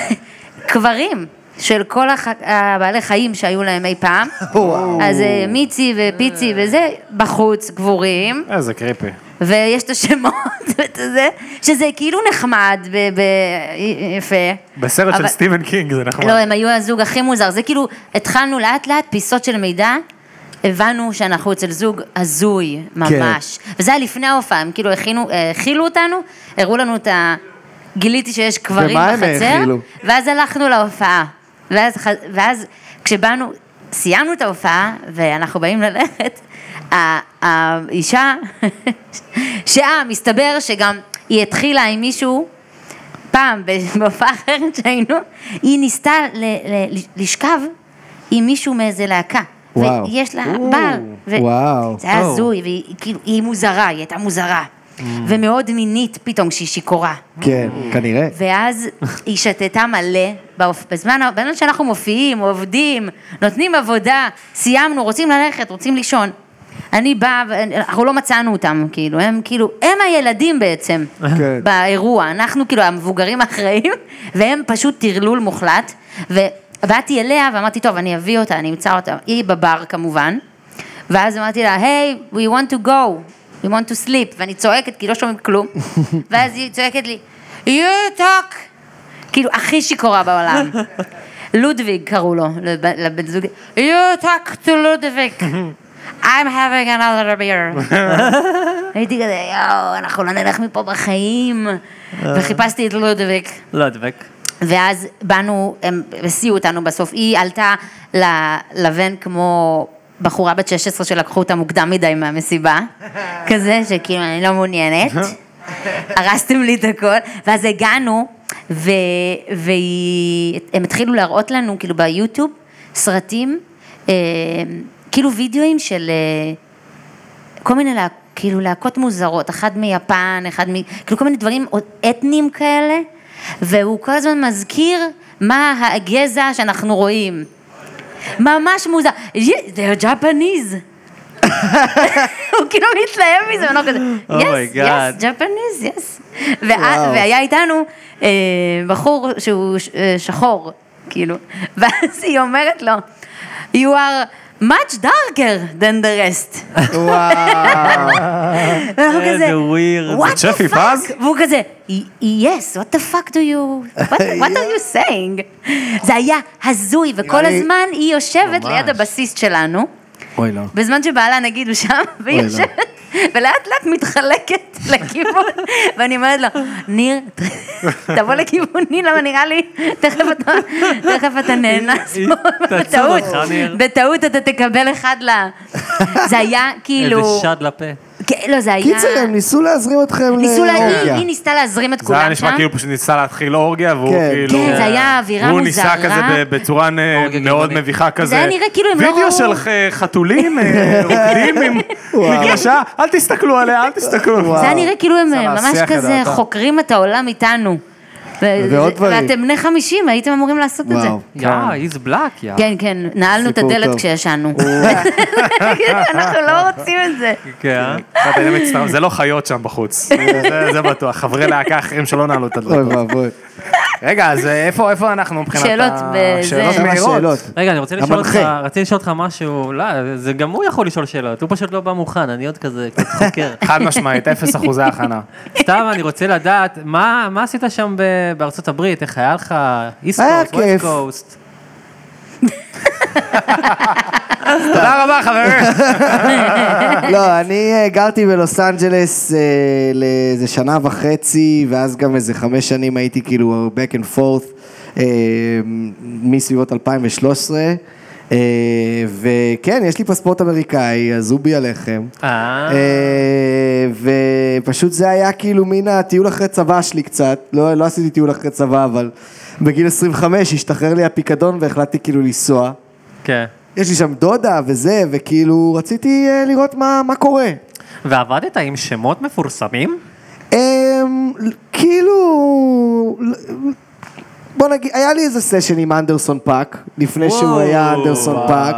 Speaker 9: קברים של כל הח... הבעלי חיים שהיו להם אי פעם. אז אה, מיצי ופיצי וזה, בחוץ, קבורים.
Speaker 7: איזה קריפי.
Speaker 9: ויש את השמות ואת זה, שזה כאילו נחמד, ב- ב- יפה.
Speaker 7: בסרט של
Speaker 9: אבל-
Speaker 7: סטיבן קינג זה נחמד.
Speaker 9: לא, הם היו הזוג הכי מוזר, זה כאילו, התחלנו לאט לאט פיסות של מידע, הבנו שאנחנו אצל זוג הזוי, ממש. וזה היה לפני ההופעה, הם כאילו הכינו, הכילו אותנו, הראו לנו את ה... גיליתי שיש קברים
Speaker 8: ומה הם
Speaker 9: בחצר,
Speaker 8: האכילו?
Speaker 9: ואז הלכנו להופעה. ואז, ח- ואז כשבאנו, סיימנו את ההופעה, ואנחנו באים ללכת, ה- האישה, שאה, מסתבר שגם היא התחילה עם מישהו פעם, בהופעה אחרת שהיינו, היא ניסתה לשכב עם מישהו מאיזה להקה.
Speaker 8: וואו.
Speaker 9: ויש לה בעל.
Speaker 8: וואו.
Speaker 9: זה היה הזוי, והיא כאילו, היא מוזרה, היא הייתה מוזרה. ומאוד מינית פתאום כשהיא שיכורה.
Speaker 8: כן, כנראה.
Speaker 9: ואז היא שתתה מלא, בזמן, בזמן שאנחנו מופיעים, עובדים, נותנים עבודה, סיימנו, רוצים ללכת, רוצים לישון. אני באה, אנחנו לא מצאנו אותם, כאילו, הם כאילו, הם הילדים בעצם,
Speaker 8: כן.
Speaker 9: באירוע, אנחנו כאילו המבוגרים האחראים, והם פשוט טרלול מוחלט, ובאתי אליה ואמרתי, טוב, אני אביא אותה, אני אמצא אותה, היא בבר כמובן, ואז אמרתי לה, hey, we want to go, we want to sleep, ואני צועקת, כי לא שומעים כלום, ואז היא צועקת לי, you talk, כאילו, הכי שיכורה בעולם. לודוויג קראו לו, לבן זוג, you talk to לודוויג. I'm having another beer. הייתי כזה, יאו, אנחנו לא נלך מפה בחיים. וחיפשתי את לודוויג.
Speaker 6: לודוויג.
Speaker 9: ואז באנו, הם הסיעו אותנו בסוף, היא עלתה לבן כמו בחורה בת שש עשרה שלקחו אותה מוקדם מדי מהמסיבה, כזה שכאילו אני לא מעוניינת, הרסתם לי את הכל, ואז הגענו, והם התחילו להראות לנו כאילו ביוטיוב סרטים, כאילו וידאוים של כל מיני לה, כאילו להקות מוזרות, אחד מיפן, אחד מ... כאילו כל מיני דברים אתניים כאלה, והוא כל הזמן מזכיר מה הגזע שאנחנו רואים. ממש מוזר. they're Japanese. הוא כאילו מתלהב מזה, ואנחנו כזה, yes, yes, Japanese, yes. והיה איתנו בחור שהוא שחור, כאילו, ואז היא אומרת לו, you are much darker than the rest.
Speaker 8: וואו.
Speaker 9: ואנחנו כזה, what the fuck? והוא כזה, yes, what the fuck do you, what are you saying? זה היה הזוי, וכל הזמן היא יושבת ליד הבסיס שלנו,
Speaker 8: אוי לא.
Speaker 9: בזמן שבעלה נגיד הוא שם, והיא יושבת, ולאט לאט מתחלקת לכיוון, ואני אומרת לו, ניר, תבוא לכיווני, למה נראה לי, תכף אתה נאנס פה, בטעות, בטעות אתה תקבל אחד לה, זה היה כאילו,
Speaker 6: איזה שד לפה.
Speaker 9: לא, זה היה...
Speaker 8: קיצר, הם ניסו להזרים אתכם לאורגיה.
Speaker 9: היא ניסתה להזרים את
Speaker 7: זה
Speaker 9: כולם
Speaker 7: היה
Speaker 9: שם.
Speaker 7: נשמע כאילו פשוט ניסה להתחיל אורגיה, והוא כאילו...
Speaker 9: כן, זה היה אווירה
Speaker 7: הוא
Speaker 9: מוזרה.
Speaker 7: ניסה כזה בצורה מאוד מביכה כזה.
Speaker 9: זה היה נראה כאילו הם לא ראו...
Speaker 7: וידאו של חתולים רוקדים עם מגרשה, אל תסתכלו עליה, אל תסתכלו.
Speaker 9: זה היה נראה כאילו הם ממש כזה חוקרים את העולם איתנו.
Speaker 8: ועוד דברים.
Speaker 9: ואתם בני חמישים, הייתם אמורים לעשות את זה.
Speaker 6: יא, he's black, יא.
Speaker 9: כן, כן, נעלנו את הדלת כשישנו. אנחנו לא רוצים את זה.
Speaker 6: כן.
Speaker 7: זה לא חיות שם בחוץ, זה בטוח, חברי להקה אחרים שלא נעלו את הדלת.
Speaker 8: אוי ואבוי.
Speaker 7: רגע, אז איפה אנחנו מבחינת
Speaker 9: שאלות
Speaker 7: שאלות מהירות?
Speaker 6: רגע, אני רוצה לשאול אותך, רציתי לשאול אותך משהו, לא, זה גם הוא יכול לשאול שאלות, הוא פשוט לא בא מוכן, אני עוד כזה קצת חוקר.
Speaker 7: חד משמעית, אפס אחוזי הכנה.
Speaker 6: סתם, אני רוצה לדעת, מה עשית שם בארצות הברית, איך היה לך, איסט קוסט, ווסט קוסט?
Speaker 7: תודה רבה, חברים.
Speaker 8: לא, אני גרתי בלוס אנג'לס לאיזה שנה וחצי, ואז גם איזה חמש שנים הייתי כאילו back and forth, מסביבות אלפיים ושלוש עשרה, וכן, יש לי פספורט אמריקאי, הזובי עליכם, ופשוט זה היה כאילו מין הטיול אחרי צבא שלי קצת, לא, לא עשיתי טיול אחרי צבא, אבל בגיל עשרים וחמש השתחרר לי הפיקדון והחלטתי כאילו לנסוע.
Speaker 6: כן. יש
Speaker 8: לי שם דודה וזה, וכאילו רציתי לראות מה, מה קורה.
Speaker 6: ועבדת עם שמות מפורסמים?
Speaker 8: כאילו, בוא נגיד, היה לי איזה סשן עם אנדרסון פאק, לפני שהוא היה אנדרסון פאק,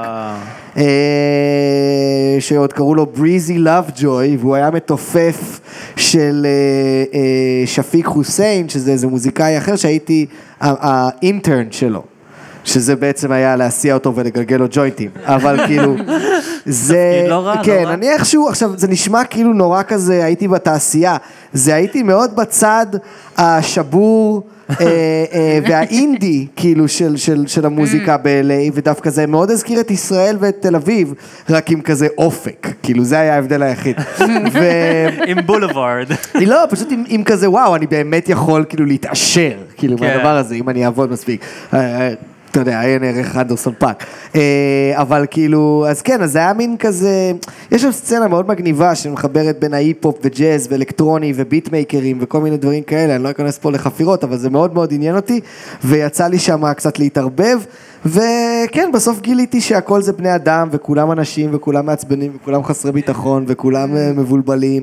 Speaker 8: שעוד קראו לו בריזי לובג'וי, והוא היה מתופף של שפיק חוסיין, שזה איזה מוזיקאי אחר שהייתי האינטרן שלו. שזה בעצם היה להסיע אותו ולגלגל לו ג'וינטים, אבל כאילו, זה, כן, אני איכשהו, עכשיו, זה נשמע כאילו נורא כזה, הייתי בתעשייה, זה הייתי מאוד בצד השבור והאינדי, כאילו, של המוזיקה ב-אל איי, ודווקא זה מאוד הזכיר את ישראל ואת תל אביב, רק עם כזה אופק, כאילו, זה היה ההבדל היחיד.
Speaker 6: עם בולווארד.
Speaker 8: לא, פשוט עם כזה, וואו, אני באמת יכול כאילו להתעשר, כאילו, מהדבר הזה, אם אני אעבוד מספיק. אתה יודע, עיין ערך אנדרסון פאק. אבל כאילו, אז כן, אז זה היה מין כזה, יש שם סצנה מאוד מגניבה שמחברת בין ההיפ-הופ וג'אז ואלקטרוני וביטמייקרים וכל מיני דברים כאלה, אני לא אכנס פה לחפירות, אבל זה מאוד מאוד עניין אותי, ויצא לי שם קצת להתערבב, וכן, בסוף גיליתי שהכל זה בני אדם, וכולם אנשים, וכולם מעצבנים, וכולם חסרי ביטחון, וכולם מבולבלים,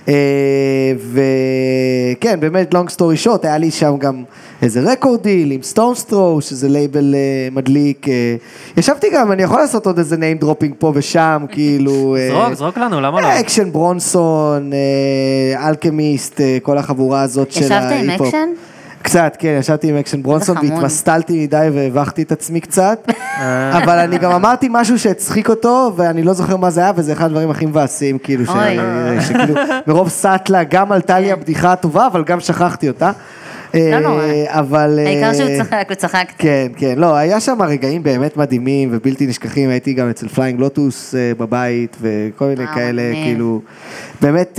Speaker 8: וכן, באמת, long story short, היה לי שם גם איזה רקורד דיל עם סטונס ת'רו, שזה לייבל מדליק, ישבתי גם, אני יכול לעשות עוד איזה name dropping פה ושם, כאילו...
Speaker 6: זרוק, זרוק לנו, למה לא?
Speaker 8: אקשן ברונסון, אלכמיסט, כל החבורה הזאת של
Speaker 9: ישבת עם אקשן?
Speaker 8: קצת, כן, ישבתי עם אקשן ברונסון והתמסטלתי מדי והבכתי את עצמי קצת, אבל אני גם אמרתי משהו שהצחיק אותו, ואני לא זוכר מה זה היה, וזה אחד הדברים הכי מבאסים, כאילו, שכאילו, מרוב סאטלה, גם עלתה לי הבדיחה הטובה, אבל גם שכחתי אותה.
Speaker 9: לא נורא.
Speaker 8: אבל...
Speaker 9: העיקר שהוא צחק וצחקת.
Speaker 8: כן, כן, לא, היה שם רגעים באמת מדהימים ובלתי נשכחים, הייתי גם אצל פליינג לוטוס בבית, וכל מיני כאלה, כאילו, באמת...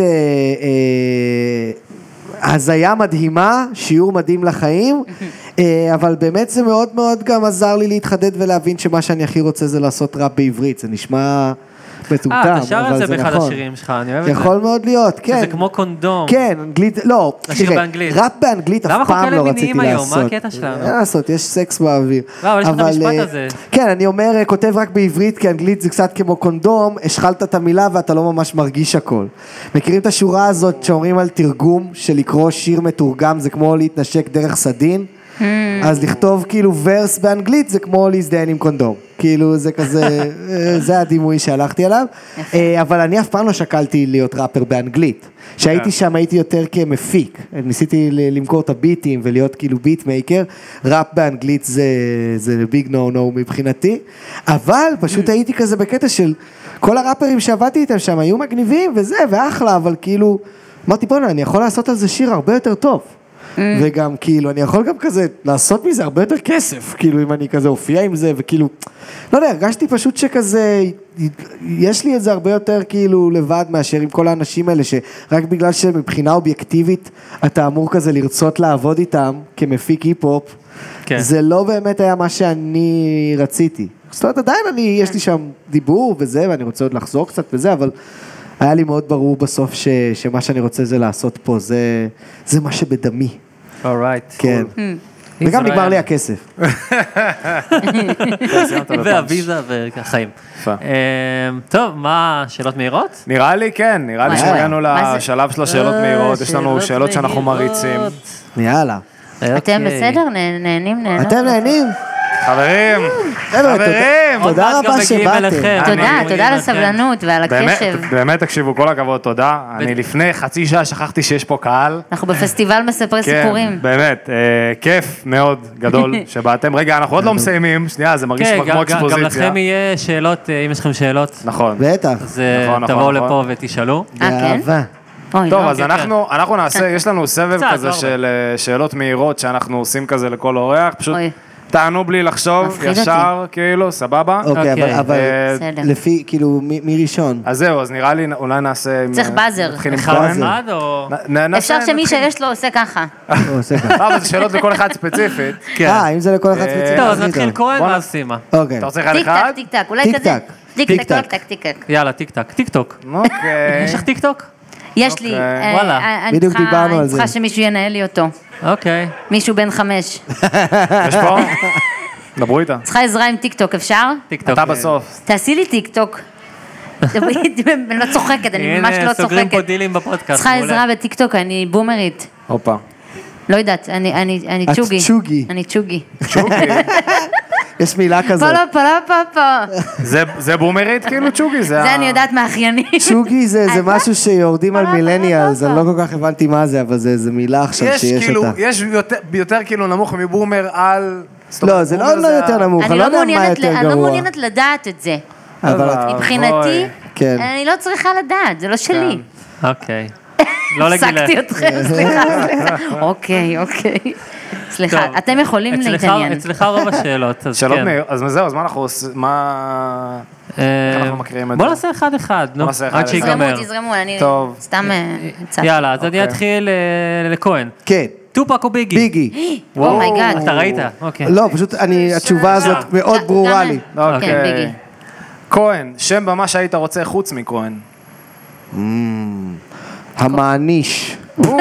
Speaker 8: הזיה מדהימה, שיעור מדהים לחיים, אבל באמת זה מאוד מאוד גם עזר לי להתחדד ולהבין שמה שאני הכי רוצה זה לעשות ראפ בעברית, זה נשמע מטומטם, אבל זה נכון.
Speaker 6: אה, אתה שר את זה באחד השירים שלך, אני אוהב את זה.
Speaker 8: יכול מאוד להיות, כן.
Speaker 6: זה כמו קונדום.
Speaker 8: כן, אנגלית, לא,
Speaker 6: תראה,
Speaker 8: ראפ באנגלית אף פעם לא רציתי לעשות.
Speaker 6: מה הקטע שלנו?
Speaker 8: אין לעשות, יש סקס באוויר.
Speaker 6: לא, אבל יש לך את המשפט הזה.
Speaker 8: כן, אני אומר, כותב רק בעברית, כי אנגלית זה קצת כמו קונדום, השחלת את המילה ואתה לא ממש מרגיש הכל. מכירים את השורה הזאת שאומרים על תרגום, של לקרוא שיר מתורגם, זה כמו להתנשק דרך סדין? אז לכתוב כאילו ורס באנגלית זה כמו להזדיין עם קונדום, כאילו זה כזה, זה הדימוי שהלכתי עליו, אבל אני אף פעם לא שקלתי להיות ראפר באנגלית, שהייתי שם הייתי יותר כמפיק, ניסיתי למכור את הביטים ולהיות כאילו ביט מייקר, ראפ באנגלית זה, זה ביג נו נו מבחינתי, אבל פשוט הייתי כזה בקטע של כל הראפרים שעבדתי איתם שם היו מגניבים וזה ואחלה, אבל כאילו אמרתי בוא'נה אני יכול לעשות על זה שיר הרבה יותר טוב, וגם כאילו אני יכול גם כזה לעשות מזה הרבה יותר כסף, כאילו אם אני כזה הופיע עם זה וכאילו, לא יודע, הרגשתי פשוט שכזה, יש לי את זה הרבה יותר כאילו לבד מאשר עם כל האנשים האלה, שרק בגלל שמבחינה אובייקטיבית אתה אמור כזה לרצות לעבוד איתם כמפיק היפ-הופ, זה לא באמת היה מה שאני רציתי. זאת אומרת, עדיין אני, יש לי שם דיבור וזה, ואני רוצה עוד לחזור קצת וזה, אבל... היה לי מאוד ברור בסוף ש, שמה שאני רוצה זה לעשות פה, זה, זה מה שבדמי.
Speaker 6: Alright.
Speaker 8: כן. וגם נגמר לי הכסף.
Speaker 6: והוויזה והחיים. טוב, מה, שאלות מהירות?
Speaker 7: נראה לי כן, נראה לי שהגענו לשלב של השאלות מהירות, יש לנו שאלות שאנחנו מריצים.
Speaker 8: יאללה.
Speaker 9: אתם בסדר? נהנים? נהנות?
Speaker 8: אתם נהנים?
Speaker 7: חברים, חברים.
Speaker 8: תודה רבה שבאתם.
Speaker 9: תודה, תודה על הסבלנות ועל הקשב.
Speaker 7: באמת, תקשיבו, כל הכבוד, תודה. אני לפני חצי שעה שכחתי שיש פה קהל.
Speaker 9: אנחנו בפסטיבל מספרי סיפורים.
Speaker 7: כן, באמת, כיף מאוד גדול שבאתם. רגע, אנחנו עוד לא מסיימים, שנייה, זה מרגיש כמו אקספוזיציה.
Speaker 6: גם לכם יהיה שאלות, אם יש לכם שאלות.
Speaker 7: נכון.
Speaker 8: בטח.
Speaker 6: אז תבואו לפה ותשאלו.
Speaker 8: באהבה.
Speaker 7: טוב, אז אנחנו נעשה, יש לנו סבב כזה של שאלות מהירות שאנחנו עושים כזה לכל אורח, פשוט תענו בלי לחשוב, ישר, כאילו, סבבה.
Speaker 8: אוקיי, אבל לפי, כאילו, מי ראשון?
Speaker 7: אז זהו, אז נראה לי, אולי נעשה...
Speaker 9: צריך באזר.
Speaker 6: אחד או...
Speaker 9: אפשר שמי שיש לו עושה ככה.
Speaker 8: עושה ככה.
Speaker 7: אבל זה שאלות לכל אחד ספציפית.
Speaker 8: אה, אם זה לכל אחד ספציפית.
Speaker 6: טוב, אז נתחיל כהן ואז סימה.
Speaker 8: אוקיי.
Speaker 7: אתה רוצה אחד אחד?
Speaker 9: טיק טק, אולי כזה. טיק טק, טיק טק, טיק טק.
Speaker 6: יאללה, טיק טק, טיק טוק.
Speaker 7: אוקיי.
Speaker 6: יש לך טיק טוק?
Speaker 9: יש לי.
Speaker 6: וואלה.
Speaker 8: בדיוק דיברנו על זה.
Speaker 9: אני צריכה שמישהו ינהל לי אותו.
Speaker 6: אוקיי.
Speaker 9: מישהו בן חמש.
Speaker 7: יש פה? דברו איתה.
Speaker 9: צריכה עזרה עם טיק טוק, אפשר?
Speaker 6: טיק טוק.
Speaker 7: אתה בסוף.
Speaker 9: תעשי לי טיק טוק. אני לא צוחקת, אני ממש לא צוחקת.
Speaker 6: הנה, סוגרים פה דילים בפודקאסט.
Speaker 9: צריכה עזרה בטיק טוק, אני בומרית.
Speaker 7: הופה.
Speaker 9: לא יודעת, אני צ'וגי.
Speaker 8: את צ'וגי.
Speaker 9: אני צ'וגי.
Speaker 7: צ'וגי.
Speaker 8: יש מילה כזאת.
Speaker 9: פלו פלו פלו.
Speaker 7: זה בומרית כאילו צ'וגי?
Speaker 9: זה אני יודעת מאחיינים.
Speaker 8: צ'וגי זה משהו שיורדים על מילניאלס, אני לא כל כך הבנתי מה זה, אבל זה מילה עכשיו שיש אותה.
Speaker 7: יש יותר כאילו נמוך מבומר על...
Speaker 8: לא, זה לא יותר נמוך, אני לא יודע מה יותר גרוע.
Speaker 9: אני לא מעוניינת לדעת את זה. מבחינתי, אני לא צריכה לדעת, זה לא שלי.
Speaker 6: אוקיי. לא לגילך.
Speaker 9: הפסקתי אתכם, סליחה, סליחה. אוקיי, אוקיי. סליחה, אתם יכולים להתעניין.
Speaker 6: אצלך רוב השאלות, אז
Speaker 7: שאלות
Speaker 6: כן.
Speaker 7: מהיר, אז זהו, אז מה אנחנו עושים, מה... איך אנחנו מכירים את זה?
Speaker 6: בוא נעשה אחד אחד, נו, עד שיגמר.
Speaker 9: תזרמו, תזרמו, אני
Speaker 7: טוב.
Speaker 9: סתם...
Speaker 6: יאללה, אז אני אתחיל לכהן.
Speaker 8: כן.
Speaker 6: טופק או ביגי?
Speaker 8: ביגי.
Speaker 9: אומייגאד.
Speaker 6: אתה ראית? אוקיי.
Speaker 8: לא, פשוט אני, התשובה הזאת מאוד ברורה לי.
Speaker 9: כן, ביגי.
Speaker 7: כהן, שם במה שהיית רוצה חוץ מכהן.
Speaker 8: המעניש.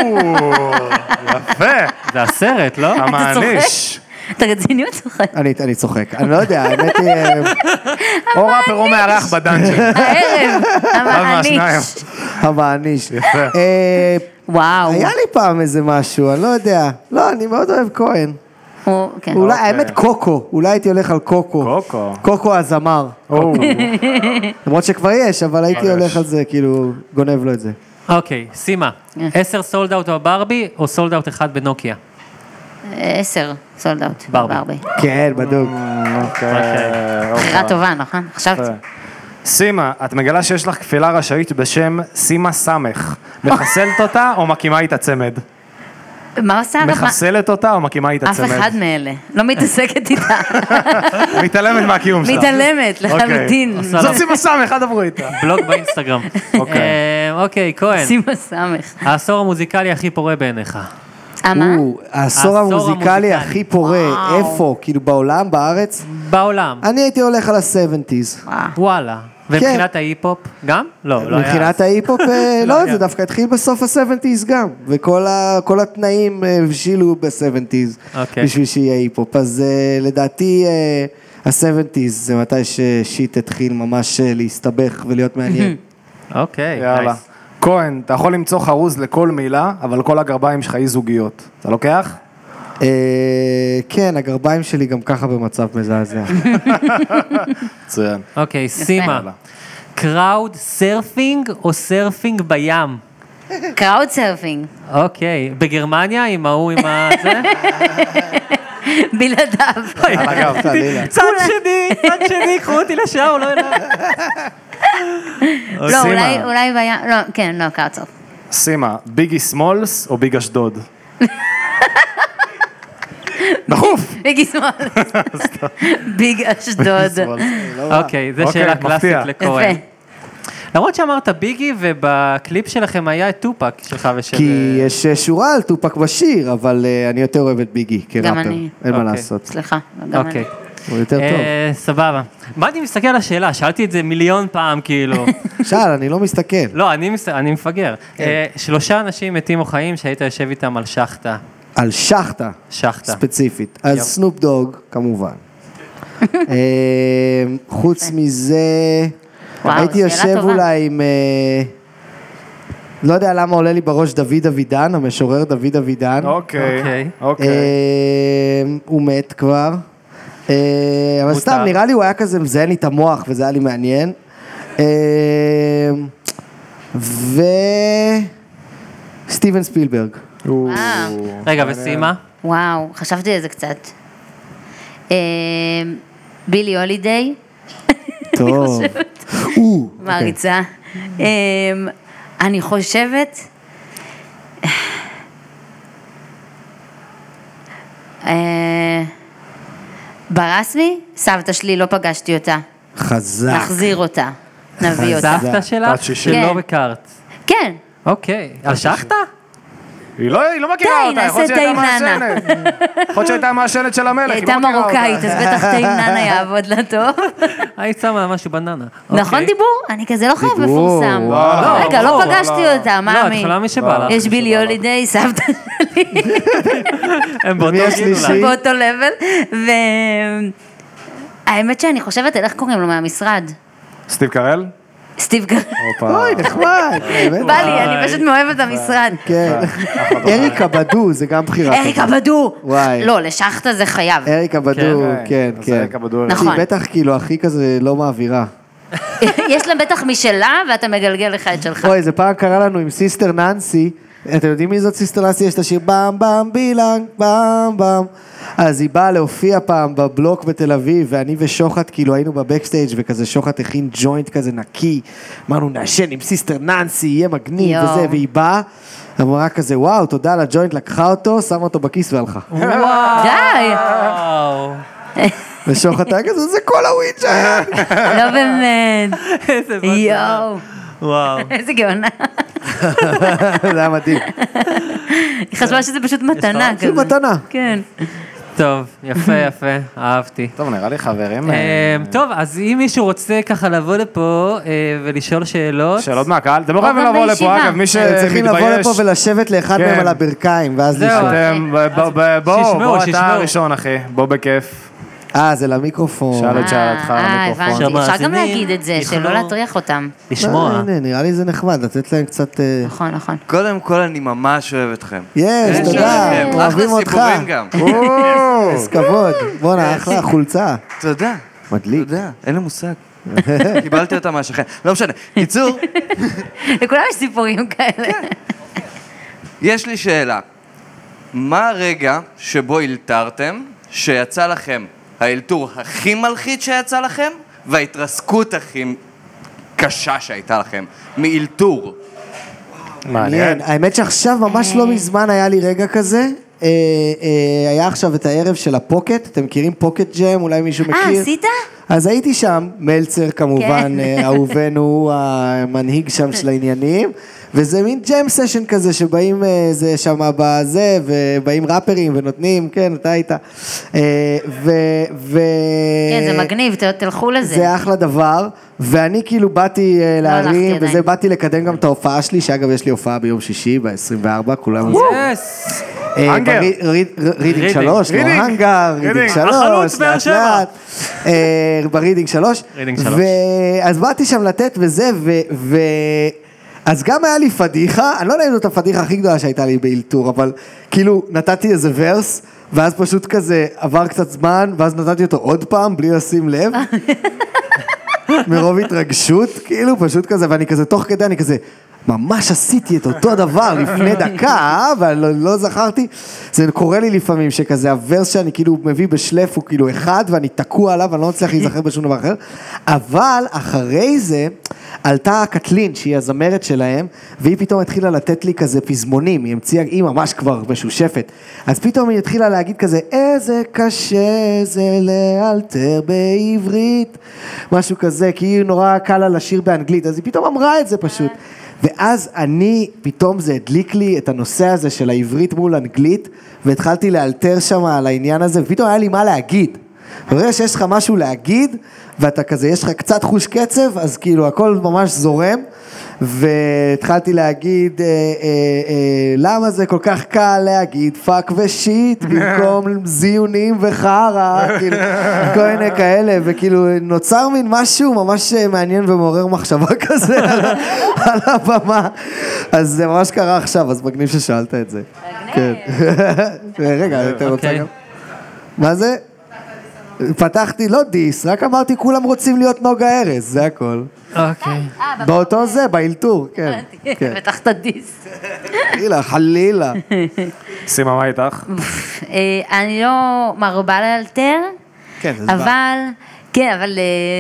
Speaker 7: יפה.
Speaker 6: זה הסרט, לא?
Speaker 7: המעניש.
Speaker 9: אתה רציני או צוחק?
Speaker 8: אני אני צוחק, אני לא יודע, האמת היא...
Speaker 7: או ראפר או מארח בדאנג'ן.
Speaker 9: הערב,
Speaker 7: מהשניים.
Speaker 9: המעניש.
Speaker 8: המעניש.
Speaker 7: יפה.
Speaker 8: אה,
Speaker 9: וואו.
Speaker 8: היה לי פעם איזה משהו, אני לא יודע. לא, אני מאוד אוהב כהן.
Speaker 9: הוא- כן.
Speaker 8: אולי, האמת קוקו, אולי הייתי הולך על קוקו.
Speaker 7: קוקו.
Speaker 8: קוקו הזמר. למרות שכבר יש, אבל הייתי הולך על זה, כאילו, גונב לו את זה.
Speaker 6: אוקיי, סימה, עשר סולד אאוט או ברבי, או סולד אאוט אחד בנוקיה?
Speaker 9: עשר, סולד אאוט.
Speaker 6: ברבי.
Speaker 9: ברבי.
Speaker 8: כן, בדוק.
Speaker 9: בחירה טובה, נכון? חשבתי.
Speaker 7: סימה, את מגלה שיש לך כפילה רשאית בשם סימה סמך. מחסלת אותה או מקימה איתה צמד?
Speaker 9: מה עושה?
Speaker 7: מחסלת אותה או מקימה איתה
Speaker 9: אף
Speaker 7: צמד?
Speaker 9: אחד מאלה. לא מתעסקת איתה.
Speaker 7: מתעלמת מהקיום שלה.
Speaker 9: מתעלמת לחלוטין.
Speaker 7: זאת סימה סמך, אל דברו איתה.
Speaker 6: בלוג באינסטגרם.
Speaker 7: אוקיי.
Speaker 6: אה, אוקיי, כהן,
Speaker 9: סימה סמך.
Speaker 6: העשור המוזיקלי הכי פורה בעיניך.
Speaker 9: אה, מה?
Speaker 8: או, העשור
Speaker 6: העשור
Speaker 8: המוזיקלי
Speaker 6: המוזיקלי.
Speaker 8: הכי פורה, איפה? כאילו בעולם, בארץ?
Speaker 6: בעולם.
Speaker 8: אני הייתי הולך על ה-שבעים.
Speaker 6: וואלה. ומבחינת ההיפ-הופ? גם? לא, לא היה.
Speaker 8: מבחינת ההיפ-הופ, אה, לא, זה דווקא התחיל בסוף ה-שבעים גם, וכל ה- כל התנאים אה, הבשילו ב-שבעים
Speaker 6: אוקיי.
Speaker 8: בשביל שיהיה היפ-הופ, אז אה, לדעתי אה, ה-שבעים זה מתי ששיט התחיל ממש אה, להסתבך ולהיות מעניין.
Speaker 6: אוקיי,
Speaker 7: יאללה.
Speaker 6: נייס.
Speaker 7: כהן, אתה יכול למצוא חרוז לכל מילה, אבל כל הגרביים שלך יהיו זוגיות. אתה לוקח?
Speaker 8: אה, כן, הגרביים שלי גם ככה במצב מזעזע.
Speaker 7: מצוין.
Speaker 6: אוקיי, סימה.
Speaker 7: יאללה.
Speaker 6: קראוד סרפינג או סרפינג בים?
Speaker 9: קראוד סרפינג.
Speaker 6: אוקיי, בגרמניה עם ההוא עם ה... זה?
Speaker 9: בלעדיו.
Speaker 7: על הגב, חלילה.
Speaker 6: צד שני, צד שני, קחו אותי לשם, לא יודע.
Speaker 9: לא, אולי, אולי בים, לא, כן, לא, קראוד סרפינג.
Speaker 7: סימה, ביגי סמולס או ביג אשדוד? דחוף.
Speaker 9: ביגי שמאל. ביג אשדוד.
Speaker 6: אוקיי, זו
Speaker 7: אוקיי,
Speaker 6: שאלה
Speaker 7: מפתיע.
Speaker 6: קלאסית לכהן.
Speaker 9: יפה.
Speaker 6: למרות שאמרת ביגי, ובקליפ שלכם היה את טופק שלך ושל...
Speaker 8: כי יש אה, שורה על טופק בשיר, אבל אה, אני יותר אוהב את ביגי כראפר,
Speaker 9: אני.
Speaker 8: אין מה
Speaker 6: אוקיי.
Speaker 8: לעשות,
Speaker 9: סליחה, גם
Speaker 6: אוקיי.
Speaker 9: אני.
Speaker 8: הוא יותר טוב.
Speaker 6: אה, סבבה. מה אני מסתכל על השאלה? שאלתי את זה מיליון פעם, כאילו.
Speaker 8: שאל, אני לא מסתכל.
Speaker 6: לא, אני מס- אני מפגר. אה, שלושה אנשים מתים או חיים שהיית יושב איתם על שחטה.
Speaker 8: על שחטה,
Speaker 6: שחטה.
Speaker 8: ספציפית. אז
Speaker 6: יופ.
Speaker 8: סנופ דוג, כמובן. אה, חוץ מזה,
Speaker 9: וואו,
Speaker 8: הייתי
Speaker 9: שאלה
Speaker 8: יושב
Speaker 9: טובה.
Speaker 8: אולי עם... אה, לא יודע למה עולה לי בראש דוד אבידן, המשורר דוד אבידן.
Speaker 7: אוקיי.
Speaker 6: אוקיי.
Speaker 7: אוקיי.
Speaker 8: אה, הוא מת כבר. אה, אבל
Speaker 6: מותר.
Speaker 8: סתם, נראה לי הוא היה כזה מזיין לי את המוח, וזה היה לי מעניין. אה, ו... סטיבן ספילברג.
Speaker 9: וואו.
Speaker 6: רגע, וסימה?
Speaker 9: וואו, חשבתי על זה קצת. אה, בילי הולידיי,
Speaker 8: טוב. או,
Speaker 9: מעריצה. אה, אני חושבת... אה, ברסמי, סבתא שלי, לא פגשתי אותה.
Speaker 8: חזק.
Speaker 9: נחזיר אותה, נביא אותה.
Speaker 6: סבתא שלך?
Speaker 7: בת שישים.
Speaker 6: שלא
Speaker 9: כן.
Speaker 6: הכרת.
Speaker 9: כן,
Speaker 6: אוקיי. על שחטה?
Speaker 7: היא לא היא לא מכירה
Speaker 9: די,
Speaker 7: אותה, יכול להיות
Speaker 9: נעשה
Speaker 7: שהייתה
Speaker 9: תה עם ננה.
Speaker 7: מעשנת. יכול להיות שהייתה מעשנת של המלך,
Speaker 9: היא
Speaker 7: היא לא
Speaker 9: הייתה
Speaker 7: מכירה אותה.
Speaker 9: מרוקאית, אז בטח תה עם ננה יעבוד לה טוב.
Speaker 6: היית שמה משהו בננה.
Speaker 9: נכון
Speaker 6: אוקיי.
Speaker 9: דיבור? אני כזה לא חייב
Speaker 8: דיבור.
Speaker 9: מפורסם.
Speaker 6: לא,
Speaker 9: רגע,
Speaker 6: לא,
Speaker 9: לא
Speaker 6: לא,
Speaker 9: פגשתי אותה,
Speaker 6: לא, את
Speaker 9: מאמי.
Speaker 6: יכולה מי שבא לך.
Speaker 9: יש בילי הולידיי, סבתא שלי,
Speaker 6: הם באותו
Speaker 8: מי
Speaker 6: גיל
Speaker 8: השלישי?
Speaker 6: אולי.
Speaker 9: באותו לבל. והאמת שאני חושבת, איך קוראים לו מהמשרד?
Speaker 7: סטיב קרל?
Speaker 9: סטיב קרל.
Speaker 8: אוי, נחמד. באמת.
Speaker 9: בא לי, אני פשוט מאוהבת במשרד.
Speaker 8: כן. אריקה בדו, זה גם בחירה.
Speaker 9: אריקה בדו.
Speaker 8: וואי.
Speaker 9: לא, לשחטה זה חייב.
Speaker 8: אריקה בדו, כן,
Speaker 7: אז
Speaker 8: כן.
Speaker 7: אריקה בדו.
Speaker 9: נכון.
Speaker 8: היא בטח כאילו הכי כזה לא מעבירה.
Speaker 9: יש לה בטח משלה, ואתה מגלגל לך את שלך.
Speaker 8: אוי, זה פעם קרה לנו עם סיסטר ננסי. אתם יודעים מי זאת סיסטר ננסי? יש את השיר במ במ בילנג, במ במ. אז היא באה להופיע פעם בבלוק בתל אביב, ואני ושוחט כאילו היינו בבקסטייג' וכזה שוחט הכין ג'וינט כזה נקי. אמרנו, נעשן עם סיסטר ננסי, יהיה מגניב
Speaker 9: יואו.
Speaker 8: וזה, והיא באה. אמרה כזה, וואו, תודה על הג'וינט, לקחה אותו, שמה אותו בכיס והלכה.
Speaker 9: די.
Speaker 6: וואו.
Speaker 8: ושוחט היה כזה, זה כל הוויד שהיה.
Speaker 9: לא באמת.
Speaker 6: איזה בטח.
Speaker 9: יואו.
Speaker 6: וואו.
Speaker 9: איזה גאונה.
Speaker 8: זה היה מדהים.
Speaker 9: היא חשבה שזה פשוט מתנה כזה.
Speaker 8: זה מתנה.
Speaker 9: כן.
Speaker 6: טוב, יפה, יפה, אהבתי.
Speaker 7: טוב, נראה לי חברים.
Speaker 6: טוב, אז אם מישהו רוצה ככה לבוא לפה ולשאול שאלות...
Speaker 7: שאלות מהקהל, אתם לא חייבים לבוא לפה, אגב, מי שמתבייש...
Speaker 8: צריכים לבוא לפה ולשבת לאחד מהם על הברכיים, ואז לשאול.
Speaker 7: בוא, בוא, אתה הראשון, אחי, בוא בכיף.
Speaker 8: אה, זה למיקרופון.
Speaker 7: שאל את שאלתך למיקרופון.
Speaker 9: הבנתי, אפשר גם להגיד את זה, שלא להטריח אותם.
Speaker 6: לשמוע.
Speaker 8: נראה לי זה נחמד, לתת להם קצת...
Speaker 9: נכון, נכון.
Speaker 10: קודם כל, אני ממש אוהב אתכם.
Speaker 8: יש, תודה, אוהבים אותך.
Speaker 10: אחלה סיפורים גם.
Speaker 8: איזה כבוד. בוא'נה, אחלה, חולצה.
Speaker 10: תודה.
Speaker 8: מדליק.
Speaker 10: תודה, אין לי מושג. קיבלתי אותה מהשכן. לא משנה. קיצור,
Speaker 9: לכולם יש סיפורים כאלה.
Speaker 10: יש לי שאלה. מה הרגע שבו הילתרתם, שיצא לכם האלתור הכי מלחיץ שיצא לכם, וההתרסקות הכי קשה שהייתה לכם, מאלתור?
Speaker 8: מעניין. האמת שעכשיו ממש לא מזמן היה לי רגע כזה, היה עכשיו את הערב של הפוקט, אתם מכירים פוקט ג'ם, אולי מישהו מכיר?
Speaker 9: אה, עשית?
Speaker 8: אז הייתי שם, מלצר כמובן, אהובנו, המנהיג שם של העניינים, וזה מין ג'ם סשן כזה, שבאים זה שם בזה, ובאים ראפרים ונותנים, כן, אתה היית. ו...
Speaker 9: כן, זה מגניב, תלכו לזה.
Speaker 8: זה אחלה דבר, ואני כאילו באתי להרים, וזה באתי לקדם גם את ההופעה שלי, שאגב יש לי הופעה ביום שישי, ב-עשרים וארבע, כולם...
Speaker 6: יס!
Speaker 8: הנגר. רידינג שלוש, לא הנגר, רידינג שלוש, לאט לאט. ברידינג שלוש.
Speaker 6: רידינג שלוש.
Speaker 8: אז באתי שם לתת וזה, ו... אז גם היה לי פדיחה, אני לא יודע אם זאת הפדיחה הכי גדולה שהייתה לי באלתור, אבל כאילו נתתי איזה ורס, ואז פשוט כזה עבר קצת זמן, ואז נתתי אותו עוד פעם, בלי לשים לב. מרוב התרגשות, כאילו פשוט כזה, ואני כזה תוך כדי, אני כזה... ממש עשיתי את אותו דבר לפני דקה, אבל לא, לא זכרתי. זה קורה לי לפעמים שכזה, הוורס שאני כאילו מביא בשלף הוא כאילו אחד, ואני תקוע עליו, אני לא מצליח להיזכר בשום דבר אחר. אבל אחרי זה, עלתה קטלין, שהיא הזמרת שלהם, והיא פתאום התחילה לתת לי כזה פזמונים, היא המציאה, היא ממש כבר משושפת. אז פתאום היא התחילה להגיד כזה, איזה קשה זה לאלתר בעברית, משהו כזה, כי היא נורא קל לה לשיר באנגלית, אז היא פתאום אמרה את זה פשוט. ואז אני, פתאום זה הדליק לי את הנושא הזה של העברית מול אנגלית, והתחלתי לאלתר שם על העניין הזה, ופתאום היה לי מה להגיד. ברגע שיש לך משהו להגיד, ואתה כזה, יש לך קצת חוש קצב, אז כאילו הכל ממש זורם, והתחלתי להגיד, אה, אה, אה, למה זה כל כך קל להגיד פאק ושיט, במקום זיונים וחרה, כאילו, כל מיני כאלה, וכאילו נוצר מין משהו ממש מעניין ומעורר מחשבה כזה על, על הבמה, אז זה ממש קרה עכשיו, אז מגניב ששאלת את זה. כן. רגע, אתה רוצה גם? מה זה? פתחתי, לא דיס, רק אמרתי כולם רוצים להיות נוגה ארז, זה הכל.
Speaker 6: אוקיי.
Speaker 8: באותו זה, באלתור, כן.
Speaker 9: פתחת דיס.
Speaker 8: חלילה, חלילה.
Speaker 7: סימה, מה איתך?
Speaker 9: אני לא מרבה לאלתר, אבל, כן, אבל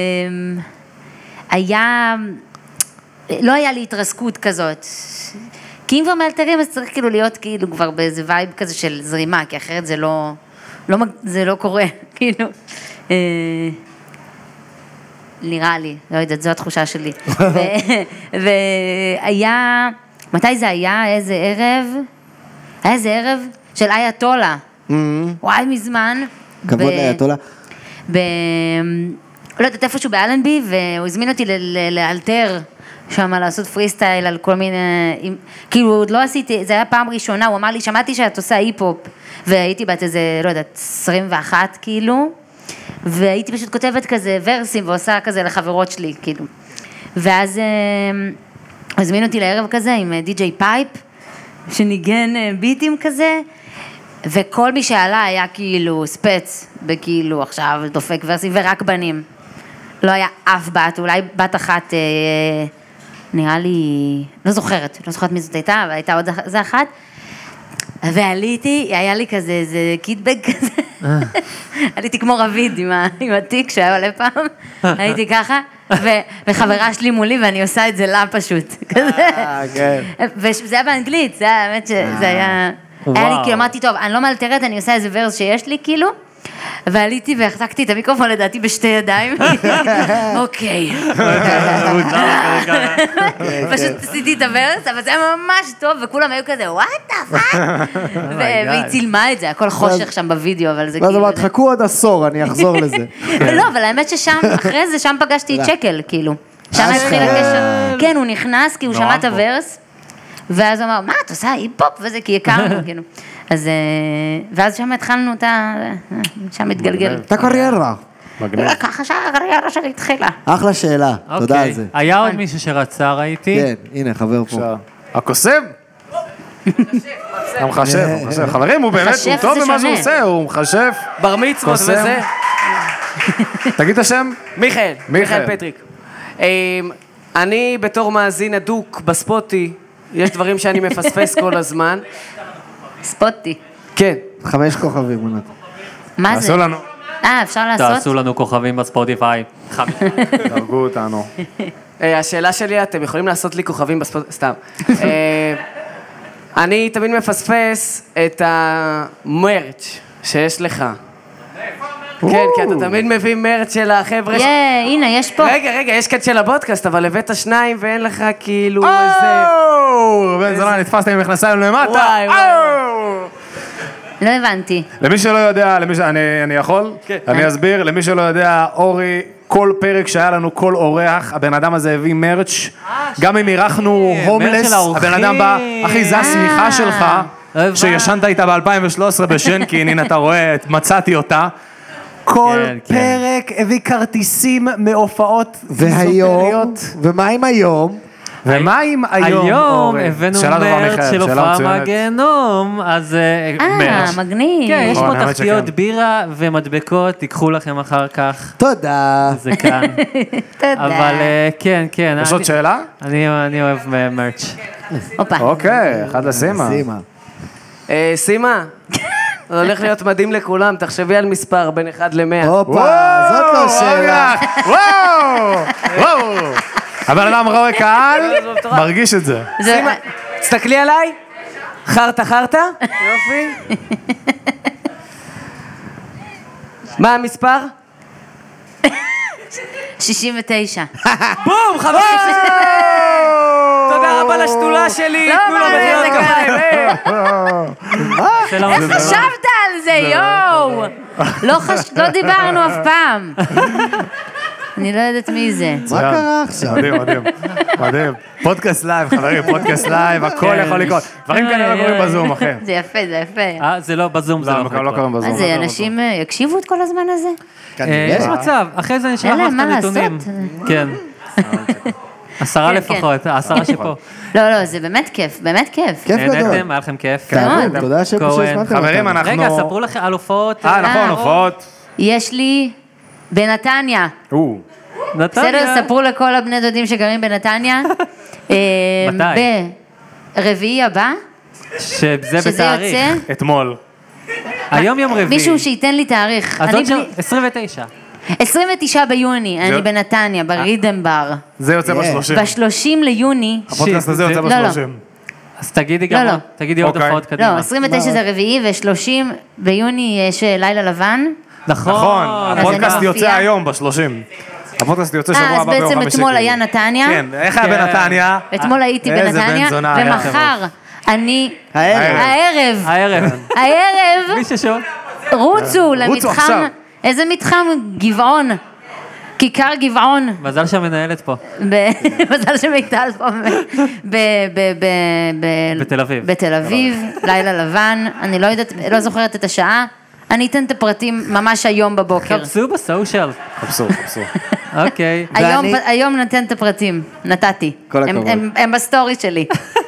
Speaker 9: היה, לא היה לי התרסקות כזאת. כי אם כבר מאלתרים, אז צריך כאילו להיות כאילו כבר באיזה וייב כזה של זרימה, כי אחרת זה לא... לא, זה לא קורה, כאילו, אה, נראה לי, לא יודעת, זו התחושה שלי. ו, והיה, מתי זה היה? איזה ערב? היה איזה ערב של אייתולה. וואי, מזמן.
Speaker 8: כבוד אייתולה.
Speaker 9: ב... לא יודעת, איפשהו באלנבי, והוא הזמין אותי לאלתר, שם לעשות פרי סטייל על כל מיני, כאילו עוד לא עשיתי, זה היה פעם ראשונה, הוא אמר לי, שמעתי שאת עושה היפ-הופ, והייתי בת איזה, לא יודעת, עשרים ואחת כאילו, והייתי פשוט כותבת כזה ורסים, ועושה כזה לחברות שלי, כאילו. ואז הוא הזמין אותי לערב כזה עם די-ג'יי פייפ, שניגן ביטים כזה, וכל מי שעלה היה כאילו ספץ, בכאילו עכשיו דופק ורסים, ורק בנים. לא היה אף בת, אולי בת אחת, נראה לי, לא זוכרת, לא זוכרת מי זאת הייתה, אבל הייתה עוד זה אחת, ועליתי, היה לי כזה, איזה קיטבג כזה, עליתי כמו רביד עם התיק שהיה עולה פעם, הייתי ככה, וחברה שלי מולי, ואני עושה את זה לה פשוט, כזה, וזה היה באנגלית, זה היה, האמת שזה היה, היה לי, כאילו אמרתי, טוב, אני לא מאלתרת, אני עושה איזה ורס שיש לי, כאילו, ועליתי והחזקתי את המיקרופון לדעתי בשתי ידיים. אוקיי. פשוט עשיתי את הוורס, אבל זה היה ממש טוב, וכולם היו כזה, וואט דה פאק? והיא צילמה את זה, הכל חושך שם בווידאו, אבל זה כאילו...
Speaker 8: ואז אמרת, חכו עוד עשור, אני אחזור לזה.
Speaker 9: לא, אבל האמת ששם, אחרי זה, שם פגשתי את שקל, כאילו. שם התחיל הקשר. כן, הוא נכנס, כי הוא שמע את הוורס, ואז הוא אמר, מה, את עושה היפ-הופ? וזה, כי הכרנו, כאילו. אז, ואז שם התחלנו את ה... שם התגלגל.
Speaker 8: את הקריירה.
Speaker 9: ככה שהקריירה שלי התחילה.
Speaker 8: אחלה שאלה, תודה על זה.
Speaker 6: היה עוד מישהו שרצה, ראיתי.
Speaker 8: כן, הנה, חבר פה.
Speaker 7: הקוסם? המחשב, חברים, הוא באמת, הוא טוב במה שהוא עושה, הוא מחשב.
Speaker 11: בר מצוות וזה.
Speaker 7: תגיד את השם?
Speaker 11: מיכאל, מיכאל פטריק. אני בתור מאזין הדוק בספוטי, יש דברים שאני מפספס כל הזמן.
Speaker 9: ספוטי.
Speaker 11: כן.
Speaker 8: חמש כוכבים, מונת.
Speaker 9: מה זה?
Speaker 7: תעשו לנו.
Speaker 9: אה, אפשר לעשות?
Speaker 6: תעשו לנו כוכבים בספוטיפיי.
Speaker 7: תרגו אותנו.
Speaker 11: השאלה שלי, אתם יכולים לעשות לי כוכבים בספוטיפיי, סתם. אני תמיד מפספס את המרץ' שיש לך. כן, כי אתה תמיד מביא מרץ' של החבר'ה.
Speaker 9: יא, הנה, יש פה.
Speaker 11: רגע, רגע, יש קאט של הפודקאסט, אבל הבאת שניים ואין לך כאילו איזה...
Speaker 7: אוו, בן זונה, נתפסתם עם מכנסיים למטה.
Speaker 11: וואי, וואי.
Speaker 9: לא הבנתי.
Speaker 7: למי שלא יודע, למי ש... אני, אני יכול? כן. אני אסביר, למי שלא יודע, אורי, כל פרק שהיה לנו, כל אורח, הבן אדם הזה הביא מרץ', גם אם אירחנו הומלס, הבן אדם בא, אחי, זה השמיכה שלך, שישנת איתה ב-אלפיים ושלוש עשרה בשנקין, הנה אתה רואה, מצאתי אותה. כל פרק הביא כרטיסים מהופעות
Speaker 8: והיום, ומה עם היום?
Speaker 7: ומה עם היום?
Speaker 6: היום הבאנו מרץ של הופעה מהגיהנום, אז מרץ.
Speaker 9: אה, מגניב.
Speaker 6: כן, יש פה תחתיות בירה ומדבקות, תיקחו לכם אחר כך.
Speaker 8: תודה.
Speaker 6: זה כאן.
Speaker 9: תודה.
Speaker 6: אבל כן, כן.
Speaker 7: יש עוד שאלה?
Speaker 6: אני אוהב מרץ.
Speaker 9: הופה.
Speaker 7: אוקיי, אחד לסימה.
Speaker 8: סימה.
Speaker 11: סימה, זה הולך להיות מדהים לכולם, תחשבי על מספר בין אחד למאה.
Speaker 8: הופה, זאת לא שאלה.
Speaker 7: וואו, וואו. אבל אדם רואה קהל, מרגיש את זה.
Speaker 11: סימה, תסתכלי עליי. חרטה חרטה. יופי. מה המספר?
Speaker 9: שישים ותשע.
Speaker 11: בום, חברים. תודה רבה לשתולה שלי.
Speaker 9: לא, מה זה ככה? חשבת על זה, יואו. לא דיברנו אף פעם. אני לא יודעת מי זה.
Speaker 8: מה קרה עכשיו?
Speaker 7: מדהים, מדהים, מדהים. פודקאסט לייב, חברים, פודקאסט לייב, הכל יכול לקרות. דברים כאלה לא קוראים בזום, אחי.
Speaker 9: זה יפה, זה יפה.
Speaker 6: אה, זה לא בזום, זה לא יכול
Speaker 7: לא קוראים בזום.
Speaker 9: אז אנשים יקשיבו את כל הזמן הזה?
Speaker 6: יש מצב, אחרי זה נשלח לך את הנתונים. כן. עשרה לפחות, עשרה שפה.
Speaker 9: לא, לא, זה באמת כיף, באמת כיף.
Speaker 8: כיף גדול.
Speaker 6: נהנתם, היה לכם כיף.
Speaker 8: תודה שהזמנתם.
Speaker 7: חברים, אנחנו...
Speaker 6: רגע, ספרו לכם על הופעות.
Speaker 7: אה, נכון, הופעות.
Speaker 9: יש לי בנתניה.
Speaker 6: נתניה.
Speaker 9: בסדר, ספרו לכל הבני דודים שגרים בנתניה.
Speaker 6: מתי?
Speaker 9: ברביעי הבא.
Speaker 6: שזה
Speaker 9: שזה
Speaker 6: בתאריך.
Speaker 9: יוצא.
Speaker 7: אתמול.
Speaker 6: היום יום רביעי.
Speaker 9: מישהו שייתן לי תאריך.
Speaker 6: אז עוד שם, עשרים ותשע.
Speaker 9: עשרים ותשעה ביוני, אני בנתניה, ברידם בר.
Speaker 7: זה יוצא בשלושים.
Speaker 9: בשלושים ליוני.
Speaker 7: הפודקאסט הזה יוצא בשלושים.
Speaker 6: אז תגידי גם, תגידי עוד הופעות קדימה.
Speaker 9: לא, עשרים ותשע זה רביעי, ו-שלושים ביוני יש לילה לבן.
Speaker 7: נכון, הפודקאסט יוצא היום בשלושים. הפודקאסט יוצא שבוע הבא ביום חמישי.
Speaker 9: אז בעצם אתמול היה נתניה.
Speaker 7: כן, איך היה בנתניה?
Speaker 9: אתמול הייתי בנתניה, ומחר אני... הערב.
Speaker 6: הערב.
Speaker 9: הערב.
Speaker 6: מי ששוב.
Speaker 9: רוצו למתחם, איזה מתחם? גבעון. כיכר גבעון.
Speaker 6: מזל שהמנהלת פה.
Speaker 9: מזל שמיטל פה.
Speaker 6: בתל אביב.
Speaker 9: בתל אביב, לילה לבן, אני לא יודעת, לא זוכרת את השעה. אני אתן את הפרטים ממש היום בבוקר.
Speaker 6: חפשו בסושיאל.
Speaker 7: חפשו, חפשו.
Speaker 6: אוקיי.
Speaker 9: היום נתן את הפרטים, נתתי.
Speaker 8: כל הכבוד.
Speaker 9: הם בסטורית שלי.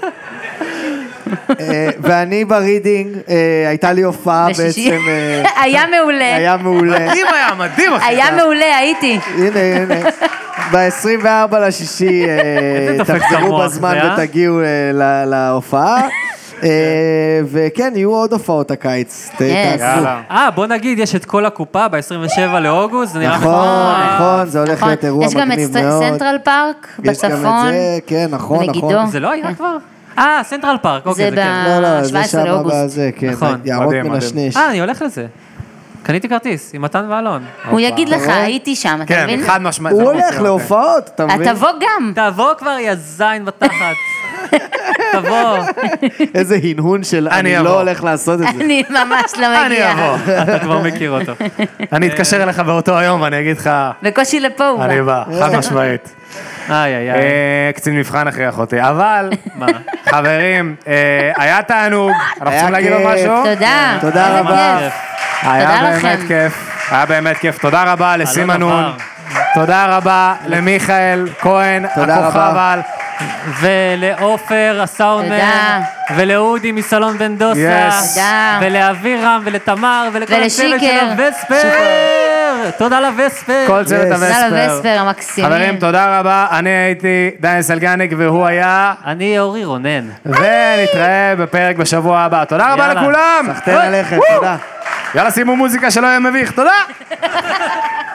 Speaker 8: ואני ברידינג, הייתה לי הופעה בעצם...
Speaker 9: היה מעולה.
Speaker 8: היה מעולה.
Speaker 7: מדהים היה, מדהים אחי.
Speaker 9: היה מעולה, הייתי.
Speaker 8: הנה, הנה. ב-עשרים וארבעה לשישי תחזרו בזמן ותגיעו להופעה. וכן, יהיו עוד הופעות הקיץ.
Speaker 6: אה, בוא נגיד, יש את כל הקופה ב-עשרים ושבעה לאוגוסט.
Speaker 8: נכון, נכון, זה הולך להיות אירוע מגניב מאוד.
Speaker 9: יש גם את סנטרל פארק בצפון.
Speaker 8: יש גם את זה, כן, נכון, נכון.
Speaker 6: זה לא היה כבר? אה, סנטרל פארק, אוקיי,
Speaker 9: זה כן.
Speaker 8: לא, לא, זה
Speaker 9: ב-שבעה עשר לאוגוסט.
Speaker 8: זה, כן, יערות מנשנש.
Speaker 6: אה, אני הולך לזה. קניתי כרטיס, עם מתן ואלון.
Speaker 9: הוא יגיד לך, הייתי שם, אתה
Speaker 7: כן,
Speaker 9: מבין?
Speaker 7: חד משמעית.
Speaker 8: הוא הולך להופעות, אתה מבין?
Speaker 9: תבוא גם.
Speaker 6: תבוא כבר, יא זין בתחת. תבוא.
Speaker 8: איזה הנהון של אני לא הולך לעשות את זה.
Speaker 9: אני ממש לא
Speaker 7: אני
Speaker 9: מגיעה.
Speaker 7: אבוא.
Speaker 6: אתה כבר מכיר אותו.
Speaker 7: אני אתקשר אליך באותו היום ואני אגיד לך,
Speaker 9: בקושי לפה הוא
Speaker 7: אני
Speaker 9: בא.
Speaker 7: בא, חד משמעית.
Speaker 6: איי, איי, איי.
Speaker 7: אה, קצין מבחן הכריח אותי, אבל, חברים, אה, היה תענוג, אנחנו
Speaker 8: היה
Speaker 7: צריכים להגיד עוד
Speaker 8: כיף.
Speaker 7: משהו?
Speaker 9: תודה.
Speaker 8: תודה
Speaker 9: איזה
Speaker 8: רבה.
Speaker 9: כיף.
Speaker 7: היה
Speaker 9: תודה
Speaker 7: באמת
Speaker 9: לכם.
Speaker 7: כיף, היה באמת כיף, תודה רבה לסימה
Speaker 6: אלון
Speaker 7: נון,
Speaker 6: עבר.
Speaker 7: תודה רבה למיכאל כהן,
Speaker 8: תודה
Speaker 7: הכוכב
Speaker 8: רבה.
Speaker 7: על,
Speaker 6: ולעופר הסאונדמן,
Speaker 9: תודה.
Speaker 6: ולאודי מסלון בן דוסה,
Speaker 7: Yes.
Speaker 9: תודה.
Speaker 6: ולאבירם ולתמר ולכל הצוות של
Speaker 9: ולשיקר.
Speaker 6: הווספר. תודה לווספר.
Speaker 7: כל צוות
Speaker 8: Yes.
Speaker 9: תודה
Speaker 7: הווספר.
Speaker 9: לווספר המקסימים.
Speaker 7: חברים, תודה רבה, אני הייתי דניאל סלגניק והוא היה,
Speaker 6: אני אורי רונן.
Speaker 7: ונתראה בפרק בשבוע הבא. תודה רבה
Speaker 6: יאללה.
Speaker 7: לכולם.
Speaker 8: סחטיין עליכם, תודה.
Speaker 7: יאללה, שימו מוזיקה שלא יהיה מביך, תודה.